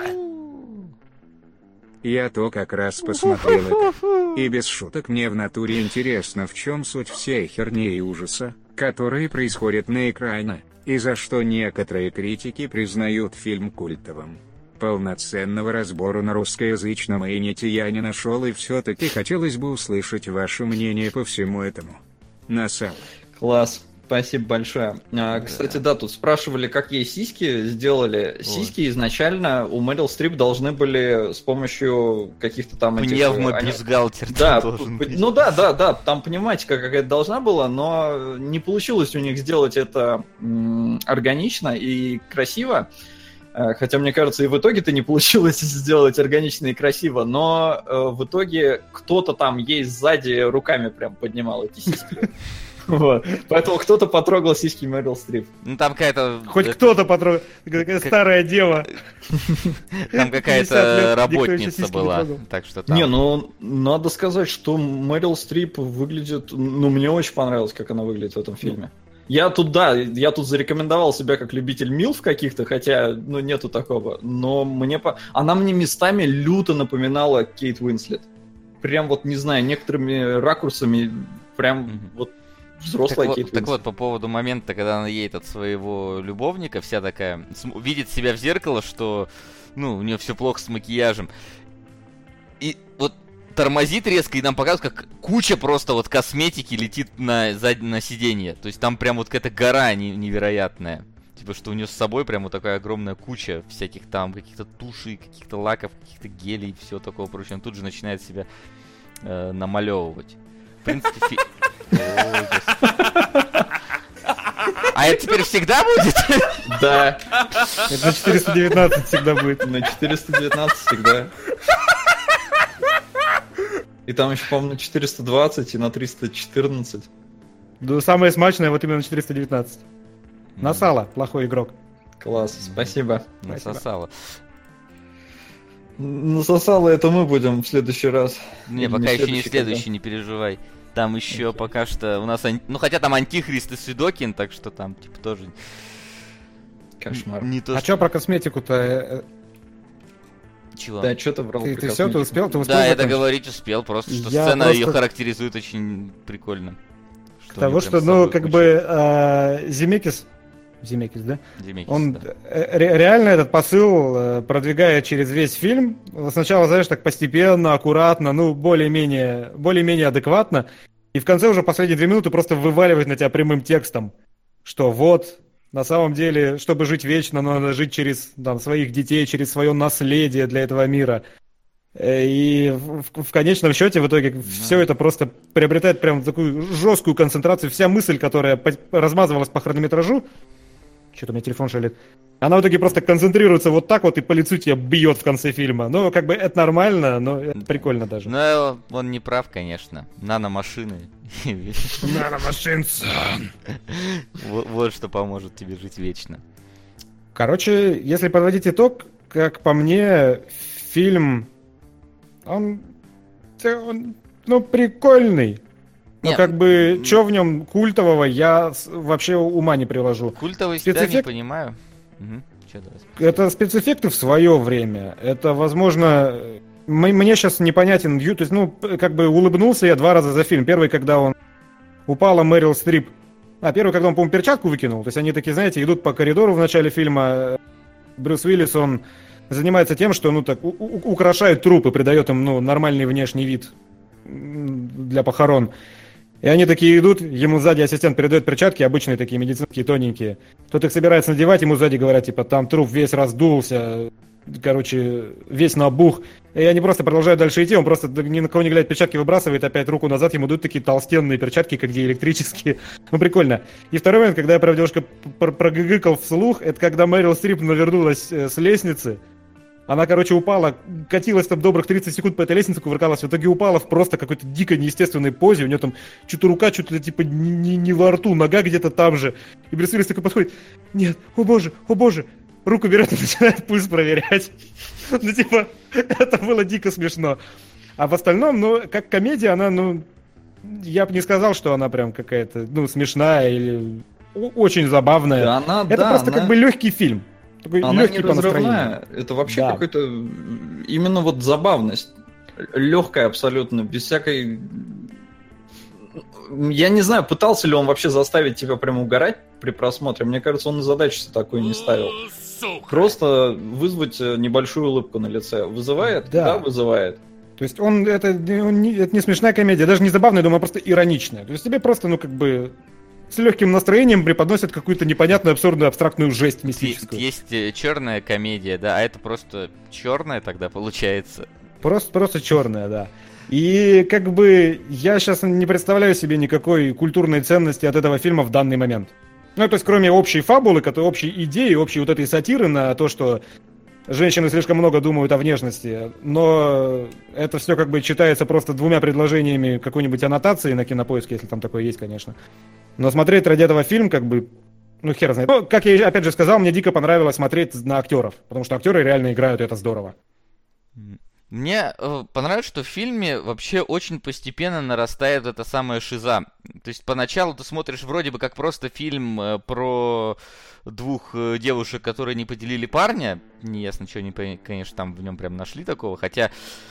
Я то как раз посмотрел это. И без шуток мне в натуре интересно, в чем суть всей херни и ужаса, которые происходят на экране, и за что некоторые критики признают фильм культовым. Полноценного разбора на русскоязычном инете я не нашел, и все-таки хотелось бы услышать ваше мнение по всему этому. Насал. Класс, спасибо большое. Кстати, да, тут спрашивали, как ей сиськи сделали. Сиськи изначально у Мэрил Стрип должны были с помощью каких-то там... Пневмобюстгальтер. Да, ну да, там пневматика какая-то должна была, но не получилось у них сделать это органично и красиво. Хотя, мне кажется, и в итоге-то не получилось сделать органично и красиво, но в итоге кто-то там ей сзади руками прям поднимал эти сиськи. Вот. Поэтому кто-то потрогал сиськи Мэрил Стрип. Ну там какая-то... Хоть кто-то потрогал, какая старая дева. Там какая-то работница была, так что там... Не, ну, надо сказать, что Мэрил Стрип выглядит... Ну, мне очень понравилось, как она выглядит в этом фильме. Я тут зарекомендовал себя как любитель милф каких-то, хотя, ну, нету такого. Но она мне местами люто напоминала Кейт Уинслет. Прям вот, не знаю, некоторыми ракурсами прям вот взрослая Кейт Уинслет. Так вот, по поводу момента, когда она едет от своего любовника, вся такая, видит себя в зеркало, что, ну, у нее все плохо с макияжем. И вот тормозит резко, и нам показывают, как куча просто вот косметики летит на сиденье. То есть там прям вот какая-то гора невероятная. Типа, что у нее с собой прям вот такая огромная куча всяких там каких-то тушей, каких-то лаков, каких-то гелей и всего такого прочего. Он тут же начинает себя намалевывать. В принципе, А это теперь всегда будет? Да. Это на 419 всегда будет. На 419 всегда. И там еще, по-моему, на 420 и на 314. Да, самое смачное вот именно на 419. Насало, плохой игрок. Класс, спасибо. Насосало. Насосало это мы будем в следующий раз. Не, пока еще не следующий, не переживай. Там еще пока что у нас... Ну, хотя там Антихрист и Свидокин, так что там, типа, тоже... Кошмар. Не то, а что про косметику-то? Чего? Да, что ты врал? Ты все, ты успел? Да, я договорить успел, просто что сцена ее характеризует очень прикольно. Того, что, ну, как бы, Земекис, да? Земекис, он да. Реально этот посыл продвигает через весь фильм. Сначала, знаешь, так постепенно, аккуратно, ну, более-менее адекватно. И в конце уже последние 2 минуты просто вываливает на тебя прямым текстом, что вот... На самом деле, чтобы жить вечно, надо жить через там, своих детей, через свое наследие для этого мира. И в конечном счете, в итоге, все это просто приобретает прям такую жесткую концентрацию. Вся мысль, которая размазывалась по хронометражу, что-то у меня телефон шалит, она в итоге просто концентрируется вот так вот и по лицу тебя бьет в конце фильма. Ну, как бы это нормально, но это прикольно даже. Но он не прав, конечно. Наномашины. Наномашинцы. Вот что поможет тебе жить вечно. Короче, если подводить итог, как по мне, фильм, он ну, прикольный. Но как бы, что в нем культового, я вообще ума не приложу. Культовый себя не понимаю. Это спецэффекты в свое время. Это, возможно, мне сейчас непонятен. То есть, ну, как бы улыбнулся я 2 раза за фильм. Первый, когда он упала Мэрил Стрип. Первый, когда он, по-моему, перчатку выкинул. То есть они такие, знаете, идут по коридору в начале фильма. Брюс Уиллис, он занимается тем, что, ну, так, украшает трупы, придает им, ну, нормальный внешний вид для похорон. И они такие идут, ему сзади ассистент передает перчатки, обычные такие медицинские, тоненькие. Тот их собирается надевать, ему сзади говорят, типа, там труп весь раздулся, короче, весь набух. И они просто продолжают дальше идти, он просто ни на кого не глядя перчатки выбрасывает, опять руку назад, ему дают такие толстенные перчатки, как диэлектрические. Ну, прикольно. И второй момент, когда я, правда, девушка прогыгыкал вслух, это когда Мэрил Стрип навернулась с лестницы. Она, короче, упала, катилась там добрых 30 секунд по этой лестнице, кувыркалась, в итоге упала в просто какой-то дико неестественной позе, у нее там что-то рука, что-то типа не во рту, нога где-то там же. И Брюс Уиллис такой подходит, нет, о боже, руку берет и начинает пульс проверять. Ну, типа, это было дико смешно. А в остальном, ну, как комедия, она, ну, я бы не сказал, что она прям какая-то, ну, смешная или очень забавная. Да, она, это да, просто она... как бы легкий фильм. Такой она легкий не по настроению. разрывная. Это вообще Да. какой-то именно вот забавность. Легкая абсолютно, без всякой... Я не знаю, пытался ли он вообще заставить тебя прям угорать при просмотре. Мне кажется, он и задачи такой не ставил. Просто вызвать небольшую улыбку на лице. Вызывает? Да. Да, вызывает. То есть это не смешная комедия, даже не забавная, думаю, а просто ироничная. То есть тебе просто, ну, как бы с легким настроением преподносят какую-то непонятную, абсурдную, абстрактную жесть мистическую. Есть черная комедия, да, а это просто черная тогда получается. Просто черная, да. И как бы я сейчас не представляю себе никакой культурной ценности от этого фильма в данный момент. Ну, то есть кроме общей фабулы, общей идеи, общей вот этой сатиры на то, что женщины слишком много думают о внешности, но это все как бы читается просто двумя предложениями какой-нибудь аннотации на Кинопоиске, если там такое есть, конечно. Но смотреть ради этого фильм, как бы, ну, хер знает. Ну, как я опять же сказал, мне дико понравилось смотреть на актеров, потому что актеры реально играют, и это здорово. Мне понравилось, что в фильме вообще очень постепенно нарастает эта самая шиза. То есть поначалу ты смотришь вроде бы как просто фильм про двух девушек, которые не поделили парня. Неясно, что они, конечно, там в нем прям нашли такого. Хотя,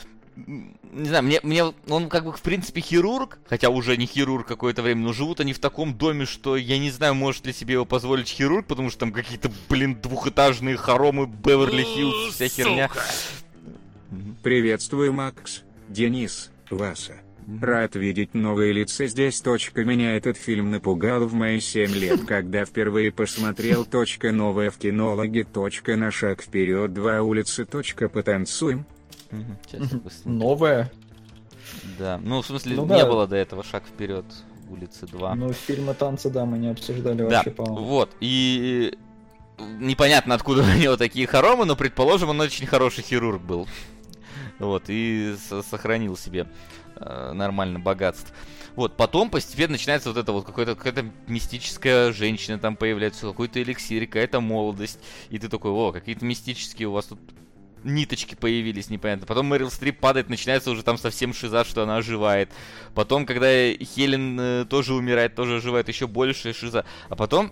не знаю, мне он как бы в принципе хирург, хотя уже не хирург какое-то время, но живут они в таком доме, что я не знаю, может ли себе его позволить хирург, потому что там какие-то, двухэтажные хоромы, Беверли-Хиллз, вся херня. Приветствую, Макс, Денис, Васа. Рад видеть новые лица здесь. Меня этот фильм напугал в мои 7 лет, когда впервые посмотрел. Новое в кинологе. На шаг вперед. 2 улицы. Потанцуем. Новое? Да, ну в смысле Ну, не да. было до этого шаг вперед. Улицы 2. Ну, фильмы танцы, да, мы не обсуждали Да, вообще, по-моему. вот, и непонятно, откуда у него такие хоромы, но, предположим, он очень хороший хирург был. Вот, и сохранил себе нормально богатство. Вот, потом постепенно начинается вот это вот какая-то мистическая женщина там появляется, какой-то эликсир, какая-то молодость. И ты такой, о, какие-то мистические у вас тут ниточки появились, непонятно. Потом Мэрил Стрип падает, начинается уже там совсем шиза, что она оживает. Потом, когда Хелен тоже умирает, тоже оживает, еще больше шиза. А потом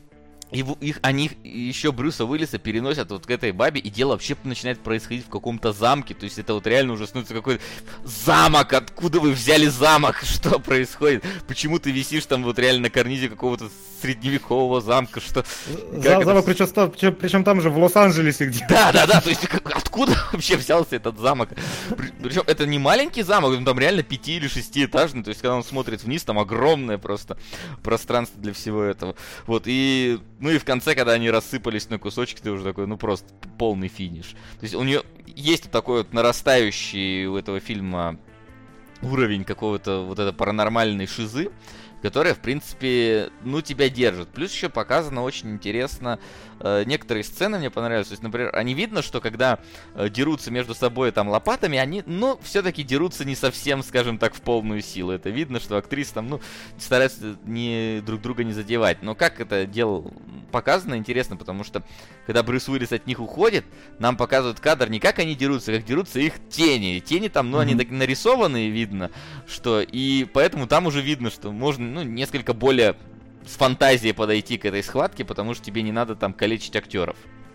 они еще Брюса Уиллиса переносят вот к этой бабе, и дело вообще начинает происходить в каком-то замке. То есть это вот реально уже становится какой-то замок. Откуда вы взяли замок? Что происходит? Почему ты висишь там вот реально на карнизе какого-то средневекового замка? Что? Замок, причем там же в Лос-Анджелесе где. Да, то есть откуда вообще взялся этот замок? Причем это не маленький замок, он там реально 5 или 6-этажный. То есть когда он смотрит вниз, там огромное просто пространство для всего этого. Вот, и ну и в конце, когда они рассыпались на кусочки, ты уже такой, ну просто полный финиш. То есть у нее есть такой вот нарастающий у этого фильма уровень какого-то вот этой паранормальной шизы, которая, в принципе, ну, тебя держит. Плюс еще показано очень интересно. Некоторые сцены мне понравились. То есть, например, они видно, что когда дерутся между собой там лопатами, они, ну, все-таки дерутся не совсем, скажем так, в полную силу. Это видно, что актрисы там, ну, стараются друг друга не задевать. Но как это дело показано, интересно, потому что когда Брюс Уиллис от них уходит, нам показывают кадр не как они дерутся, как дерутся их тени. Тени там, ну, они так нарисованные, видно, что... И поэтому там уже видно, что можно, ну, несколько более с фантазией подойти к этой схватке, потому что тебе не надо там калечить актеров.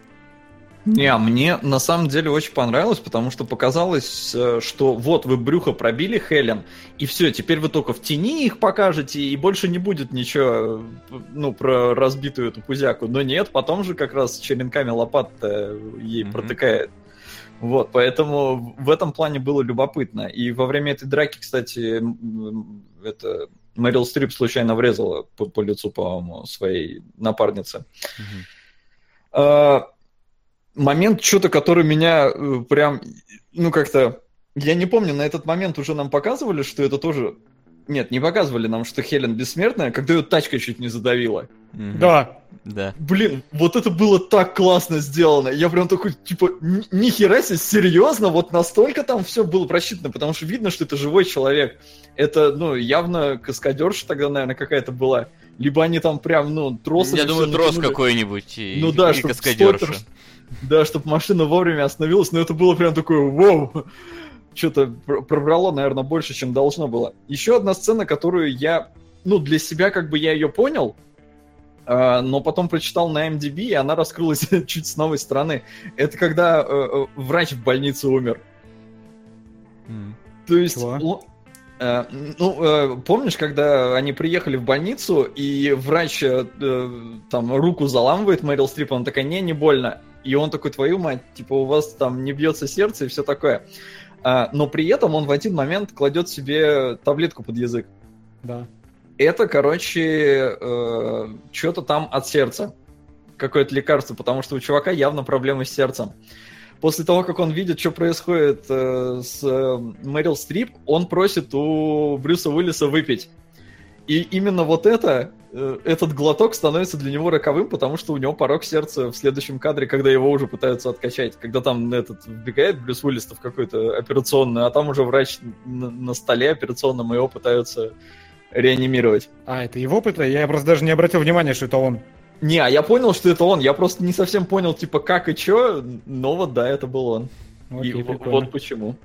Не, мне на самом деле очень понравилось, потому что показалось, что вот вы брюхо пробили, Хелен, и все, теперь вы только в тени их покажете, и больше не будет ничего, ну, про разбитую эту пузяку. Но нет, потом же как раз черенками лопат ей протыкает. Вот, поэтому в этом плане было любопытно. И во время этой драки, кстати, Мэрил Стрип случайно врезала по лицу, по-моему, своей напарнице. Момент что-то, который меня прям, как-то... Я не помню, на этот момент уже нам показывали, что это тоже... Нет, не показывали нам, что Хелен бессмертная, когда ее тачка чуть не задавила. Да. Блин, вот это было так классно сделано. Я прям такой, типа, нихера себе, серьезно? Вот настолько там все было просчитано, потому что видно, что это живой человек. Это, явно каскадерша тогда, наверное, какая-то была. Либо они там прям, тросом... Я думаю, трос какой-нибудь и каскадерша. Да, чтобы машина вовремя остановилась, но это было прям такое, вау! Что-то пробрало, наверное, больше, чем должно было. Еще одна сцена, которую я, для себя как бы я ее понял, но потом прочитал на MDB, и она раскрылась чуть с новой стороны. Это когда врач в больнице умер. То есть... помнишь, когда они приехали в больницу, и врач там руку заламывает Мэрил Стрип, она такая, не больно. И он такой, твою мать, типа, у вас там не бьется сердце и все такое. Но при этом он в один момент кладет себе таблетку под язык. Да. Это, короче, что-то там от сердца. Какое-то лекарство, потому что у чувака явно проблемы с сердцем. После того, как он видит, что происходит с Мэрил Стрип, он просит у Брюса Уиллиса выпить. И именно вот этот глоток становится для него роковым, потому что у него порог сердца в следующем кадре, когда его уже пытаются откачать. Когда там вбегает Брюс Уиллис в какую-то операционную, а там уже врач на столе операционном, и его пытаются реанимировать. Это его пытают? Я просто даже не обратил внимания, что это он. Не, я понял, что это он. Я просто не совсем понял, типа, как и чё, но вот да, это был он. Окей, и прикольно. Вот почему.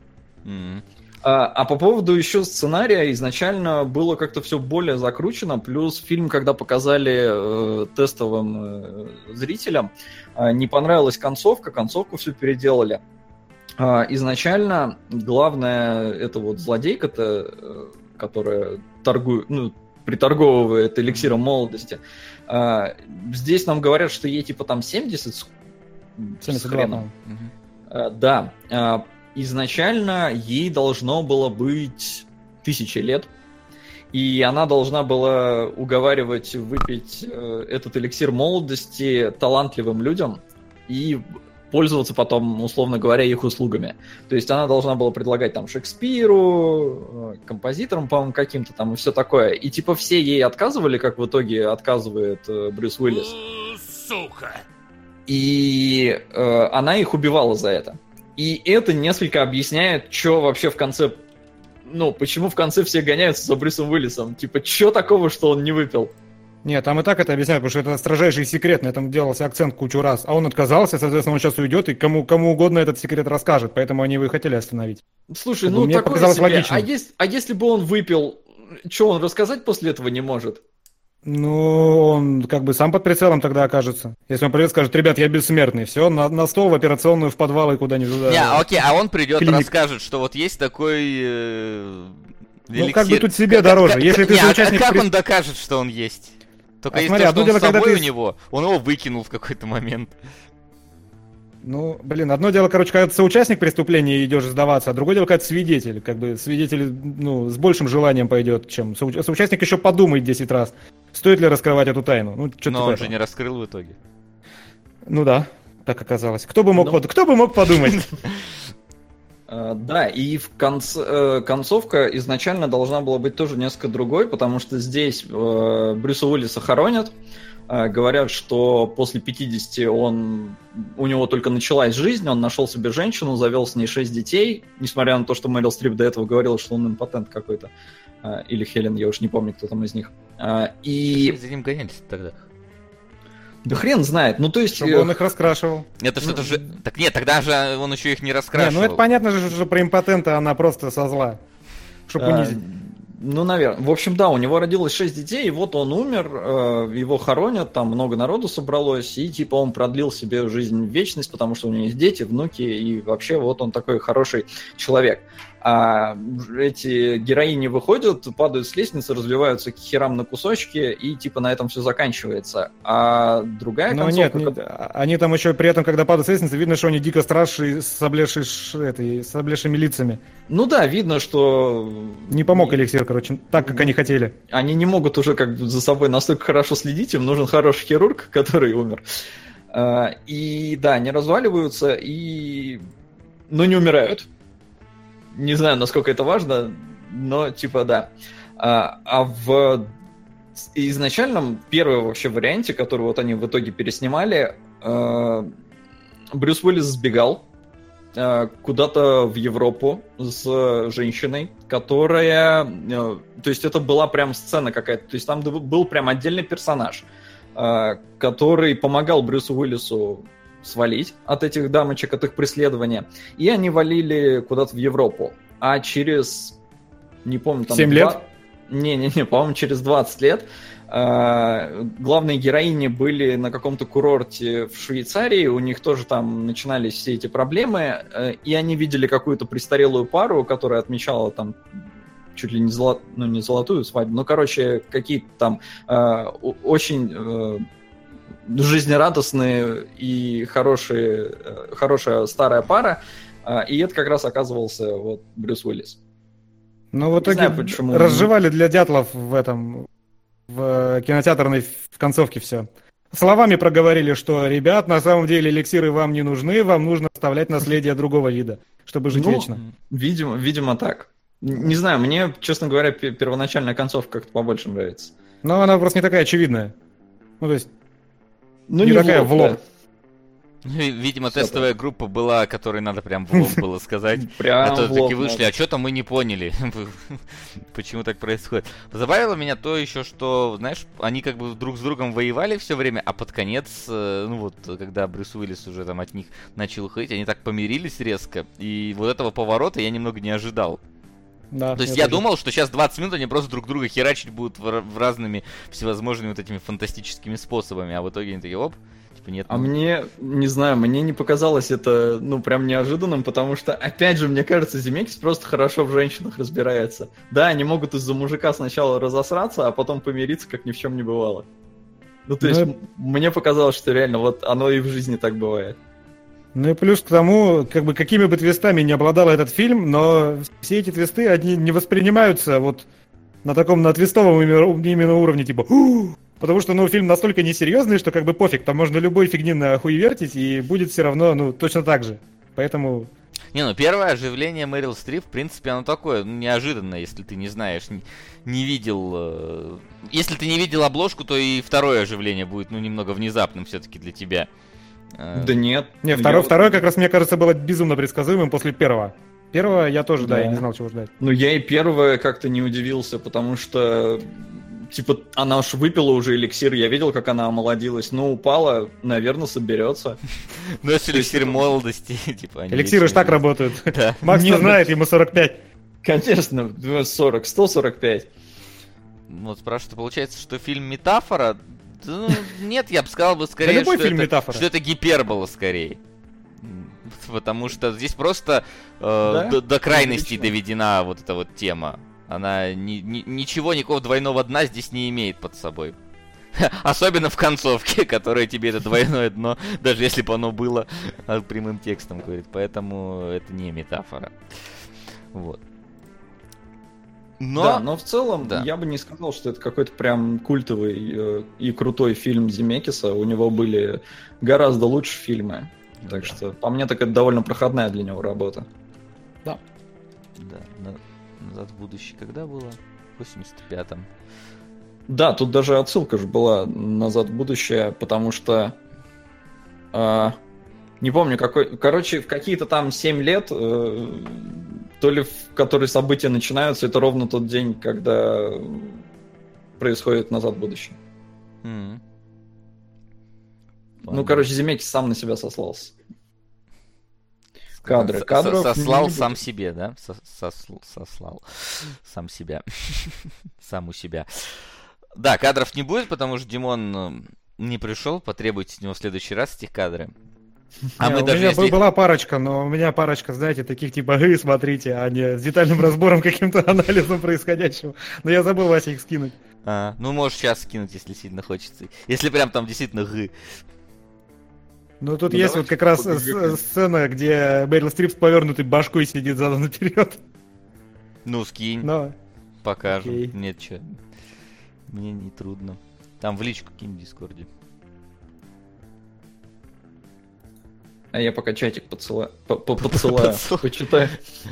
А по поводу еще сценария, изначально было как-то все более закручено, плюс фильм, когда показали тестовым зрителям, не понравилась концовку все переделали. Изначально главная это вот злодейка-то, которая приторговывает эликсиром молодости, здесь нам говорят, что ей типа там 70 с хреном. Да. Изначально ей должно было быть 1000 лет, и она должна была уговаривать выпить этот эликсир молодости талантливым людям и пользоваться потом, условно говоря, их услугами. То есть она должна была предлагать там Шекспиру, композиторам, по-моему, каким-то там и все такое. И типа все ей отказывали, как в итоге отказывает Брюс Уиллис. Сука! И она их убивала за это. И это несколько объясняет, что вообще в конце... почему в конце все гоняются за Брюсом Уиллисом. Типа, что такого, что он не выпил? Нет, там и так это объясняют, потому что это строжайший секрет, на этом делался акцент кучу раз. А он отказался, соответственно, он сейчас уйдет и кому угодно этот секрет расскажет, поэтому они его и хотели остановить. Слушай, мне такое показалось себе. логичным. А если бы он выпил, что он рассказать после этого не может? Он как бы сам под прицелом тогда окажется. Если он придет и скажет, ребят, я бессмертный, все, на стол, в операционную, в подвал и куда-нибудь туда. Окей, а он придет, расскажет, что вот есть такой эликсир. Как бы тут себе дороже. Если ты соучастник... Как он докажет, что он есть? Только если одно дело, он с собой когда у него, он его выкинул в какой-то момент. Одно дело, когда ты соучастник преступления и идешь сдаваться, а другое дело, когда ты свидетель. Как бы свидетель, с большим желанием пойдет, чем соучастник еще подумает 10 раз, стоит ли раскрывать эту тайну. Но он же не раскрыл в итоге. Да, так оказалось. Кто бы мог подумать? Да, и концовка изначально должна была быть тоже несколько другой, потому что здесь Брюса Уиллиса хоронят, говорят, что после 50 у него только началась жизнь, он нашел себе женщину, завел с ней 6 детей, несмотря на то, что Мэрил Стрип до этого говорила, что он импотент какой-то, или Хелен, я уж не помню, кто там из них. И за ним гонялись тогда. Да хрен знает, то есть... Чтобы он их раскрашивал. Это что-то же... Так нет, тогда же он еще их не раскрашивал. Это понятно же, что про импотента она просто со зла. Чтобы унизить. Наверное. В общем, да, у него родилось 6 детей, и вот он умер, его хоронят, там много народу собралось, и типа он продлил себе жизнь в вечность, потому что у него есть дети, внуки, и вообще вот он такой хороший человек. А эти героини выходят, падают с лестницы, разбиваются к херам на кусочки, и типа на этом все заканчивается. А другая концовка... Нет, они там еще при этом, когда падают с лестницы, видно, что они дико страшные, с облезшими лицами. Ну да, видно, что... Не помог эликсир, короче, так, как они хотели. Они не могут уже как бы за собой настолько хорошо следить, им нужен хороший хирург, который умер. И да, они разваливаются, но не умирают. Не знаю, насколько это важно, но типа да. А в изначальном, первом вообще варианте, который вот они в итоге переснимали, Брюс Уиллис сбегал куда-то в Европу с женщиной, которая... То есть это была прям сцена какая-то. То есть там был прям отдельный персонаж, который помогал Брюсу Уиллису свалить от этих дамочек, от их преследования. И они валили куда-то в Европу. А через... Не помню, там... 7 лет? Не, по-моему, через 20 лет главные героини были на каком-то курорте в Швейцарии, у них тоже там начинались все эти проблемы, и они видели какую-то престарелую пару, которая отмечала там чуть ли не не золотую свадьбу, но, короче, какие-то там очень жизнерадостные и хорошая старая пара, и это как раз оказывался вот Брюс Уиллис. Ну, в итоге разжевали для дятлов в кинотеатрной в концовке все. Словами проговорили, что, ребят, на самом деле эликсиры вам не нужны, вам нужно оставлять наследие другого вида, чтобы жить вечно. Видимо так. Не знаю, мне, честно говоря, первоначальная концовка как-то побольше нравится. Но она просто не такая очевидная. Ну, то есть, не такая в лоб. Да. Видимо, все тестовая группа была, которой надо прям в лоб было сказать. А то таки вышли, а что-то мы не поняли, почему так происходит. Забавило меня то еще, что, знаешь, они как бы друг с другом воевали все время, а под конец, ну вот, когда Брюс Уиллис уже там от них начал уходить, они так помирились резко, и вот этого поворота я немного не ожидал. Да, то есть я думал, что сейчас 20 минут они просто друг друга херачить будут в разными всевозможными вот этими фантастическими способами, а в итоге они такие, оп. Нет, мне, не знаю, мне не показалось это, прям неожиданным, потому что, опять же, мне кажется, Земекис просто хорошо в женщинах разбирается. Да, они могут из-за мужика сначала разосраться, а потом помириться, как ни в чем не бывало. То есть, мне показалось, что реально вот оно и в жизни так бывает. Ну и плюс к тому, как бы какими бы твистами не обладал этот фильм, но все эти твисты, они не воспринимаются вот на таком, на твистовом именно уровне, типа... Потому что, фильм настолько несерьезный, что как бы пофиг, там можно любой фигни нахуевертить, и будет все равно, точно так же. Поэтому... Первое оживление Мэрил Стрип, в принципе, оно такое, неожиданное, если ты не знаешь, не видел... Если ты не видел обложку, то и второе оживление будет, немного внезапным все-таки для тебя. Да нет. Не, второе, как раз, мне кажется, было безумно предсказуемым после первого. Первого я тоже, я не знал, чего ждать. Я и первое как-то не удивился, потому что... Типа, она уж выпила уже эликсир, я видел, как она омолодилась, упала, наверное, соберется. Это эликсир молодости, типа. Эликсиры ж так работают. Макс не знает, ему 45. Конечно, 40, 145. Вот спрашивают, получается, что фильм метафора? Нет, я бы сказал скорее, что это гипербола скорее. Потому что здесь просто до крайности доведена вот эта вот тема. Она никакого двойного дна здесь не имеет под собой. Особенно в концовке, которая тебе это двойное дно, даже если бы оно было прямым текстом говорит. Поэтому это не метафора. Вот. Но в целом я бы не сказал, что это какой-то прям культовый и крутой фильм Земекиса. У него были гораздо лучше фильмы. Так что, по мне, так это довольно проходная для него работа. Да. «Назад в будущее» когда было? В 85-м. Да, тут даже отсылка же была «Назад в будущее», потому что... не помню, какой... Короче, в какие-то там 7 лет, то ли в которые события начинаются, это ровно тот день, когда происходит «Назад в будущее». Короче, Земекис сам на себя сослался. Кадров сослал сам себе, да? Сослал сам себя. Сам у себя. Да, кадров не будет, потому что Димон не пришел. Потребуйте с него в следующий раз эти кадры. А мы у даже меня если... была парочка, но у меня парочка, знаете, таких типа, смотрите, а не с детальным разбором, каким-то анализом происходящего. Но я забыл, Вася, их скинуть. Ну, можешь сейчас скинуть, если сильно хочется. Если прям там действительно Ну, тут есть вот как раз сцена, где Мэрил Стрип с повернутой башкой сидит задом наперед. Ну, скинь, Но... покажем. Окей. Нет, чё. Мне не трудно. Там в личку кинь в Дискорде. А я пока чатик подсылаю, почитаю.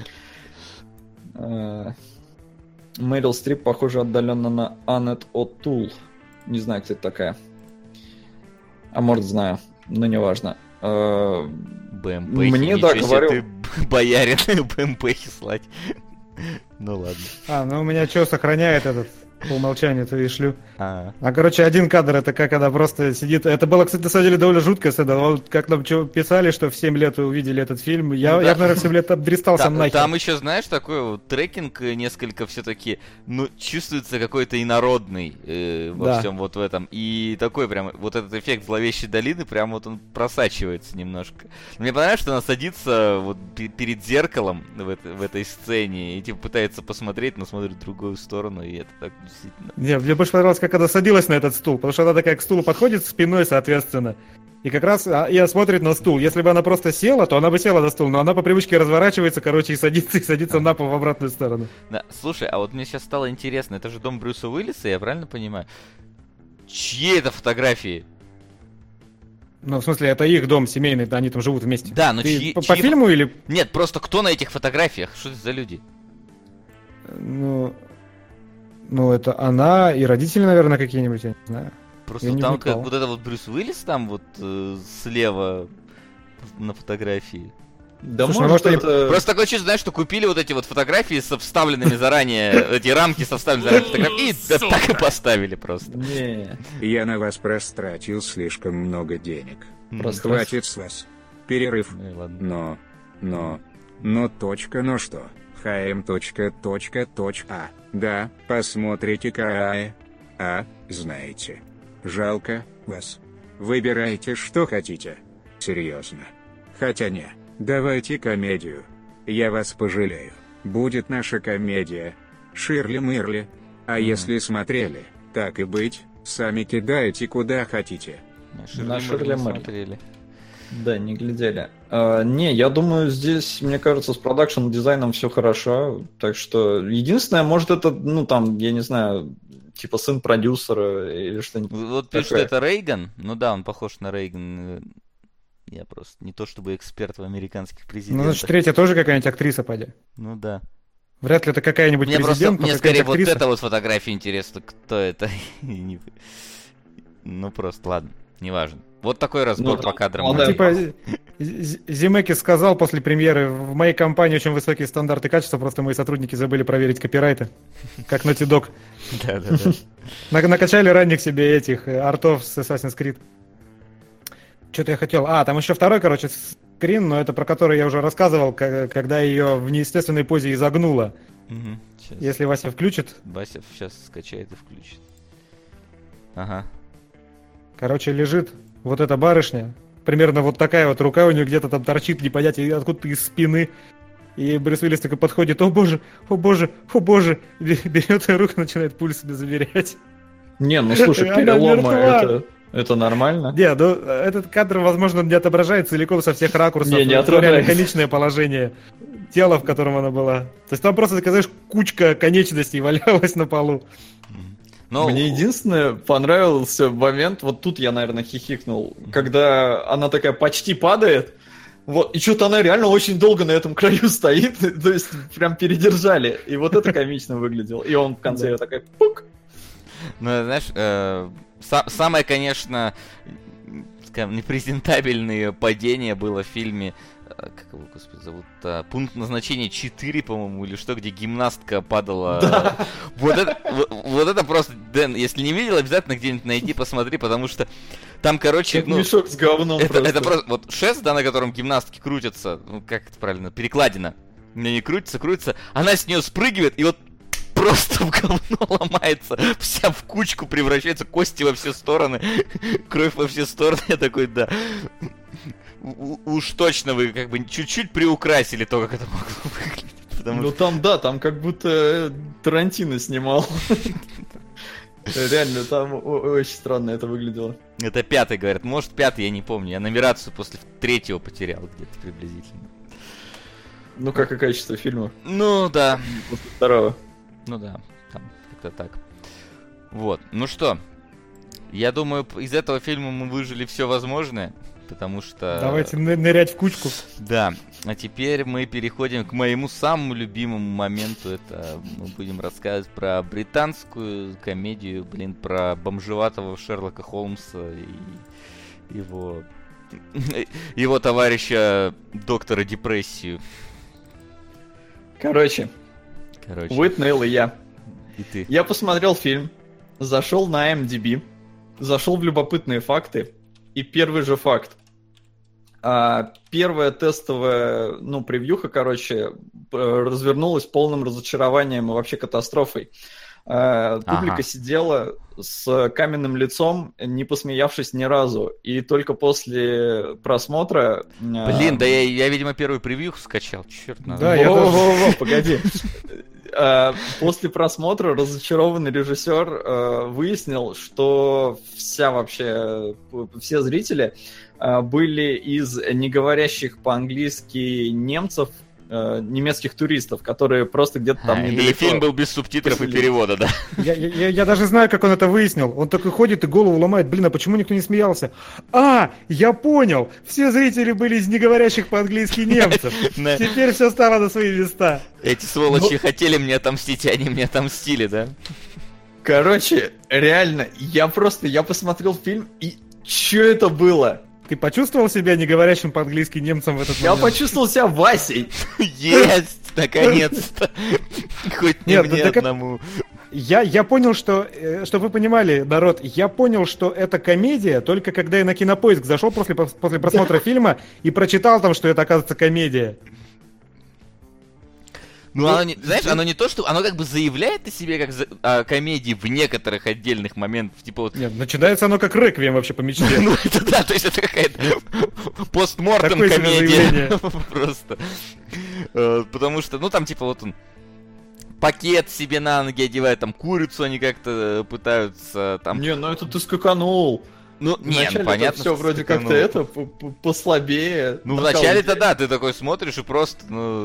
Мэрил Стрип похоже отдаленно на Аннет О'Тул. Не знаю, кто это такая. А может, знаю, но неважно. БМП. Мне, да, говорю... Ты боярин БМП слать. Ну ладно. Ну у меня что сохраняет этот по умолчанию, то и шлю. А. Короче, один кадр, это как она просто сидит. Это было, кстати, на самом деле довольно жуткая сцена. Вот как нам писали, что в 7 лет увидели этот фильм. Я, наверное, в 7 лет обдристался нахер. Там еще, знаешь, такой вот трекинг несколько все-таки, ну, чувствуется какой-то инородный во всем вот в этом. И такой прям, вот этот эффект зловещей долины, прям вот он просачивается немножко. Мне понравилось, что она садится вот перед зеркалом в этой сцене и типа пытается посмотреть, но смотрит в другую сторону, и это так действительно... Мне больше понравилось, как она садилась на этот стул, потому что она такая к стулу подходит спиной, соответственно. И как раз и смотрит на стул. Если бы она просто села, то она бы села на стул, но она по привычке разворачивается, короче, и садится на пол в обратную сторону. Да, слушай, а вот мне сейчас стало интересно, это же дом Брюса Уиллиса, я правильно понимаю? Чьи это фотографии? Ну, в смысле, это их дом семейный, да, они там живут вместе. Да, но Ты по фильму или... Нет, просто кто на этих фотографиях? Что это за люди? Ну, это она и родители, наверное, какие-нибудь, я не знаю. Просто там как вот это вот Брюс Уиллис там вот слева на фотографии. Да, слушай, может это... Просто такое чувство, знаешь, что купили вот эти вот фотографии со вставленными заранее, эти рамки со вставленными заранее фотографии, и так и поставили просто. Не. Я на вас простратил слишком много денег. Просто Хватит с вас. Перерыв. Ну и ладно. Но что? hm. Да, посмотрите-ка. Знаете. Жалко вас. Выбирайте, что хотите. Серьезно. Хотя не. Давайте комедию. Я вас пожалею. Будет наша комедия. Ширли-мырли. А если смотрели, так и быть, сами кидайте куда хотите. На Ширли Мырли смотрели. Да, не глядели. Не, я думаю, здесь, мне кажется, с продакшн-дизайном все хорошо. Так что, единственное, может это, ну там, я не знаю, типа сын продюсера или что-нибудь. Вот пишут, что это Рейган. Ну да, он похож на Рейган. Я просто не то чтобы эксперт в американских президентах. Ну, значит, третья тоже какая-нибудь актриса, поди. Ну да. Вряд ли это какая-нибудь президент, мне скорее вот эта вот фотография интересна, кто это. Ну просто, ладно, неважно. Вот такой разбор по кадрам. Типа, Земекис сказал после премьеры: в моей компании очень высокие стандарты качества, просто мои сотрудники забыли проверить копирайты, как Naughty Dog. Да. Накачали ранних себе этих артов с Assassin's Creed. Что-то я хотел... там еще второй, короче, скрин, но это про который я уже рассказывал, когда ее в неестественной позе изогнуло. Если Вася включит... Вася сейчас скачает и включит. Ага. Короче, лежит вот эта барышня, примерно вот такая вот рука у нее где-то там торчит, не понять, откуда-то из спины. И Брюс Уиллис такой подходит: о боже, берет ее руку, начинает пульс себе замерять. Не, ну слушай, переломы это нормально? Не, ну этот кадр, возможно, не отображает целиком со всех ракурсов. Не отображает. Конечное положение тела, в котором она была. То есть там просто, ты знаешь, кучка конечностей валялась на полу. Мне единственное понравился момент, вот тут я, наверное, хихикнул, когда она такая почти падает, вот, и что-то она реально очень долго на этом краю стоит, то есть прям передержали, и вот это комично выглядело, и он в конце такой пук. Ну, знаешь, самое, конечно, скажем, непрезентабельное падение было в фильме, как его, господи, зовут, пункт назначения 4, по-моему, или что, где гимнастка падала. Да. Вот это просто, Дэн, если не видел, обязательно где-нибудь найди, посмотри, потому что там, короче, как мешок с говном это просто, вот шест, да, на котором гимнастки крутятся, ну, как это правильно, перекладина, не крутится, она с нее спрыгивает, и вот просто в говно ломается, вся в кучку превращается, кости во все стороны, кровь во все стороны, я такой, да. уж точно вы как бы чуть-чуть приукрасили то, как это могло выглядеть. Ну там, да, там как будто Тарантино снимал. Реально, там очень странно это выглядело. Это 5-й, говорят. Может, 5-й, я не помню. Я нумерацию после 3-го потерял где-то приблизительно. Ну, как и качество фильма. Ну, да. После 2-го. Ну, да. Там как-то так. Вот. Ну что, я думаю, из этого фильма мы выжили все возможное. Потому что... Давайте нырять в кучку. Да. А теперь мы переходим к моему самому любимому моменту. Это мы будем рассказывать про британскую комедию, про бомжеватого Шерлока Холмса и его товарища доктора депрессию. Короче. Уитнейл и я. И ты. Я посмотрел фильм, зашел на IMDb, зашел в любопытные факты. И первый же факт. Первая тестовая, превьюха, развернулась полным разочарованием и вообще катастрофой. Публика сидела с каменным лицом, не посмеявшись ни разу. И только после просмотра... Блин, да я видимо, первую превьюху скачал. Черт, надо. Да, я тоже... Погоди. После просмотра разочарованный режиссер выяснил, что все зрители были из неговорящих по-английски немцев, немецких туристов, которые просто где-то там недалеко... И фильм был без субтитров и перевода, да? Я даже знаю, как он это выяснил. Он такой ходит и голову ломает. Блин, а почему никто не смеялся? Я понял! Все зрители были из неговорящих по-английски немцев. Теперь все стало на свои места. Эти сволочи хотели мне отомстить, и они мне отомстили, да? Короче, реально, я посмотрел фильм, и что это было? Ты почувствовал себя неговорящим по-английски немцем в этот момент? Я почувствовал себя Васей. Есть, наконец-то. Хоть не мне одному. Я понял, чтобы вы понимали, народ, я понял, что это комедия, только когда я на Кинопоиск зашел после просмотра фильма и прочитал там, что это, оказывается, комедия. Оно не то, что... Оно как бы заявляет о себе как о комедии в некоторых отдельных моментах, типа вот... Нет, начинается оно как реквием вообще по мечте. Ну это да, то есть это какая-то постмортем комедия. Просто. Потому что, там типа вот он пакет себе на ноги одевает, там курицу они как-то пытаются там... Не, это ты скаканул. Понятно. Все вроде как-то это послабее. Вначале-то да, ты такой смотришь и просто,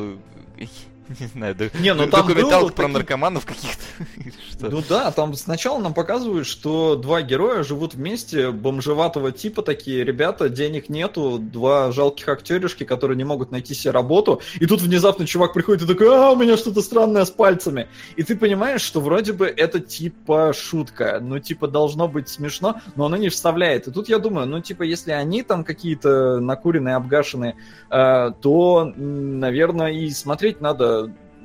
не знаю, там документалки про наркоманов каких-то. Ну да, там сначала нам показывают, что два героя живут вместе, бомжеватого типа такие ребята, денег нету, два жалких актеришки, которые не могут найти себе работу, и тут внезапно чувак приходит и такой: у меня что-то странное с пальцами. И ты понимаешь, что вроде бы это типа шутка, должно быть смешно, но оно не вставляет. И тут я думаю, если они там какие-то накуренные, обгашенные, то, наверное, и смотреть надо.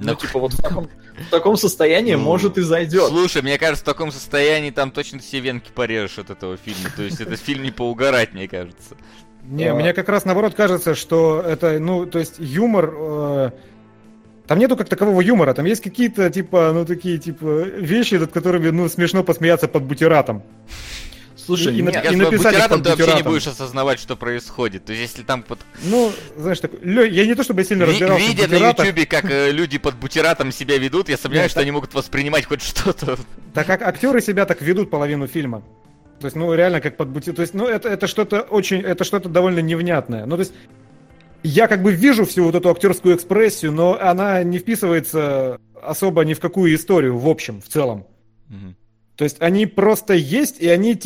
В таком состоянии, может, и зайдет. Слушай, мне кажется, в таком состоянии там точно все венки порежешь от этого фильма. То есть этот фильм не поугарать, мне кажется. Не, мне как раз наоборот кажется, что это, юмор... Там нету как такового юмора, там есть какие-то, вещи, над которыми, смешно посмеяться под бутератом. Слушай, и бутератом ты вообще не будешь осознавать, что происходит. То есть, если там под... знаешь, я не то чтобы сильно разбирался в бутератах. Видя на ютубе, как люди под бутератом себя ведут, я сомневаюсь, что они могут воспринимать хоть что-то. Так как актеры себя так ведут половину фильма. То есть, реально как под бутератом. То есть, это что-то довольно невнятное. То есть, я как бы вижу всю вот эту актерскую экспрессию, но она не вписывается особо ни в какую историю, в общем, в целом. То есть они просто есть, и они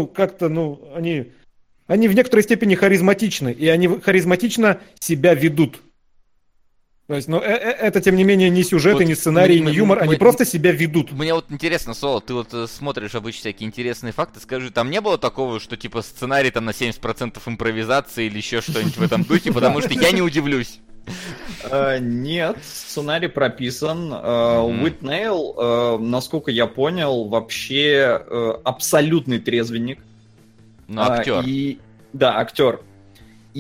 они в некоторой степени харизматичны, и они харизматично себя ведут. То есть, это, тем не менее, не сюжет, и не сценарий, не юмор, они просто себя ведут. Мне вот интересно, Соло, ты вот смотришь обычно всякие интересные факты, скажи, там не было такого, что типа сценарий там на 70% импровизации или еще что-нибудь в этом духе, потому что я не удивлюсь. Нет, сценарий прописан. Уитнейл, насколько я понял, вообще абсолютный трезвенник. Актер. Да, актер. И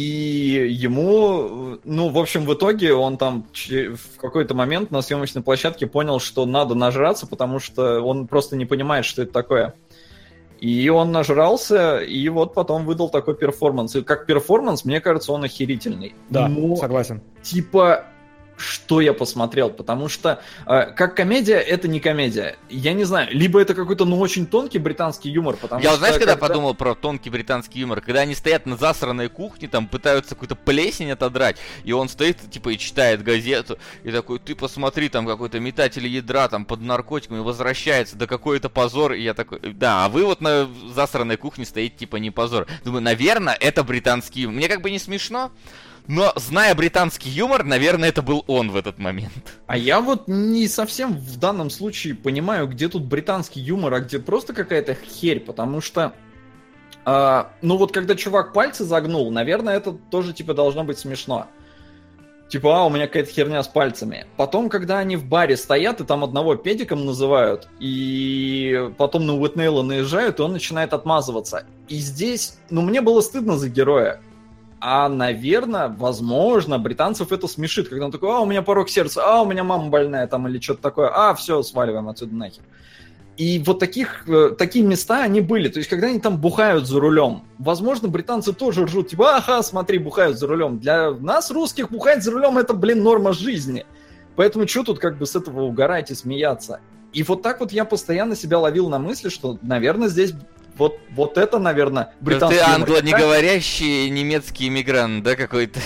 ему, в общем, в итоге он там в какой-то момент на съемочной площадке понял, что надо нажраться, потому что он просто не понимает, что это такое. И он нажрался, и вот потом выдал такой перформанс. И как перформанс, мне кажется, он охерительный. Да, согласен. Типа, что я посмотрел? Потому что как комедия, это не комедия. Я не знаю, либо это какой-то, очень тонкий британский юмор, потому я, что... знаешь, когда подумал про тонкий британский юмор? Когда они стоят на засранной кухне, там пытаются какую-то плесень отодрать, и он стоит, типа, и читает газету, и такой, ты посмотри, там какой-то метатель ядра, там, под наркотиками возвращается, да какой это позор, и я такой, да, а вы вот на засранной кухне стоите, типа, не позор. Думаю, наверное, это британский юмор. Мне как бы не смешно, но, зная британский юмор, наверное, это был он в этот момент. А я вот не совсем в данном случае понимаю, где тут британский юмор, а где просто какая-то херь, потому что, вот когда чувак пальцы загнул, наверное, это тоже, типа, должно быть смешно. Типа, у меня какая-то херня с пальцами. Потом, когда они в баре стоят, и там одного педиком называют, и потом на Уитнейла наезжают, и он начинает отмазываться. И здесь, мне было стыдно за героя. А, наверное, возможно, британцев это смешит, когда он такой, у меня порог сердца, у меня мама больная там или что-то такое, все, сваливаем отсюда нахер. И вот такие места они были, то есть когда они там бухают за рулем, возможно, британцы тоже ржут, типа, смотри, бухают за рулем. Для нас, русских, бухать за рулем это, норма жизни. Поэтому что тут как бы с этого угорать и смеяться? И вот так вот я постоянно себя ловил на мысли, что, наверное, здесь... Вот это, наверное, британский юмор. Ты юмор. англо-неговорящий немецкий иммигрант, да, какой-то?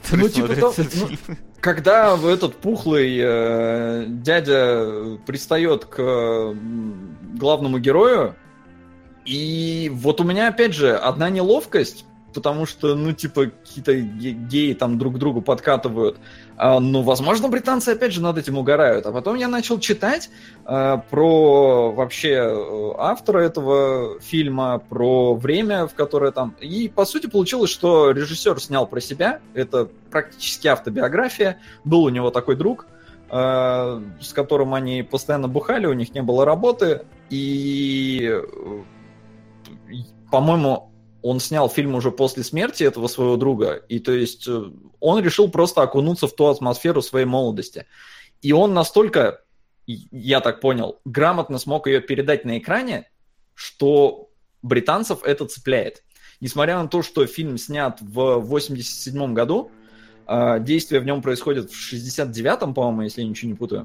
Когда этот пухлый дядя пристает к главному герою, и вот у меня, опять же, одна неловкость, потому что, какие-то геи там друг к другу подкатывают. Возможно, британцы опять же над этим угорают. А потом я начал читать про вообще автора этого фильма, про время, в которое там... И, по сути, получилось, что режиссер снял про себя. Это практически автобиография. Был у него такой друг, с которым они постоянно бухали, у них не было работы. И, по-моему... Он снял фильм уже после смерти этого своего друга, и то есть он решил просто окунуться в ту атмосферу своей молодости. И он настолько, я так понял, грамотно смог ее передать на экране, что британцев это цепляет. Несмотря на то, что фильм снят в 87 году, действие в нем происходит в 69-м, по-моему, если я ничего не путаю.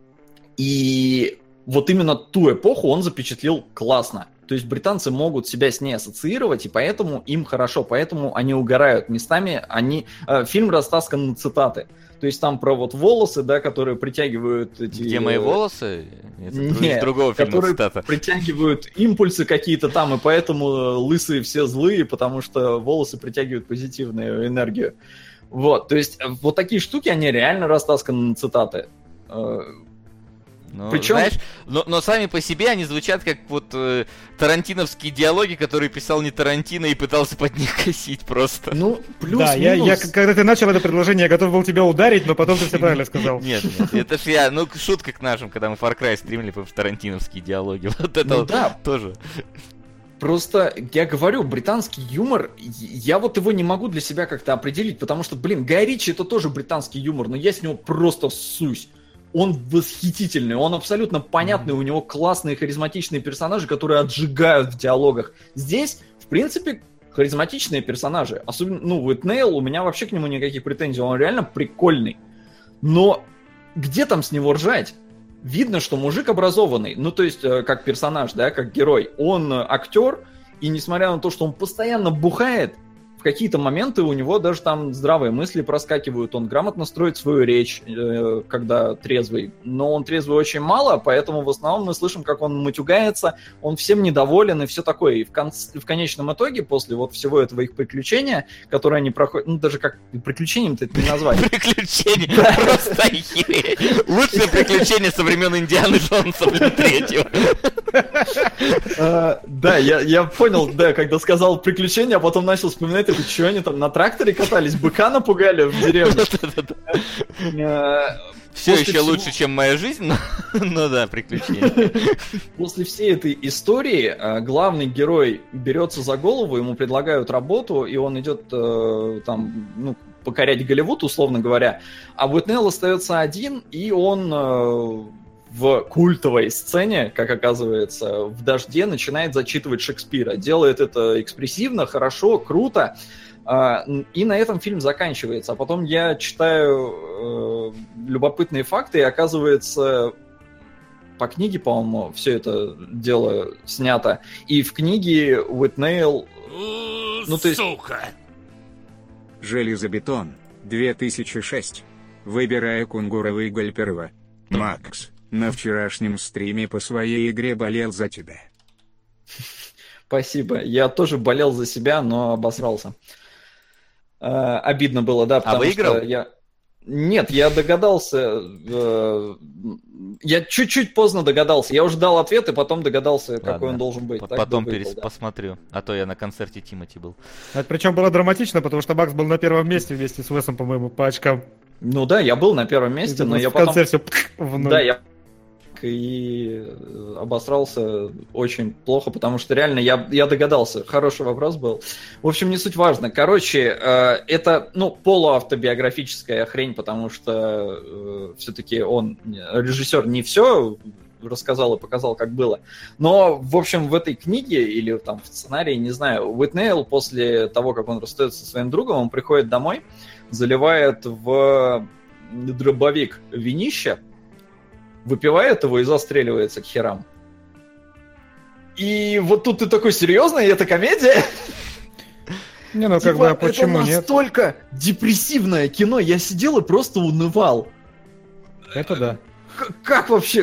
И вот именно ту эпоху он запечатлел классно. То есть британцы могут себя с ней ассоциировать, и поэтому им хорошо, поэтому они угорают. Местами фильм растаскан на цитаты. То есть там про волосы, да, которые притягивают эти... Где мои волосы? Это из другого фильма которые цитата. Притягивают импульсы какие-то там, и поэтому лысые все злые, потому что волосы притягивают позитивную энергию. Вот, то есть вот такие штуки, они реально растасканы на цитаты. Причем... Знаешь, но сами по себе они звучат как тарантиновские диалоги, которые писал не Тарантино и пытался под них косить просто. Плюс-минус. Да, я когда ты начал это предложение, я готов был тебя ударить, но потом ты все правильно сказал. Нет, это ж я, шутка к нашим, когда мы Far Cry стримили по тарантиновские диалоги. Вот это тоже. Просто, я говорю, британский юмор, я его не могу для себя как-то определить, потому что, Гай Ричи это тоже британский юмор, но я с него просто ссусь. Он восхитительный, он абсолютно понятный, у него классные харизматичные персонажи, которые отжигают в диалогах. Здесь, в принципе, харизматичные персонажи. Особенно, Уитнейл, у меня вообще к нему никаких претензий, он реально прикольный. Но где там с него ржать? Видно, что мужик образованный, то есть, как персонаж, да, как герой. Он актер, и несмотря на то, что он постоянно бухает, в какие-то моменты у него даже там здравые мысли проскакивают, он грамотно строит свою речь, когда трезвый, но он трезвый очень мало, поэтому в основном мы слышим, как он матюгается, он всем недоволен и все такое. И в конечном итоге, после всего этого их приключения, которое они проходят, даже как приключением-то это не назвать. Приключения, просто охереть. Лучшее приключение со времен Индианы Джонса, третьего. Да, я понял, да, когда сказал приключения, а потом начал вспоминать, что они там на тракторе катались, быка напугали в деревне. Все еще лучше, чем моя жизнь, но да, приключения. После всей этой истории главный герой берется за голову, ему предлагают работу, и он идет там, покорять Голливуд, условно говоря, а Уитнейл остается один, и он в культовой сцене, как оказывается, в «Дожде» начинает зачитывать Шекспира. Делает это экспрессивно, хорошо, круто. И на этом фильм заканчивается. А потом я читаю любопытные факты, и оказывается, по книге, по-моему, все это дело снято. И в книге Уитнейл... Сука! Железобетон, 2006. Выбирая кунгуровый Гольперва. Макс, на вчерашнем стриме по своей игре болел за тебя. Спасибо. Я тоже болел за себя, но обосрался. Обидно было, да, потому выиграл? что Нет, я догадался. Я чуть-чуть поздно догадался. Я уже дал ответ и потом догадался, Ладно. какой он должен быть. Потом выиграл, да. посмотрю. А то я на концерте Тимати был. Это причем было драматично, потому что Макс был на первом месте вместе с Весом, по-моему, по очкам. Ну да, я был на первом месте, но я в потом... конце все в ноль. Да, я и обосрался очень плохо, потому что реально я догадался. Хороший вопрос был. В общем, не суть важно. Короче, это, полуавтобиографическая хрень, потому что все-таки он, режиссер, не все рассказал и показал, как было. Но, в общем, в этой книге или там в сценарии, не знаю, Уитнейл после того, как он расстается со своим другом, он приходит домой, заливает в дробовик винище, выпивает его и застреливается к херам. И вот тут ты такой, серьезно, и это комедия? Не, ну как бы, а почему это нет? настолько депрессивное кино, я сидел и просто унывал. Это да. Как вообще,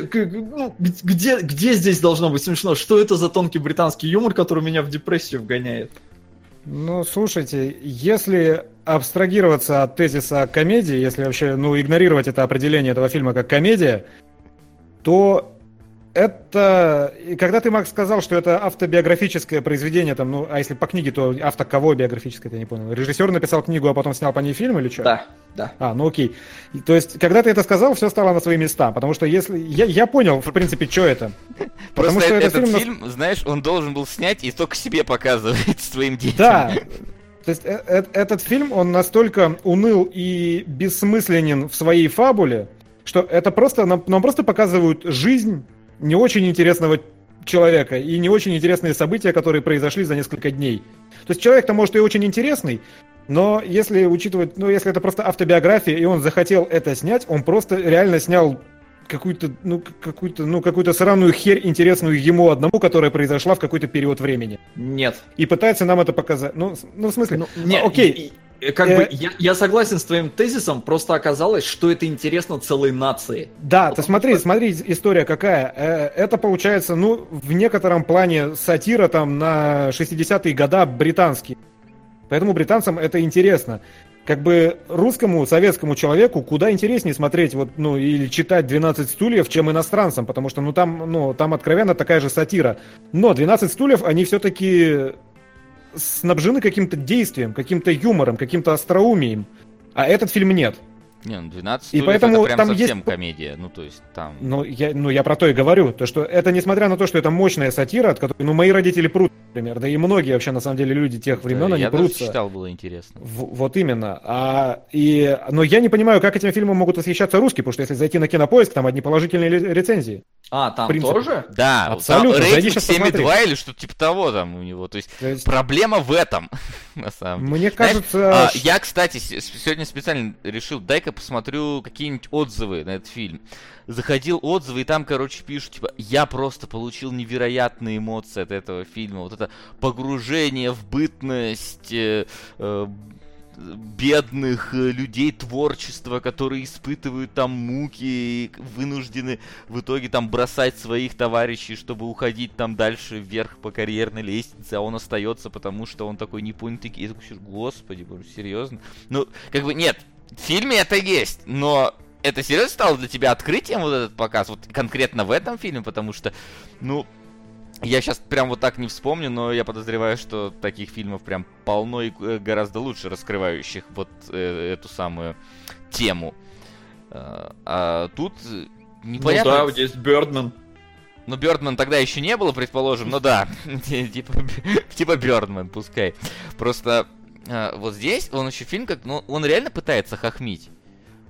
где здесь должно быть смешно? Что это за тонкий британский юмор, который меня в депрессию вгоняет? Ну, слушайте, если абстрагироваться от тезиса комедии, если вообще, игнорировать это определение этого фильма как комедия, то это... И когда ты, Макс, сказал, что это автобиографическое произведение, там, а если по книге, то кого биографическое, я не понял. Режиссер написал книгу, а потом снял по ней фильм или что? Да. Окей. То есть, когда ты это сказал, все стало на свои места, потому что если... Я понял, в принципе, что это. Потому что этот фильм, знаешь, он должен был снять и только себе показывать своим детям. Да. То есть этот фильм, он настолько уныл и бессмысленен в своей фабуле, что это просто, нам просто показывают жизнь не очень интересного человека и не очень интересные события, которые произошли за несколько дней. То есть человек-то, может, и очень интересный, но если учитывать, если это просто автобиография, и он захотел это снять, он просто реально снял какую-то сраную херь, интересную ему одному, которая произошла в какой-то период времени. Нет. И пытается нам это показать. В смысле, окей. Я согласен с твоим тезисом, просто оказалось, что это интересно целой нации. Да, ты смотри, история какая. Это получается, в некотором плане сатира там на 60-е года британские. Поэтому британцам это интересно. Как бы русскому, советскому человеку куда интереснее смотреть или читать «12 стульев», чем иностранцам, потому что там откровенно такая же сатира. Но «12 стульев», они все-таки снабжены каким-то действием, каким-то юмором, каким-то остроумием. А этот фильм нет. Не, 12 стульев, поэтому это прям там совсем есть... комедия. То есть там... Я про то и говорю. То, что это, несмотря на то, что это мощная сатира, от которой, мои родители прут, например, да и многие вообще, на самом деле, люди тех времен, они прутся. Я даже читал, было интересно. Вот именно. Но я не понимаю, как этим фильмом могут восхищаться русские, потому что если зайти на Кинопоиск, там одни положительные рецензии. Там тоже? Да, абсолютно. Там рейтинг 7,2 или что-то типа того там у него. То есть проблема в этом, на самом деле. Мне кажется... Я, кстати, сегодня специально решил, дай-ка посмотрю какие-нибудь отзывы на этот фильм. Заходил отзывы, и там, пишут, я просто получил невероятные эмоции от этого фильма. Вот это погружение в бытность бедных людей творчества, которые испытывают там муки и вынуждены в итоге там бросать своих товарищей, чтобы уходить там дальше вверх по карьерной лестнице, а он остается, потому что он такой непонятый. Я такой, господи, боже, серьезно? Нет, в фильме это есть, но это серьезно стало для тебя открытием, вот этот показ, вот конкретно в этом фильме, потому что, я сейчас прям вот так не вспомню, но я подозреваю, что таких фильмов прям полно и гораздо лучше раскрывающих вот эту самую тему. А тут непонятно... да, вот есть Бёрдман. Бёрдман тогда еще не было, предположим, да, типа Бёрдман, пускай. Просто вот здесь он еще фильм, он реально пытается хохмить.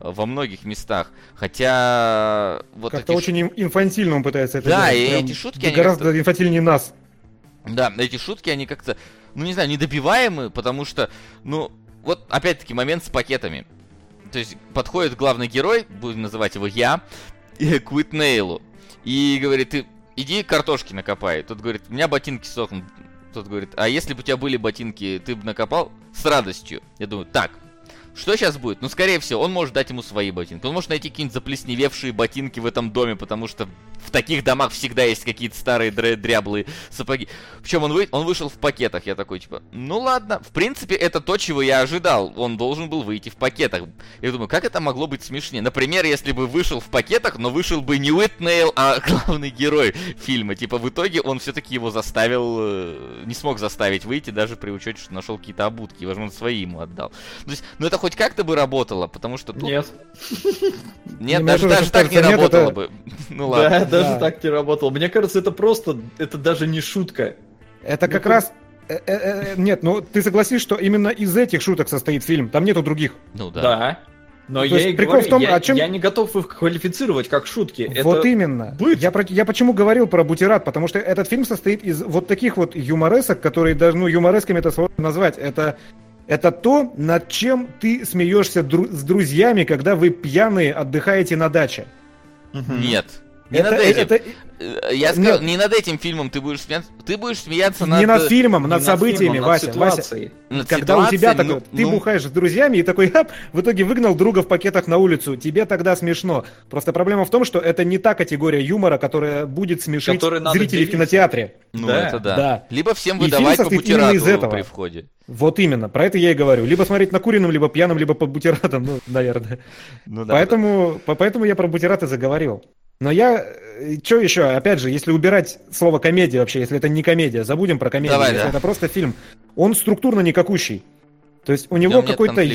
во многих местах. Хотя... вот как-то очень инфантильно он пытается это делать. Да, и эти шутки... Они гораздо инфантильнее нас. Да, эти шутки, они как-то, ну не знаю, недобиваемы, потому что, ну, вот опять-таки момент с пакетами. То есть подходит главный герой, будем называть его я, к Уитнейлу, и говорит: ты иди картошки накопай. Тот говорит: у меня ботинки сохнут. Тот говорит: а если бы у тебя были ботинки, ты бы накопал? С радостью. Я думаю, так, что сейчас будет? Ну, скорее всего, он может дать ему свои ботинки. Он может найти какие-нибудь заплесневевшие ботинки в этом доме, потому что в таких домах всегда есть какие-то старые дряблые сапоги. Причем он вышел в пакетах. Я такой, типа, ну ладно. В принципе, это то, чего я ожидал. Он должен был выйти в пакетах. Я думаю, как это могло быть смешнее? Например, если бы вышел в пакетах, но вышел бы не Уитнейл, а главный герой фильма. Типа, в итоге он все-таки его не смог заставить выйти, даже при учете, что нашел какие-то обутки. И, возможно, свои ему отдал. То есть, ну это хоть как-то бы работало, потому что тут... Нет. Нет, даже так не работало бы. Ну ладно. Да, даже так не работало. Мне кажется, это даже не шутка. Это как раз... Нет, ну ты согласись, что именно из этих шуток состоит фильм, там нету других. Ну да. Да. Но я и говорю, я не готов их квалифицировать как шутки. Вот именно. Я почему говорил про бутерат, потому что этот фильм состоит из вот таких вот юморесок, которые даже, ну, юморесками это сложно назвать. Это то, над чем ты смеешься с друзьями, когда вы пьяные отдыхаете на даче. Нет. Не над этим. Я сказал, не над этим фильмом ты будешь смеяться. Ты будешь смеяться не над фильмом, над событиями, Вася. Когда у тебя такой, ты бухаешь с друзьями и такой, в итоге выгнал друга в пакетах на улицу, тебе тогда смешно. Просто проблема в том, что это не та категория юмора, которая будет смешить зрителей в кинотеатре. Ну это да. Либо всем выдавать по бутерату при входе. Вот именно, про это я и говорю. Либо смотреть накуренным, либо пьяным, либо по бутератам, ну, наверное. Поэтому я про бутераты заговорил. Но что еще, опять же, если убирать слово комедия вообще, если это не комедия, забудем про комедию, если это просто фильм, он структурно никакущий. То есть у него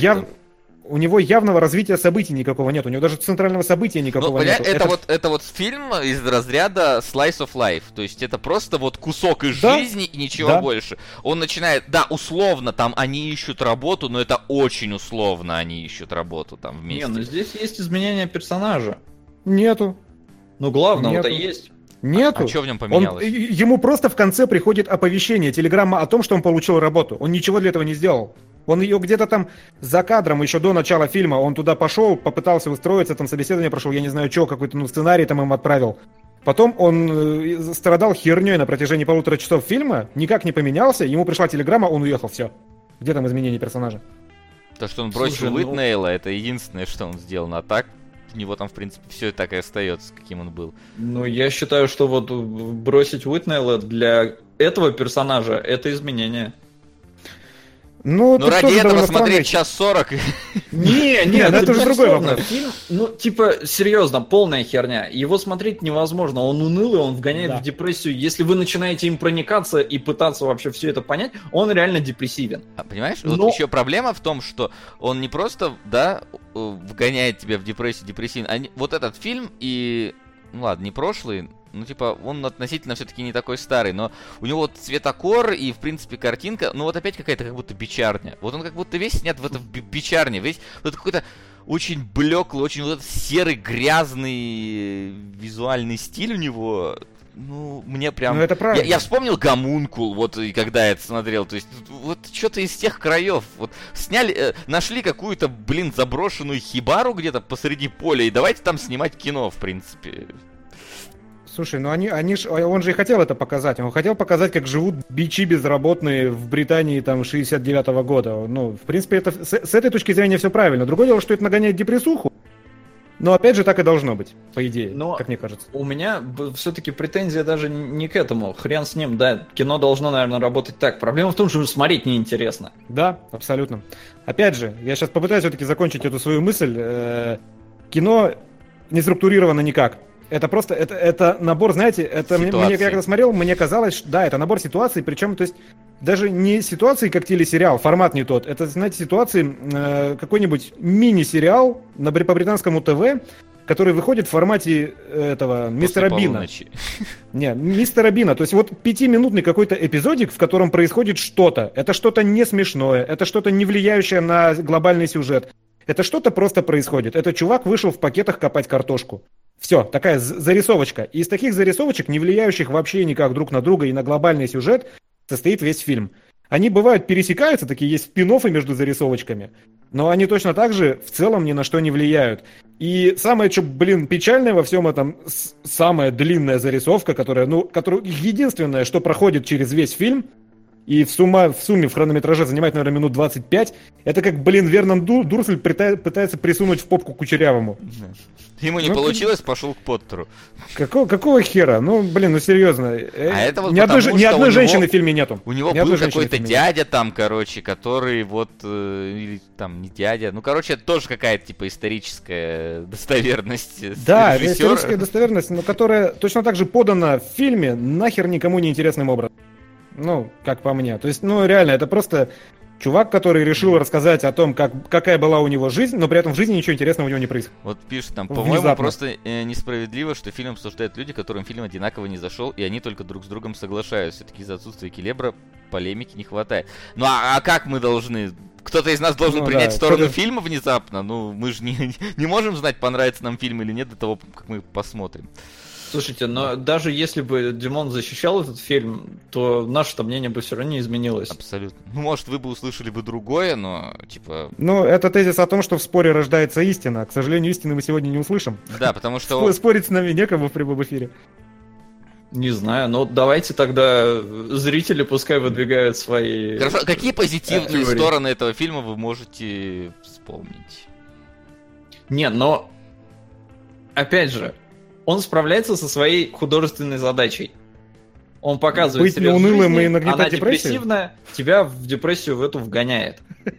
у него явного развития событий никакого нет, у него даже центрального события никакого нет. Это вот фильм из разряда Slice of Life, то есть это просто вот кусок из жизни и ничего больше. Он начинает, условно, там они ищут работу, но это очень условно они ищут работу там вместе. Не, но здесь есть изменения персонажа. Нету. Ну, главное-то есть. Нету. А что в нем поменялось? Ему просто в конце приходит оповещение, телеграмма о том, что он получил работу. Он ничего для этого не сделал. Он ее где-то там за кадром, еще до начала фильма, он туда пошел, попытался устроиться, там собеседование прошел, я не знаю что, какой-то сценарий там им отправил. Потом он страдал херней на протяжении 1,5 часов фильма, никак не поменялся, ему пришла телеграмма, он уехал, все. Где там изменение персонажа? То, что он бросил Уитнейла, это единственное, что он сделал, а так... У него там, в принципе, все так и остается, каким он был. Ну, я считаю, что вот бросить Уитнейла для этого персонажа — это изменение. Ну ради этого смотреть 1:40. Нет, это уже другой вопрос. Фильм, серьезно, полная херня. Его смотреть невозможно. Он унылый, он вгоняет в депрессию. Если вы начинаете им проникаться и пытаться вообще все это понять, он реально депрессивен. Понимаешь? Вот еще проблема в том, что он не просто, вгоняет тебя в депрессивен. Вот этот фильм и... Ну ладно, не прошлый, он относительно все-таки не такой старый, но у него вот цветокор и, в принципе, картинка, опять какая-то как будто бичарня. Вот он как будто весь снят в этом бичарне, весь вот какой-то очень блеклый, очень вот этот серый, грязный визуальный стиль у него. Мне прям... это правильно. Я вспомнил Гомункул, когда я это смотрел, то есть, что-то из тех краев, нашли какую-то, заброшенную хибару где-то посреди поля, и давайте там снимать кино, в принципе. Слушай, он же и хотел это показать. Он хотел показать, как живут бичи безработные в Британии там 69-го года. В принципе, это с этой точки зрения все правильно. Другое дело, что это нагоняет депрессуху. Но опять же, так и должно быть, по идее, как мне кажется. У меня все-таки претензия даже не к этому. Хрен с ним, кино должно, наверное, работать так. Проблема в том, что смотреть неинтересно. Да, абсолютно. Опять же, я сейчас попытаюсь все-таки закончить эту свою мысль. Кино не структурировано никак. Это просто, это набор, знаете, мне когда смотрел, мне казалось, это набор ситуаций, причем, то есть, даже не ситуации, как телесериал, формат не тот, это, знаете, ситуации, какой-нибудь мини-сериал по британскому ТВ, который выходит в формате этого мистера Бина. Не, мистера Бина, то есть, 5-минутный какой-то эпизодик, в котором происходит что-то. Это что-то не смешное, это что-то не влияющее на глобальный сюжет. Это что-то просто происходит. Этот чувак вышел в пакетах копать картошку. Все, такая зарисовочка. И из таких зарисовочек, не влияющих вообще никак друг на друга и на глобальный сюжет, состоит весь фильм. Они бывают пересекаются, такие есть спин-оффы между зарисовочками, но они точно так же в целом ни на что не влияют. И самое, что, печальное во всем этом, самая длинная зарисовка, которая единственное, что проходит через весь фильм, и в сумме в хронометраже занимает, наверное, минут 25, это как, Вернон Дурсель пытается присунуть в попку Кучерявому. Ему не получилось, пошел к Поттеру. Какого хера? Серьезно. Это вот ни одной женщины в фильме нету. У него был какой-то дядя там, который или там не дядя. Это тоже какая-то типа историческая достоверность. Да, это историческая достоверность, но которая точно так же подана в фильме нахер никому не интересным образом. Как по мне. То есть, реально, это просто чувак, который решил рассказать о том, какая была у него жизнь, но при этом в жизни ничего интересного у него не происходит. Вот пишут там, по-моему, просто несправедливо, что фильм обсуждают люди, которым фильм одинаково не зашел, и они только друг с другом соглашаются. Все-таки из-за отсутствия Келебра полемики не хватает. А как мы должны... Кто-то из нас должен принять сторону фильма внезапно? Мы же не можем знать, понравится нам фильм или нет до того, как мы посмотрим. Слушайте, но даже если бы Димон защищал этот фильм, то наше-то мнение бы все равно не изменилось. Абсолютно. Может, вы бы услышали бы другое, но типа... это тезис о том, что в споре рождается истина. К сожалению, истины мы сегодня не услышим. Да, потому что... Спорить с нами некому в прямом эфире. Не знаю, но давайте тогда зрители пускай выдвигают свои... Хорошо, какие позитивные стороны этого фильма вы можете вспомнить? Но... Опять же, он справляется со своей художественной задачей. Он показывает быть неунылым и нагнетать она депрессию? Депрессивная, тебя в депрессию в эту вгоняет.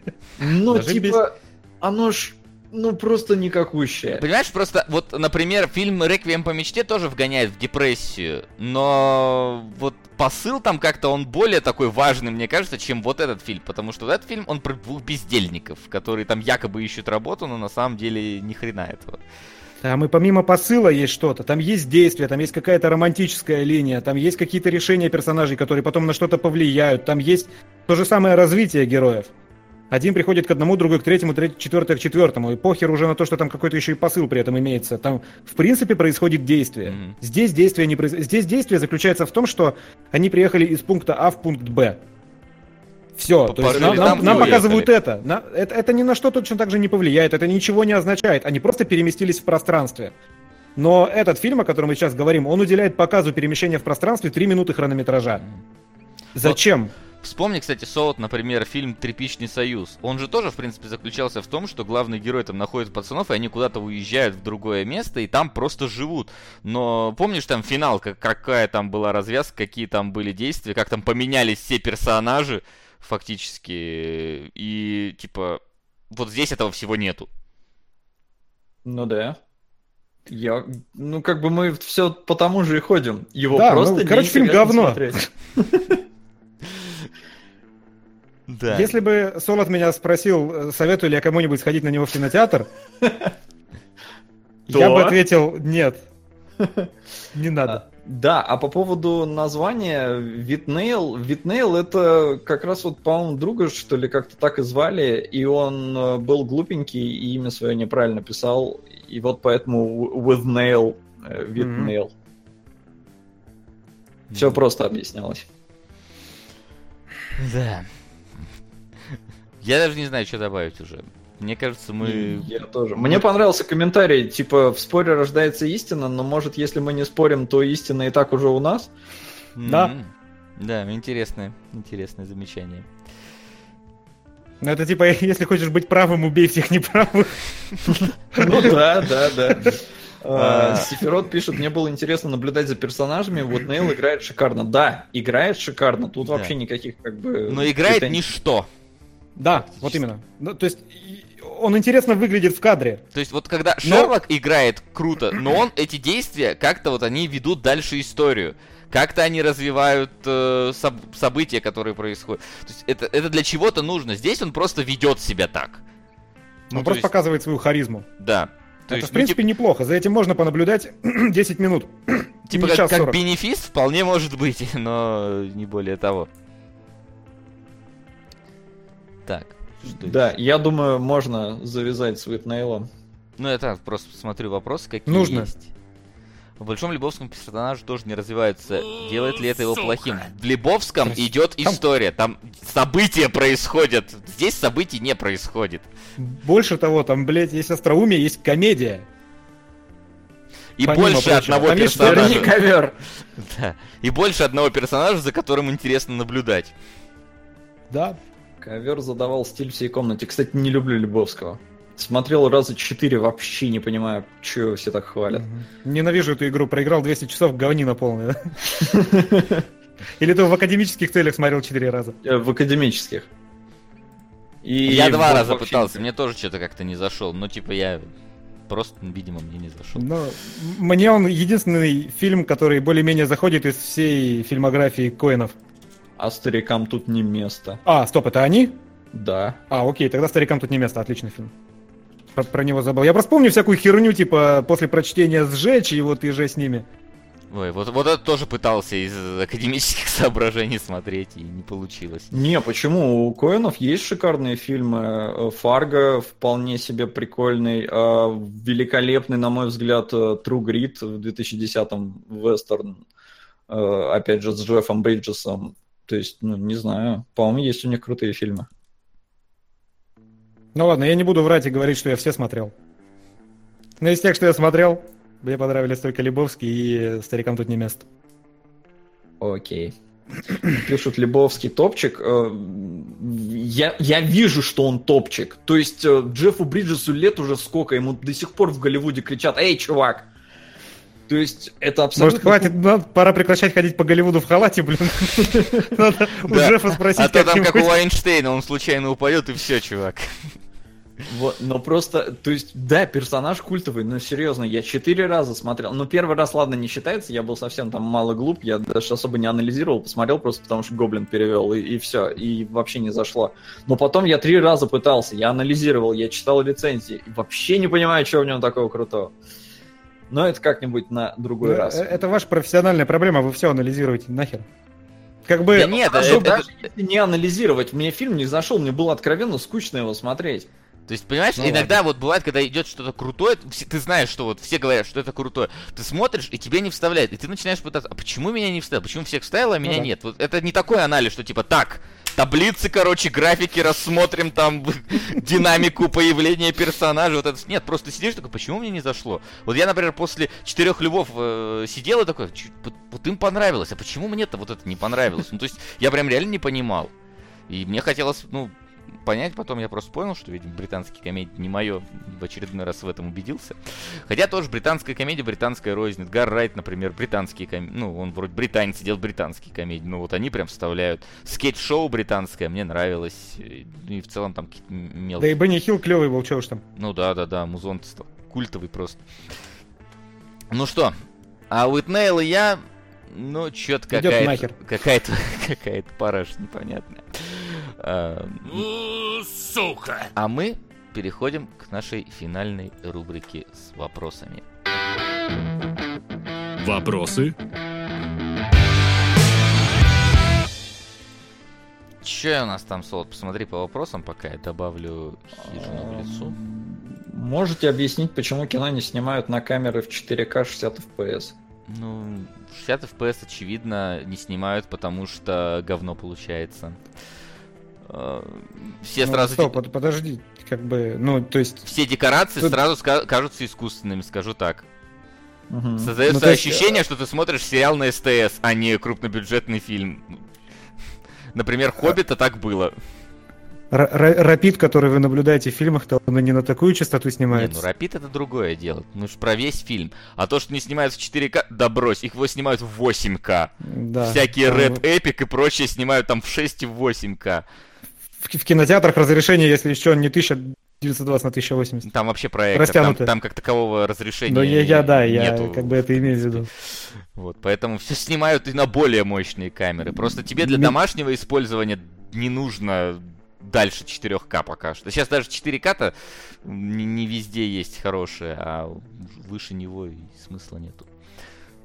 Оно ж просто никакущее. Понимаешь, просто например, фильм «Реквием по мечте» тоже вгоняет в депрессию, но посыл там как-то он более такой важный, мне кажется, чем этот фильм, потому что этот фильм, он про двух бездельников, которые там якобы ищут работу, но на самом деле ни хрена этого. Там и помимо посыла есть что-то, там есть действие, там есть какая-то романтическая линия, там есть какие-то решения персонажей, которые потом на что-то повлияют, там есть то же самое развитие героев. Один приходит к одному, другой к третьему, четвертый к четвертому, и похер уже на то, что там какой-то еще и посыл при этом имеется. Там, в принципе, происходит действие. Здесь действие заключается в том, что они приехали из пункта А в пункт Б. Все, то есть нам показывают это. Это ни на что точно так же не повлияет, это ничего не означает. Они просто переместились в пространстве. Но этот фильм, о котором мы сейчас говорим, он уделяет показу перемещения в пространстве 3 минуты хронометража. Зачем? Вспомни, кстати, Солод, например, фильм «Тряпичный союз». Он же тоже, в принципе, заключался в том, что главный герой там находит пацанов, и они куда-то уезжают в другое место, и там просто живут. Но помнишь там финал, какая там была развязка, какие там были действия, как там поменялись все персонажи фактически, и типа здесь этого всего нету. Да. Мы все по тому же и ходим. Его просто фильм говно. Да. Если бы Солод меня спросил, советую ли я кому-нибудь сходить на него в кинотеатр, я бы ответил нет. Не надо. Да, а по поводу названия Витнейл это как раз по-моему, друга, что ли, как-то так и звали, и он был глупенький и имя свое неправильно писал, и поэтому Withnail, Витнейл. Все просто объяснялось. Да. Я даже не знаю, что добавить уже. Мне кажется, Я тоже. Мне понравился комментарий, типа, в споре рождается истина, но, может, если мы не спорим, то истина и так уже у нас? Да. Да, интересное замечание. Это типа, если хочешь быть правым, убей всех неправых. Да. Сефирот пишет, мне было интересно наблюдать за персонажами, Нейл играет шикарно. Да, играет шикарно, тут вообще никаких Но играет ничто. Да, именно. То есть он интересно выглядит в кадре. То есть когда Шерлок играет круто, но он эти действия как-то они ведут дальше историю. Как-то они развивают события, которые происходят. То есть это для чего-то нужно. Здесь он просто ведет себя так. Он просто показывает свою харизму. Да. Это, в принципе, неплохо. За этим можно понаблюдать 10 минут. Типа как бенефис вполне может быть, но не более того. Так, Да, я думаю, можно завязать с Уитнейлом. Ну, я так просто смотрю вопросы, какие Нужно. есть. В Большом Лебовском персонаж тоже не развивается. Делает ли это его плохим? В Лебовском идет история, там события происходят. Здесь событий не происходит. Больше того, там, блядь, есть остроумие, есть комедия. И Помимо больше прочего. одного Там есть персонажа. Верни ковер. Да. И больше одного персонажа, за которым интересно наблюдать. Да. Ковер задавал стиль всей комнате. Кстати, не люблю Лебовского. Смотрел раза 4, вообще не понимаю, чего все так хвалят. Ненавижу эту игру, проиграл 200 часов, говнина полная. Да? Или ты в академических целях смотрел 4 раза? В академических. И Я 2 вот раза вообще пытался, мне тоже что-то как-то не зашел. Ну, типа, я просто, видимо, мне не зашел. Но мне он единственный фильм, который более-менее заходит из всей фильмографии Коэнов. А старикам тут не место. А, стоп, это они? Да. А, окей, тогда «Старикам тут не место», отличный фильм. Про него забыл. Я просто помню всякую херню, типа, после прочтения сжечь, и вот и же с ними. Ой, вот это тоже пытался из академических соображений смотреть, и не получилось. Не, почему? У Коэнов есть шикарные фильмы. «Фарго» вполне себе прикольный. Великолепный, на мой взгляд, «True Grit» в 2010-м вестерн. Опять же, с Джеффом Бриджесом. То есть, ну, не знаю. По-моему, есть у них крутые фильмы. Ну ладно, я не буду врать и говорить, что я все смотрел. Но из тех, что я смотрел, мне понравились только Лебовский и «Старикам тут не место». Окей. Пишут Лебовский топчик. Я вижу, что он топчик. То есть Джеффу Бриджесу лет уже сколько, ему до сих пор в Голливуде кричат: «Эй, чувак!» То есть это абсолютно... Может, хватит, пора прекращать ходить по Голливуду в халате, блин. Надо у Джеффа спросить, а то там как у как-нибудь. Вайнштейна, он случайно упадет и все, чувак. Вот, но просто, то есть, да, персонаж культовый, но серьезно, я 4 раза смотрел. Ну, первый раз, ладно, не считается, я был совсем там мало глуп, я даже особо не анализировал, посмотрел просто потому, что Гоблин перевел, и все, и вообще не зашло. Но потом я 3 раза пытался, я анализировал, я читал рецензии, и вообще не понимаю, что в нем такого крутого. Но это как-нибудь на другой раз. Это ваша профессиональная проблема, вы все анализируете, нахер. Как бы... Да нет, Хорошо, даже если не анализировать, мне фильм не зашел, мне было откровенно скучно его смотреть. То есть, понимаешь, Ну, иногда ладно. вот бывает, когда идет что-то крутое, ты знаешь, что вот все говорят, что это крутое, ты смотришь, и тебе не вставляет, и ты начинаешь пытаться, а почему меня не вставило, почему всех вставило, а меня да. нет? Вот это не такой анализ, что типа, так, таблицы, короче, графики, рассмотрим там динамику появления персонажа, вот это, нет, просто сидишь такой, почему мне не зашло? Вот я, например, после 4 любов сидел и такой, вот им понравилось, а почему мне-то вот это не понравилось? Ну, то есть, я прям реально не понимал, и мне хотелось, ну, понять, потом я просто понял, что, видимо, британские комедии не мое, в очередной раз в этом убедился. Хотя тоже британская комедия, британская рознь. Эдгар Райт, например, британские комедии, ну, он вроде британец, делает британские комедии, но вот они прям вставляют. Скетч-шоу британское мне нравилось, и в целом там какие-то Да и мелкие. Бенни Хилл клевый был, чего уж там. Ну да, музон стал культовый просто. Ну что, а Уитнейл и я, ну, чё-то Идёт нахер. какая-то параш непонятная. Сука! А мы переходим к нашей финальной рубрике с вопросами. Вопросы? Че у нас там, Солод? Посмотри по вопросам, пока я добавлю «Хижину в лесу». Можете объяснить, почему кино не снимают на камеры в 4К 60 FPS? Ну, 60 FPS, очевидно, не снимают, потому что говно получается. Все Ну, сразу... стоп, подожди, как бы, ну, то есть... Все декорации Тут- сразу кажутся искусственными, скажу так. Мгм. Создается Ну, то есть, ощущение, что ты смотришь сериал на СТС, а не крупнобюджетный фильм. Например, «Хоббита» так было. Рапид, который вы наблюдаете в фильмах, то он не на такую частоту Не, снимается. ну «Рапид» — это другое дело. Ну ж про весь фильм. А то, что не снимают в 4К, да брось, их его снимают в 8К. Да. Всякие Там Red Epic и прочее снимают там в 6 и в 8К. В кинотеатрах разрешение, если еще не 1920 на 1080. Там вообще проект, Растянуто. там как такового разрешения Но я нету. как бы это имею в виду. Вот, поэтому все снимают и на более мощные камеры. Просто тебе для Ми- домашнего использования не нужно дальше 4К пока что. Сейчас даже 4К-то не везде есть хорошие, а выше него и смысла нету.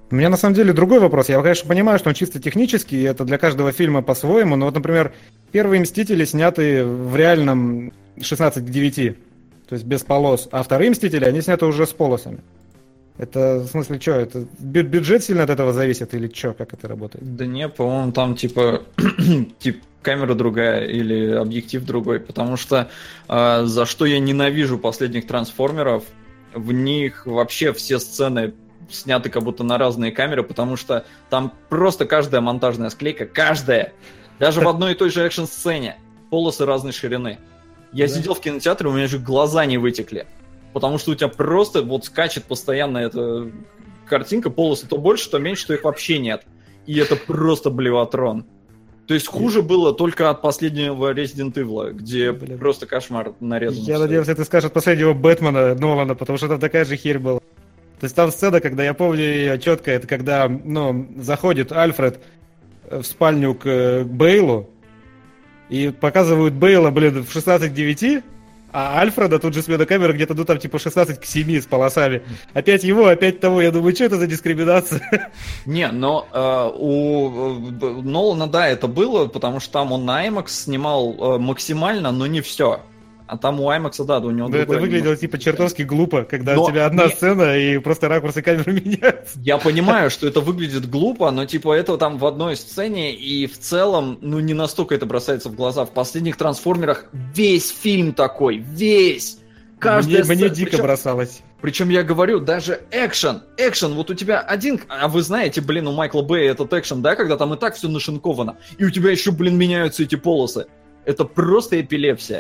У меня на самом деле другой вопрос. Я, конечно, понимаю, что он чисто технический, и это для каждого фильма по-своему, но вот, например, первые «Мстители» сняты в реальном 16:9, то есть без полос, а вторые «Мстители», они сняты уже с полосами. Это, в смысле, что, это бюджет сильно от этого зависит или что, как это работает? Да не, по-моему, там типа камера другая или объектив другой, потому что за что я ненавижу последних трансформеров, в них вообще все сцены сняты как будто на разные камеры, потому что там просто каждая монтажная склейка, каждая, даже в одной и той же экшн-сцене, полосы разной ширины. Я сидел в кинотеатре, у меня же глаза не вытекли, потому что у тебя просто вот скачет постоянно эта картинка, полосы то больше, то меньше, то их вообще нет. И это просто блеватрон. То есть хуже было только от последнего Resident Evil, где просто кошмар нарезан. Я надеюсь, ты скажешь от последнего Бэтмена Нолана, потому что там такая же херь была. То есть там сцена, когда я помню ее четко, это когда, заходит Альфред в спальню к Бейлу, и показывают Бейла, в 16:9, а Альфреда тут же смена камеры где-то, там типа 16:7 с полосами. Опять его, опять того. Я думаю, что это за дискриминация? Не, но у Нолана, да, это было, потому что там он на IMAX снимал максимально, но не все. А там у IMAX, да, у него... Да, это выглядело типа чертовски глупо, когда у тебя одна сцена и просто ракурсы камеры меняются. Я понимаю, что это выглядит глупо, но типа это там в одной сцене, и в целом, не настолько это бросается в глаза. В последних трансформерах весь фильм такой, весь! Каждая сцена. Мне дико бросалось. Причем я говорю, даже экшен, вот у тебя один, а вы знаете, у Майкла Бэя этот экшен, да, когда там и так все нашинковано, и у тебя еще, меняются эти полосы. Это просто эпилепсия.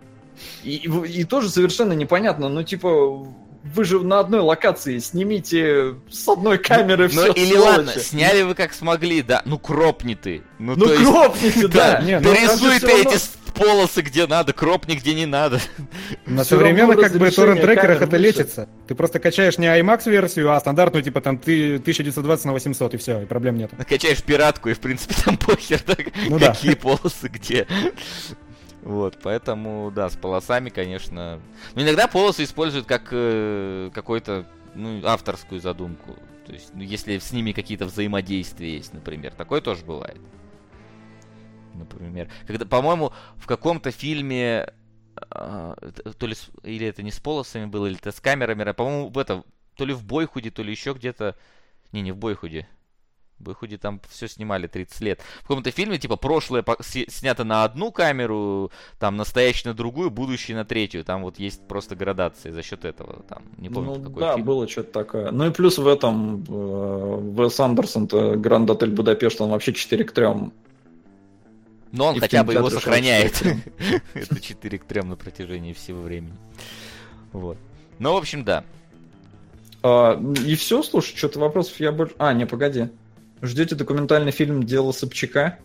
И тоже совершенно непонятно, вы же на одной локации снимите с одной камеры все. Или ладно, сняли вы как смогли, да, кропни ты. Кропни ты, да. Рисуй ты эти полосы где надо, кропни где не надо. На современных торрент-трекерах это лечится. Ты просто качаешь не IMAX-версию, а стандартную, типа там ты 1920 на 800, и все, и проблем нет. Качаешь пиратку, и в принципе там похер, какие полосы где. Вот, поэтому, да, с полосами, конечно... иногда полосы используют как какую-то, авторскую задумку. То есть, если с ними какие-то взаимодействия есть, например. Такое тоже бывает. Например. Когда, по-моему, в каком-то фильме... то ли... Или это не с полосами было, или это с камерами. По-моему, то ли в Бойхуде, то ли еще где-то... Не в Бойхуде. В Бойхуде там все снимали 30 лет. В каком-то фильме, типа, прошлое снято на одну камеру, там, настоящее на другую, будущее на третью. Там вот есть просто градация за счет этого. Там, не помню, какой да, фильм. Было что-то такое. И плюс в этом Уэс Андерсон-то Гранд Отель Будапешт, он вообще 4:3. Но он хотя бы его сохраняет. Это 4:3 на протяжении всего времени. Вот. В общем, да. И все, слушай, что-то вопросов я больше... не, погоди. Ждете документальный фильм «Дело Собчака»?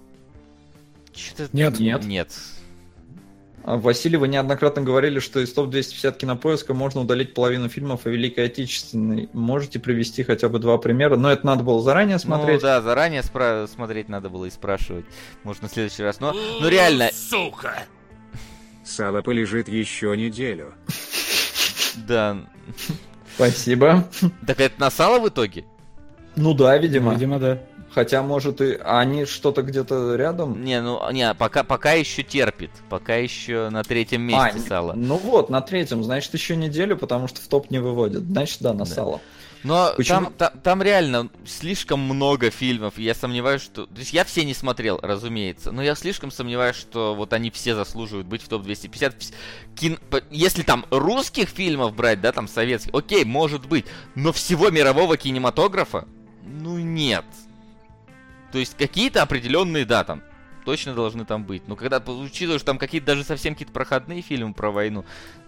Нет. Васильевы неоднократно говорили, что из топ-250 Кинопоиска можно удалить половину фильмов о Великой Отечественной. Можете привести хотя бы 2 примера? Но это надо было заранее смотреть. Да, заранее смотреть надо было и спрашивать. Может, на следующий раз. Но реально... Сука! Сало полежит еще неделю. Да. Спасибо. Так это на сало в итоге? Да, видимо. Видимо, да. Хотя, может, и они что-то где-то рядом? Пока еще терпит. Пока еще на 3-м месте сало. На 3-м, значит, еще неделю, потому что в топ не выводят. Значит, да, на сало. Но там реально слишком много фильмов, и я сомневаюсь, что... То есть я все не смотрел, разумеется, но я слишком сомневаюсь, что вот они все заслуживают быть в топ-250. Если там русских фильмов брать, да, там советских, окей, может быть, но всего мирового кинематографа, нет. То есть какие-то определенные, да, там, точно должны там быть. Но когда, учитывая, что там какие-то даже совсем какие-то проходные фильмы про войну,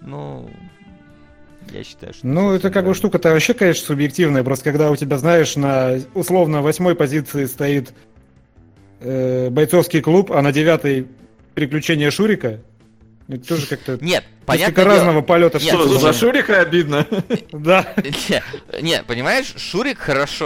я считаю, что... это как бы штука-то вообще, конечно, субъективная. Просто когда у тебя, знаешь, на условно 8-й позиции стоит бойцовский клуб, а на 9-й приключения Шурика, это тоже как-то... Нет, понятно. Разного полета. Что, за Шурика обидно? Да. Не, понимаешь, Шурик хорошо.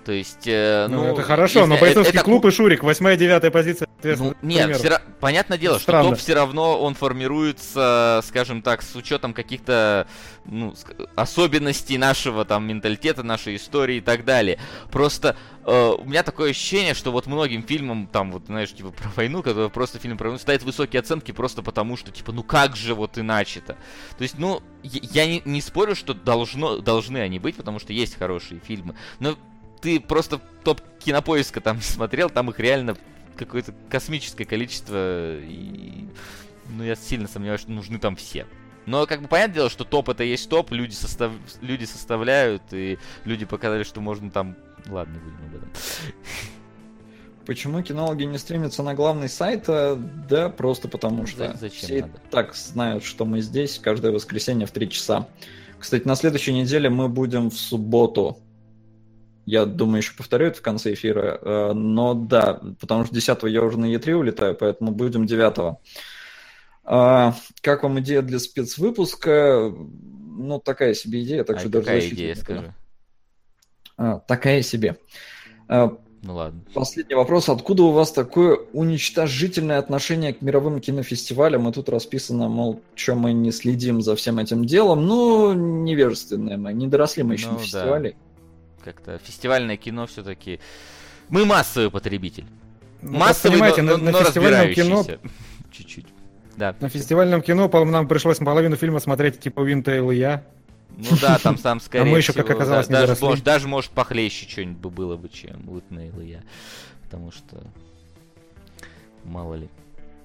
То есть, это хорошо, но бойцовский клуб и Шурик, 8-9 позиция. Нет, понятное дело, что топ все равно он формируется, скажем так, с учетом каких-то особенностей нашего там менталитета, нашей истории и так далее. Просто у меня такое ощущение, что вот многим фильмам, там вот, знаешь, типа про войну, когда просто фильм про войну, ставят высокие оценки просто потому, что, типа, как же вот иначе-то? То есть, я не спорю, что должны они быть, потому что есть хорошие фильмы, но ты просто топ Кинопоиска там смотрел, там их реально какое-то космическое количество, и я сильно сомневаюсь, что нужны там все. Но, понятное дело, что топ это есть топ, люди составляют, и люди показали, что можно там... Ладно, будем об этом. Почему кинологи не стремятся на главный сайт? Да, просто потому что все надо? Так знают, что мы здесь каждое воскресенье в 3 часа. Кстати, на следующей неделе мы будем в субботу. Я думаю, еще повторю это в конце эфира. Но да, потому что 10-го я уже на Е3 улетаю, поэтому будем 9-го. Как вам идея для спецвыпуска? Такая себе идея, так что даже какая идея, скажи? Такая себе. Ладно. Последний вопрос. Откуда у вас такое уничтожительное отношение к мировым кинофестивалям? И тут расписано, мол, что мы не следим за всем этим делом. Невежественные мы, не доросли мы еще до фестивалей. Да. Как-то фестивальное кино все-таки... Мы массовый потребитель. Массовый, но на фестивальном кино... Чуть-чуть. Да. На фестивальном кино нам пришлось половину фильма смотреть типа Винтейл и я. Там сам скорее мы еще, как оказалось, не доросли. Даже, может, похлеще что-нибудь бы было бы, чем Уитнейл и я. Потому что... Мало ли.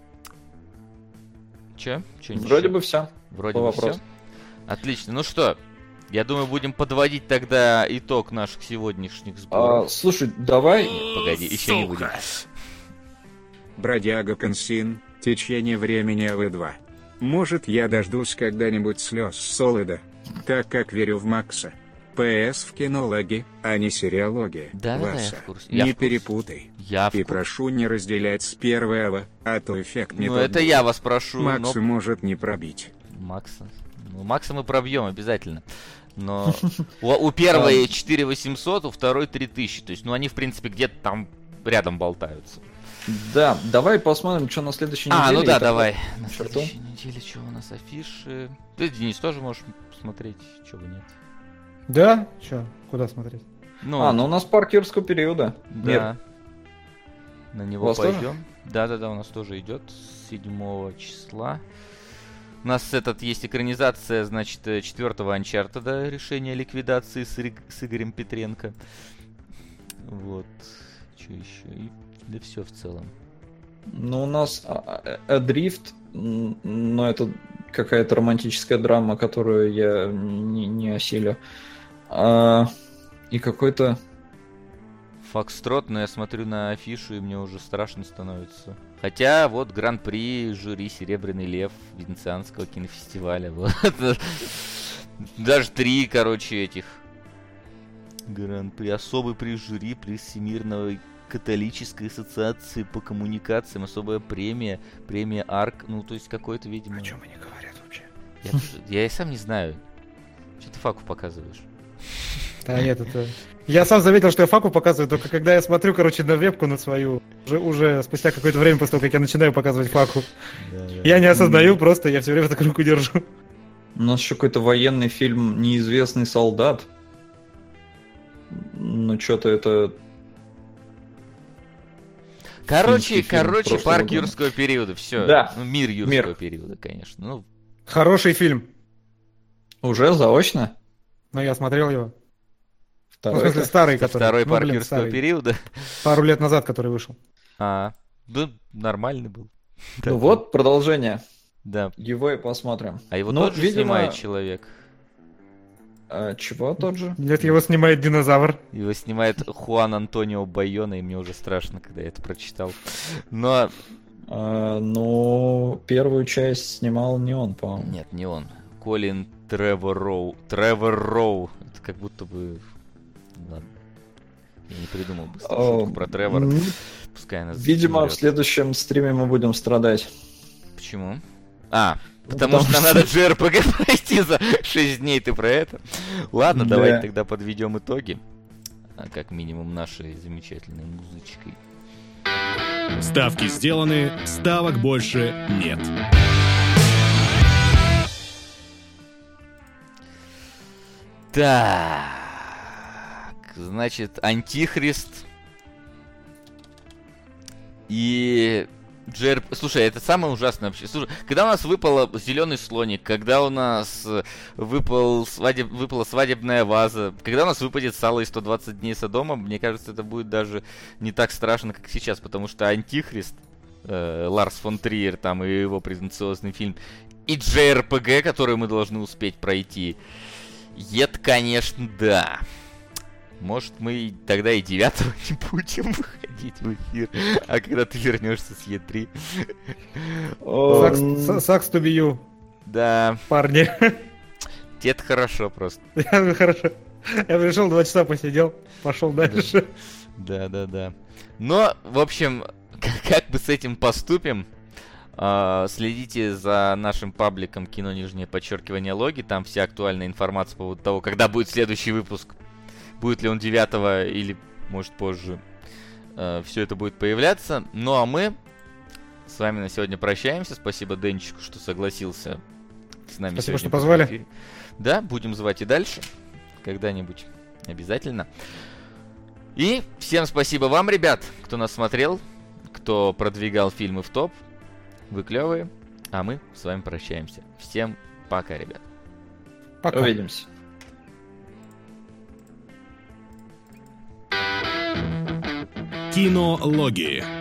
Че? Вроде бы все. Вроде бы все. Отлично. Ну что, я думаю, будем подводить тогда итог наших сегодняшних сборов. Слушай, давай... Нет, погоди, еще не будем. Бродяга Консин, течение времени АВ2. Может, я дождусь когда-нибудь слез Солида, так как верю в Макса. ПС в кинологи, а не сериология. Да, Васа, я в курсе. Не перепутай. И Я прошу не разделять с первого, а то эффект не тот это будет. я вас прошу. Макса может не пробить. Макса мы пробьем обязательно. Но у первой 4800, у второй 3000. То есть, они, в принципе, где-то там рядом болтаются. Да, давай посмотрим, что на следующей неделе. Давай. На следующей неделе что у нас афиши? Ты, Денис, тоже можешь посмотреть, чего нет. Да? Че? Куда смотреть? у нас парк юрского периода. Да. Нет. На него пойдем. Да, у нас тоже идет с 7 числа. У нас есть экранизация, значит, 4-го Uncharted, решение о ликвидации с Игорем Петренко. Вот. Что еще? Да все в целом. У нас Adrift, но это какая-то романтическая драма, которую я не осилю. И какой-то... Фокстрот, но я смотрю на афишу, и мне уже страшно становится. Хотя вот гран-при жюри «Серебряный лев» Венецианского кинофестиваля. Даже 3, этих гран-при. Особый приз жюри, приз Всемирного католической ассоциации по коммуникациям, особая премия АРК, то есть какой-то, видимо... О чем они говорят вообще? Я и сам не знаю. Что ты факу показываешь? Да нет, это... Я сам заметил, что я факу показываю, только когда я смотрю, на вебку на свою, уже спустя какое-то время после того, как я начинаю показывать факу. Я не осознаю, просто я все время так руку держу. У нас еще какой-то военный фильм «Неизвестный солдат». Что-то это... Короче, парк юрского периода, все. Да. Мир юрского периода, конечно. Хороший фильм. Уже заочно? Я смотрел его. Второй, в смысле, старый, который... Второй парк юрского периода? Пару лет назад, который вышел. Нормальный был. Вот продолжение. Да. Его и посмотрим. А его тот же снимает человек? Чего тот же? Нет, его снимает динозавр. Его снимает Хуан Антонио Байона, и мне уже страшно, когда я это прочитал. Но... первую часть снимал не он, по-моему. Нет, не он. Колин Тревор Роу. Это как будто бы... Ладно. Я не придумал быстро шутку про Тревора. Пускай нас... Видимо, в следующем стриме мы будем страдать. Почему? Потому что нам надо JRPG пройти за 6 дней, ты про это? Ладно, давайте тогда подведем итоги. как минимум нашей замечательной музычкой. Ставки сделаны, ставок больше нет. Так, значит, Антихрист и JRPG. Слушай, это самое ужасное вообще. Слушай, когда у нас выпал зеленый слоник, когда у нас выпала свадебная ваза, когда у нас выпадет сало и 120 дней Содома, мне кажется, это будет даже не так страшно, как сейчас, потому что Антихрист, Ларс фон Триер, там и его претенциозный фильм, и JRPG, который мы должны успеть пройти. Это, конечно, да. Может, мы тогда и 9-го не будем выходить в эфир, а когда ты вернешься с Е3. Sucks to be you. Да. Парни. Это хорошо просто. Хорошо. Я пришел, 2 часа посидел, пошел дальше. Да. Но, в общем, как бы с этим поступим? Следите за нашим пабликом _логи. Там вся актуальная информация по поводу того, когда будет следующий выпуск. Будет ли он 9-го или, может, позже. Все это будет появляться. Ну, а мы с вами на сегодня прощаемся. Спасибо Денчику, что согласился с нами. Спасибо, что позвали. Да, будем звать и дальше. Когда-нибудь. Обязательно. И всем спасибо вам, ребят, кто нас смотрел, кто продвигал фильмы в топ. Вы клевые, а мы с вами прощаемся. Всем пока, ребят. Пока. Увидимся. Кинологии.